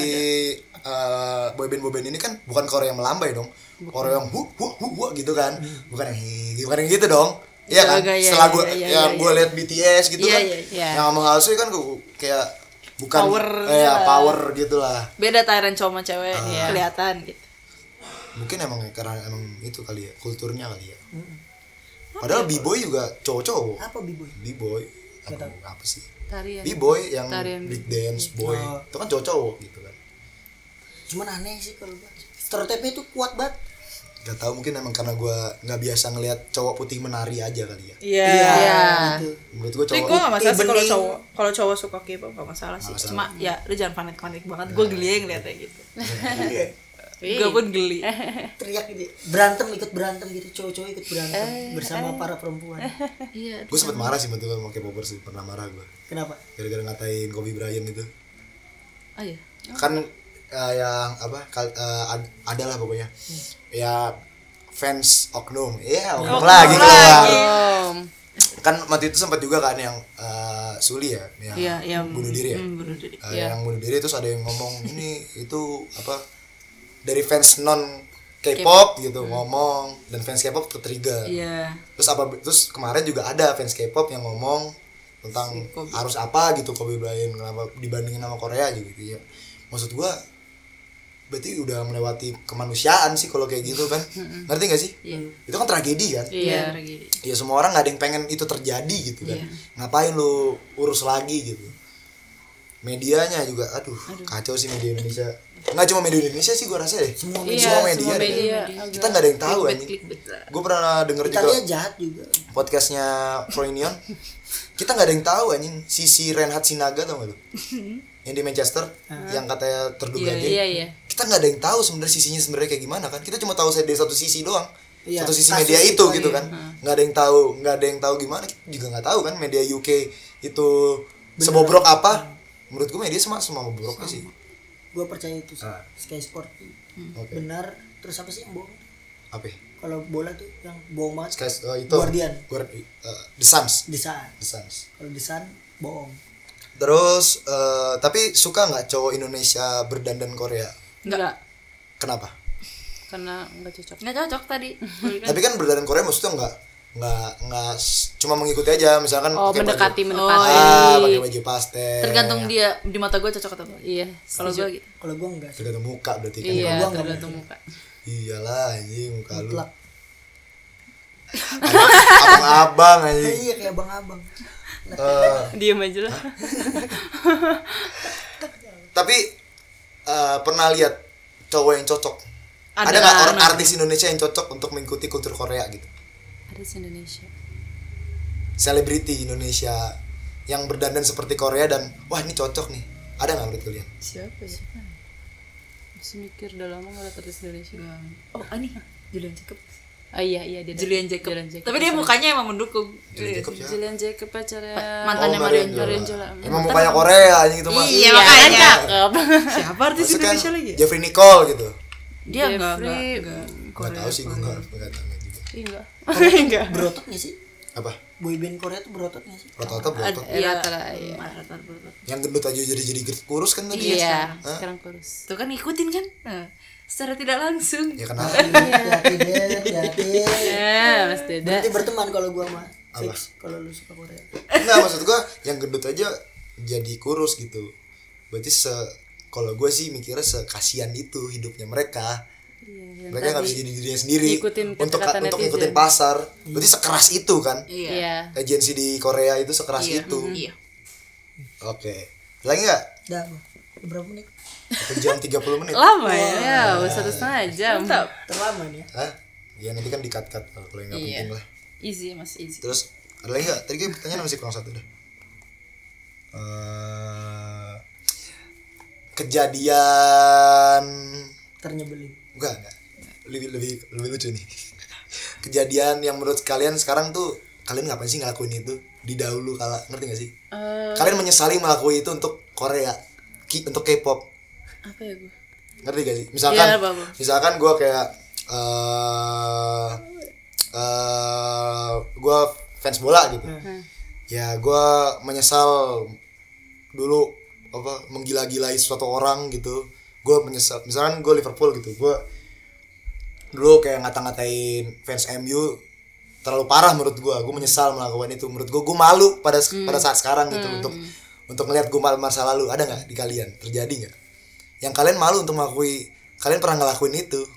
eh, boyband boyband ini kan bukan Korea yang melambai dong. Korea yang hu hu hu hu gitu kan. Bukan yang hi, bukan yang gitu dong. Iya kan? Agak, iya, Setelah iya, gue iya, yang iya, gue iya. lihat B T S gitu Iya, kan. iya, iya. Yang sama Halsey kan gue kayak bukan Power eh, gitu lah. power gitu lah. Beda Thailand cowok sama cewek Ah. kelihatan gitu. Mungkin emang karena emang itu kali ya, kulturnya kali ya. Padahal B-boy juga cowok-cowok. Apa B-boy? B-boy apa, apa sih? tarian. B-boy yang Tarian. break dance boy. Oh. Itu kan cowok-cowok gitu kan. Cuman aneh sih kalau gua. Stereotipnya itu kuat banget. Gak tau mungkin emang karena gue nggak biasa ngelihat cowok putih menari aja kali ya. Iya. Iya. Gitu. Menurut gue Tapi cowok gue gak masalah sih kalau bening. cowok kalau cowok suka K-pop gak masalah sih. Nggak masalah. Cuma ya lu jangan fanatik-fanatik banget. Gue geli ya ngeliatnya gitu. Iya. Gue pun geli. Teriak gitu. Berantem ikut berantem gitu. Cowok-cowok ikut berantem bersama para perempuan. Iya. gue sempet marah sih betul sama K-popers sih, pernah marah gue Kenapa? gara-gara ngatain Kobe Bryant itu. Oh iya. Kan eh, yang apa kal- eh, ad- adalah pokoknya ya fans oknum ya oknum Oknum lagi keluar lagi. Om. kan waktu itu sempat juga kan yang eh, Suli ya yang Iya, yang bunuh diri ya. Hmm, bunuh diri. Eh, yang bunuh diri terus ada yang ngomong ini itu apa dari fans non K-pop gitu ngomong dan fans K-pop ke-trigger. Iya. Terus apa terus kemarin juga ada fans K-pop yang ngomong tentang Si Kobe. harus apa gitu Kobe Bryant kenapa dibandingin sama Korea aja gitu ya. Maksud gua berarti udah melewati kemanusiaan sih kalau kayak gitu kan. Ngerti gak sih? Iya. Itu kan tragedi kan? Iya, tragedi. Ya semua orang gak ada yang pengen itu terjadi gitu kan. Iya. Ngapain lu urus lagi gitu. Medianya juga aduh, kacau sih media Indonesia. Nggak cuma media Indonesia sih gua rasa ya. Semua Iya, Semua media, semua deh. media. Kita nggak ada yang tahu Clickbait, anjing. clickbait lah. Gue pernah denger juga Italia jahat juga. podcastnya Froynion. Kita nggak ada yang tahu anjing sisi Reinhard Sinaga tau gak lu? Yang di Manchester yang katanya terduga Iya, gay. Iya, iya. Kita nggak ada yang tahu sebenarnya sisinya sebenarnya kayak gimana kan? Kita cuma tahu saya dari satu sisi doang. Iya, Satu sisi kasus media itu itu aja. gitu kan. Nggak ada yang tahu, nggak ada yang tahu gimana. Kita juga nggak tahu kan media U K itu sebobrok apa? Menurut gue media semua semua bobroknya sih. Gue percaya itu sih. Ah. Sky Sport Oke. benar. Terus apa sih yang bohong? Apa? ya? Kalau bola tuh yang bohong banget. Sky, oh, itu Guardian. Guard, uh, The Suns. Di Sun. The Suns. Kalau di Sun bohong. Terus eh, tapi suka nggak cowok Indonesia berdandan Korea? Enggak. Kenapa? Karena enggak cocok. Nggak cocok tadi. Tapi kan berdandan Korea maksudnya nggak nggak nggak s- cuma mengikuti aja misalkan Oh, pakai mendekati, baju, mendekati. ah, pakai baju pastel. Tergantung dia di mata gue cocok atau enggak. Iya. Kalau gue gitu. Kalau gue enggak sih. Tergantung muka berarti kan. Iya, gua nggak tergantung muka. Iyalah anjing muka lu. Mutlak. Abang-abang anjing. Iya kayak abang-abang. Eh, Diam aja lah. tapi eh, pernah lihat cowok yang cocok? Ada Ada, nggak orang ada. artis Indonesia yang cocok untuk mengikuti kultur Korea gitu? Ada di Indonesia. Selebriti Indonesia yang berdandan seperti Korea dan wah ini cocok nih. Ada nggak menurut kalian? Siapa ya? Masih mikir udah lama enggak lihat artis Indonesia. Oh, ini Julian Jacob. Oh iya iya dia. Julian Jacob. Julian Jacob. Tapi dia mukanya emang mendukung. Julian Jacob siapa? Julian Jacob pacarnya Mantannya Oh, Marion Marion Marion Jola. Jola. Emang mukanya Korea anjing itu mah. Iya, makanya. cakep. Siapa artis Maksudnya kan Indonesia lagi? Jeffrey Nicole gitu. Dia enggak enggak Jeffrey- enggak. Gak tau sih gue nggak nggak tahu juga. Ih, enggak. Enggak. Berotot nggak sih? Apa? Boyband Korea tuh berotot nggak sih? Rata-rata berotot. Iya, Rata-rata, iya. rata-rata berotot. Yang gendut aja jadi jadi kurus kan tadi. Iya, Hah? sekarang kurus. Tuh kan ngikutin kan? Nah, secara tidak langsung. Ya kenapa? Hati-hati deh, hati-hati. Eh, Mas Deda. Berarti berteman kalau gua mah. Fix kalau lu suka Korea. Enggak maksud gue yang gendut aja jadi kurus gitu. Berarti se kalau gue sih mikirnya sekasian itu hidupnya mereka. Iya, yang Mereka nggak tadi bisa jadi dirinya sendiri ngikutin untuk kata-kata untuk netizen. ngikutin pasar. Berarti sekeras itu kan? Iya. Iya. Agensi di Korea itu sekeras Iya. itu. Iya. Oke. Lagi nggak? Udah, gua. Berapa menit? Satu jam tiga puluh menit. Lama ya, ya udah satu setengah jam. Mantap. Terlama nih ya. Hah? Ya nanti kan di-cut-cut kalau yang nggak Iya. penting lah. Easy mas easy. Terus ada lagi nggak? Tadi kayak pertanyaan masih kurang satu dah. Eh, kejadian Ternyebelin. enggak enggak lebih lebih lebih lucu nih. Kejadian yang menurut kalian sekarang tuh kalian ngapain sih ngelakuin itu di dahulu kala, ngerti gak sih? Eh, Kalian menyesali melakukan itu untuk Korea, Ki- untuk K-pop, apa ya gue? ngerti gak sih? Misalkan Iya, apa-apa. misalkan gue kayak eh eh gue fans bola gitu. Ya gue menyesal dulu apa menggila-gilai suatu orang gitu. Gue menyesal, misalkan gue Liverpool gitu, gue dulu kayak ngata-ngatain fans M U terlalu parah menurut gue. Gue menyesal melakukan itu. Menurut gue gue malu pada hmm. pada saat sekarang gitu hmm. untuk untuk ngelihat gue malu masa lalu. Ada nggak di kalian, terjadi nggak yang kalian malu untuk mengakui kalian pernah ngelakuin itu?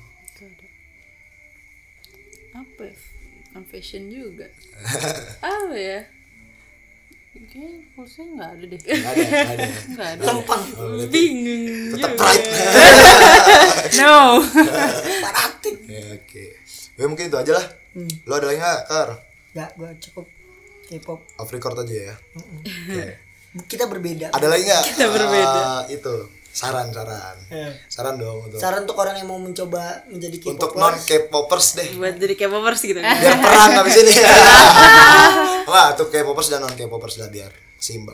Apa ya? Confession juga. Apa ya? Kayaknya pulsanya nggak ada deh. Nggak ada, nggak ada. Nggak ada. Lempang. Oh, Bingung. tetap pride. No. Paratin. Ya, oke. Ya mungkin itu aja lah. Hmm. Lo ada lagi nggak, Kar? Enggak, gua cukup K-pop. Off record aja ya. Okay. Kita berbeda. Ada lagi nggak? Kita berbeda. Uh, itu saran saran. Eh. Saran dong untuk. Saran untuk orang yang mau mencoba menjadi K-popers. Untuk non K-popers deh. Buat jadi K-popers gitu. Biar perang habis ini. Wah, untuk K-popers dan non K-popers lah biar seimbang.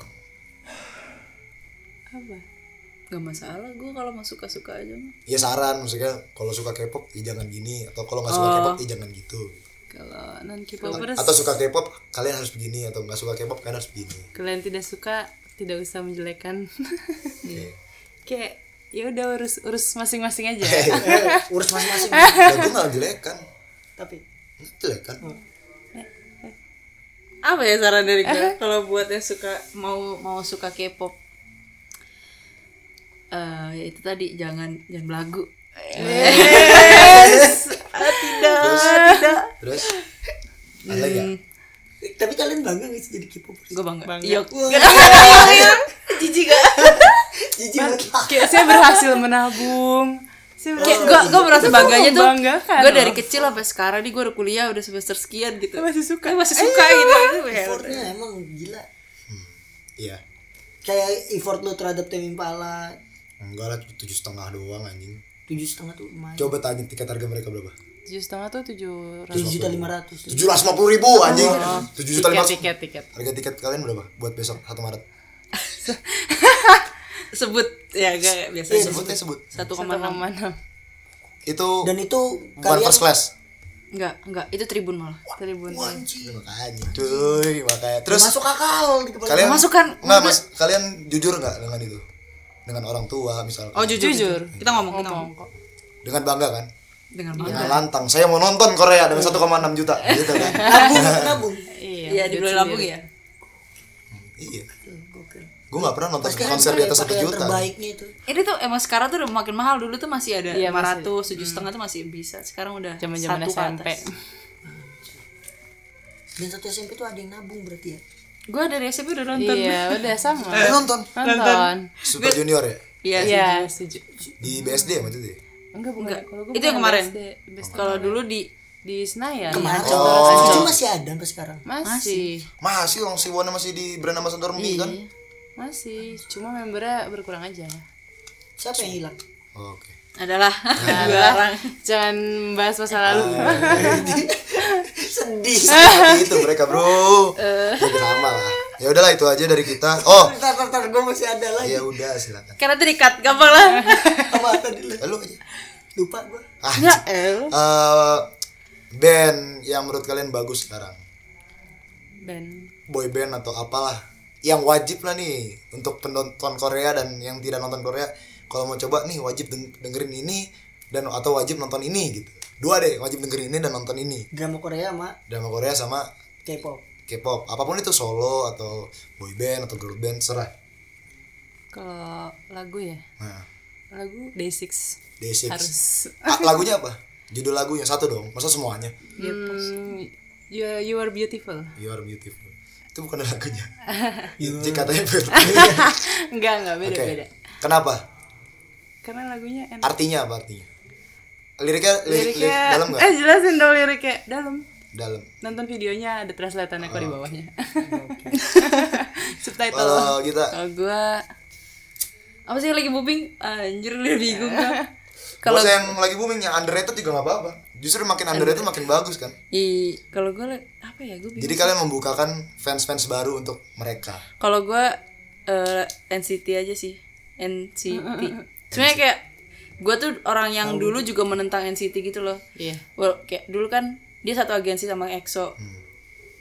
Apa? Gak masalah, gue kalau mau suka-suka aja mah. Ya saran, maksudnya kalau suka K-pop ya jangan gini, atau kalau nggak suka Oh. K-pop ya jangan gitu. Kalau non K-popers Atau suka K-pop kalian harus begini, atau nggak suka K-pop kalian harus begini. kalian tidak suka tidak usah menjelekan. Oke. Kayak ya udah urus urus masing-masing aja. Eh, urus masing-masing. Ya gue nggak jelek kan, Tapi nggak jelek kan. Apa ya saran dari gue? Kalau buat yang suka mau mau suka K-pop, eh ya itu tadi jangan jangan belagu. Yes. Tidak, tidak. Terus ada lagi nggak? tapi kalian bangga gak sih jadi K-popers? Gue bangga. Bangga. Iya. Wah. Jijik gak? Jijik Kan, banget. kayak saya berhasil menabung. Saya Kayak berhasil- gue gue merasa Itu bangganya tuh. membanggakan Gue dari loh. kecil sampai sekarang nih gue udah kuliah udah semester sekian gitu. Masih suka. Gue masih suka gitu. Itu heran. Effortnya emang gila. Iya. Kayak effort lu terhadap Tame Impala Enggak lah, tujuh setengah doang anjing. tujuh setengah tuh lumayan. Coba tanya tiket harga mereka berapa? Tujuh setengah tuh tujuh tujuh juta lima ratus. Tujuh ratus lima puluh ribu anjing. Tujuh juta lima tiket ratus. tiket tiket. Harga tiket kalian berapa buat besok satu Maret? Sebut ya gak biasa Iya, Sebut ya sebut. satu Satu koma enam. koma enam. Itu Dan itu bukan kalian first class. Enggak, enggak, itu tribun malah. Tribun. anjing. Makanya, cuy, makanya. Terus Terus masuk akal di kepala. kalian Masukkan. Enggak, Mas, kalian jujur enggak dengan itu? Dengan orang tua misalkan. Oh jujur, Jujur. Kita ngomong, kita ngomong. Ngomong kok. Dengan bangga kan? Dengan Dengan bangga. lantang. Saya mau nonton Korea dengan satu koma enam juta gitu kan. nabung, nabung. Iya. Iya di duit bulan Lampung sendiri. ya. Iya. Gokil. Gue enggak pernah nonton Pas kalian konser di pakai- atas satu pakai yang juta. terbaiknya itu. Ini tuh emang sekarang tuh udah makin mahal. Dulu tuh masih ada Iya, lima masih. ratus, tujuh setengah tuh masih bisa. Sekarang udah Zaman-zaman satu S ke M P. atas. Dan satu S M P tuh ada yang nabung berarti ya. Gue dari S M P udah nonton. Iya, udah sama. Eh, nonton Nonton. Super Junior ya? Iya. Iya, setuju. setuju. Di B S D ya maksudnya? Enggak, bukan. Enggak. Kalau gua Itu yang bukan kemarin. B S D. B S D. Kalau dulu di Di Senayan. Kemarin Ancol. Oh. Ancol masih ada sampai sekarang. Masih. Masih orang si Wana masih di brand ambassador mie kan? Masih. Cuma membernya berkurang aja. Siapa yang hilang? Oh, oke. adalah Nah, dua orang. Jangan bahas masa lalu. Sedih. Seperti itu mereka, Bro. Ya sama lah. Ya udahlah itu aja dari kita. Oh, Ntar, ntar, ntar, gue masih ada lagi. ya udah silakan. Karena tadi cut gampang lah. Apa tadi lu? Lalu aja. Lupa gue. Ah, Ya el. eh, band yang menurut kalian bagus sekarang, Dan boy band atau apalah yang wajib lah nih untuk penonton Korea dan yang tidak nonton Korea, kalau mau coba nih wajib deng- dengerin ini dan atau wajib nonton ini gitu. Dua deh, wajib dengerin ini dan nonton ini. Drama Korea sama Drama Korea sama K-pop. K-pop, apapun itu, solo atau boy band atau girl band, serah. kalau lagu ya, Nah, lagu Day Six Day Six. harus. Ah, lagunya apa? Judul lagunya satu dong, masa semuanya? Hmm, you, you are beautiful. You Are Beautiful. Itu bukan lagunya. Itu katanya beautiful. Enggak enggak beda Oke. beda. Kenapa? Karena lagunya enak. Artinya apa artinya? Liriknya, lirik, lirik Liriknya dalam nggak? Eh jelasin dong liriknya dalam. Dalam. Nonton videonya ada translatannya kok di bawahnya. Subtitle. Kalau kita Kalau gua Apa sih yang lagi booming? Anjir dia bingung kan. kalau Kalau yang lagi booming yang underrated juga nggak apa-apa. Justru makin underrated makin bagus kan. i kalau gue apa ya gue bingung. Jadi kalian membukakan fans-fans baru untuk mereka. Kalau gue eh, N C T aja sih. N C T. Sebenarnya kayak gue tuh orang yang dulu juga menentang N C T gitu loh. Iya. Well, kayak dulu kan dia satu agensi sama EXO.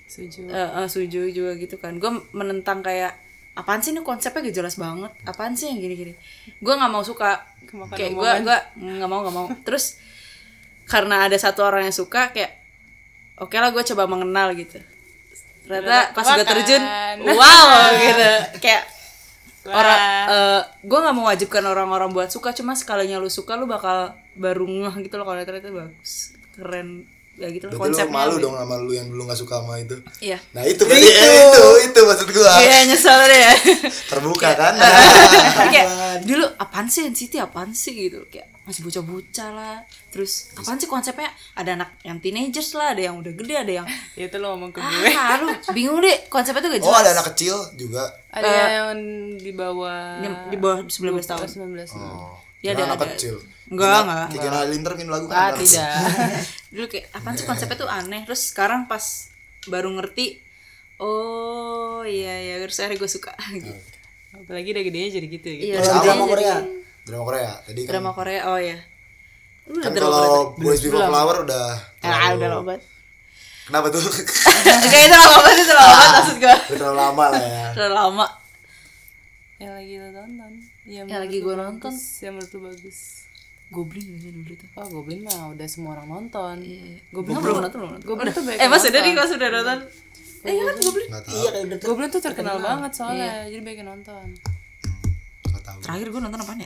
Setuju. uh, uh, Suju juga gitu kan. Gue menentang kayak apaan sih ini konsepnya gak jelas banget, apaan sih yang gini-gini. Gue nggak mau suka, Kemakan kayak gue omongan. gue nggak mau nggak mau. Terus karena ada satu orang yang suka kayak oke lah gue coba mengenal gitu. Ternyata pas gue terjun, Makan. wow gitu kayak Wah. orang uh, gue nggak mewajibkan orang-orang buat suka, cuma sekalinya lu suka lu bakal baru ngeh gitu loh kalau ternyata bagus, keren ya gitu loh Berarti lu konsepnya. malu gitu. dong sama lu yang dulu gak suka sama itu. Iya. Nah itu berarti itu. Eh, itu itu maksud gua. Iya nyesel deh ya. Terbuka kan. Kayak dulu apaan sih N C T apaan sih gitu, kayak masih bocah-bocah lah. Terus apaan sih konsepnya, ada anak yang teenagers lah, ada yang udah gede, ada yang Ya itu lo ngomong ke gue. ah lu bingung deh konsepnya tuh gak Oh jelas. ada anak kecil juga. Ada yang di bawah Di, di bawah sembilan belas tahun. sembilan belas. Oh. Ya, Kira ada- anak ada. kecil. Enggak, Kira- enggak. Kayak Gina Halilintar min lagu Ah, kan. tidak. Dulu kayak apaan sih konsepnya tuh aneh. Terus sekarang pas baru ngerti, oh iya ya terus akhirnya gue suka gitu. Apalagi udah gedenya jadi gitu ya. Gitu. Iya, Kalau gedenya drama jadi- Korea, Drama Korea. Tadi kan, Drama Korea, oh ya. Lu udah kan drama Korea kalau tadi? Boys Before Flower udah Ah, terlalu- udah lama banget. Kenapa tuh? Oke, itu lama banget, itu lama banget maksud gue. Udah terlalu lama lah ya. Terlalu lama. Yang lagi lo tonton. Yang, Yang lagi menurut gue lo nonton. bagus, Yang menurut lo bagus. Goblin gak sih dulu tuh? Oh Goblin mah udah semua orang nonton. Goblin belum nonton, belum nonton. Goblin tuh banyak Eh, yang pas udah nonton. nih, pas udah nonton. Eh, iya kan Goblin? Enggak tahu. iya kayak udah ter- Goblin tuh terkenal banget soalnya, jadi banyak yang nonton. Enggak tahu. Terakhir gue nonton apaan ya?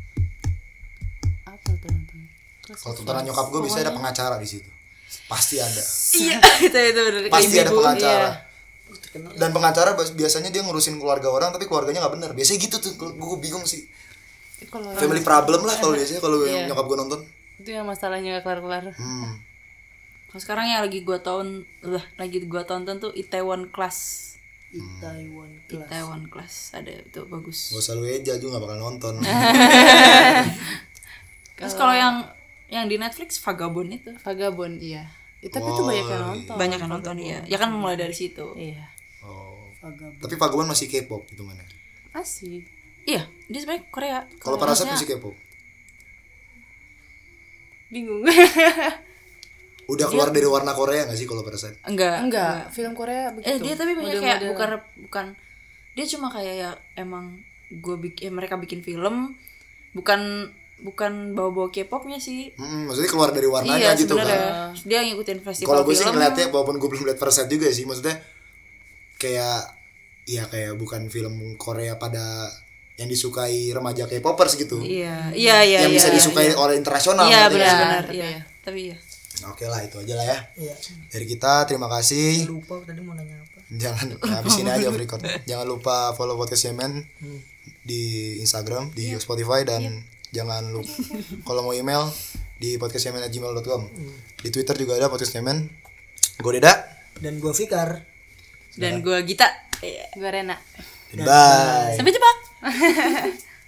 Apa tuh nonton? Kelas Kalau tontonan nyokap gue bisa ada pengacara di situ. Pasti ada. Iya, itu itu bener. Pasti ada Ibu-ibu. pengacara. Iya. Dan pengacara bas- biasanya dia ngurusin keluarga orang tapi keluarganya nggak bener. Biasanya gitu tuh. Gue bingung sih. Eh, Kalau Family problem lah kalau biasanya kalau yang Iya. nyokap gue nonton. itu yang masalahnya gak kelar-kelar. Hmm. Kalau sekarang yang lagi gue tonton, lah lagi gue tonton tuh Itaewon Class. Taiwan kelas. Itaewon Class ada itu bagus. Gak usah lu eja juga gak bakal nonton. Terus kalau yang yang di Netflix Vagabond itu Vagabond iya. Eh, tapi Oh, tuh banyak yang nonton. banyak yang nonton ya. Ya kan mulai dari situ. Iya. Oh. Vagabond. Tapi Vagabond masih K-pop gitu mana? Asik. Iya, dia sebenarnya Korea. Kalau Parasite Maksudnya- masih K-pop. Bingung. Udah keluar dari warna Korea gak sih kalau Parasite? Enggak. Enggak, film Korea begitu. Eh dia tapi banyak kayak Model-model. bukan bukan dia cuma kayak ya emang gue bikin mereka bikin film bukan bukan bawa-bawa K-popnya sih. Hmm, maksudnya keluar dari warnanya Iya gitu kan. sebenarnya dia ngikutin festival Kalau gue sih film. ngeliatnya walaupun gue belum lihat Parasite juga sih, maksudnya kayak ya kayak bukan film Korea pada yang disukai remaja K-popers gitu. Iya iya iya. yang bisa iya, disukai iya. oleh internasional. Iya ngerti nggak sih? benar-benar Tapi iya. ya. Tapi iya. Oke lah itu aja lah ya. Iya. Dari kita terima kasih. Lupa tadi mau nanya apa. Jangan habis ini aja off record. Jangan lupa follow podcast Yemen di Instagram, di Spotify dan jangan lupa kalau mau email di podcastyemen at gmail dot com. Di Twitter juga ada podcast Yemen. Gue Deda. Dan gua Fikar. Dan gue Gita. Iya. Gue Rena. Bye. Sampai jumpa.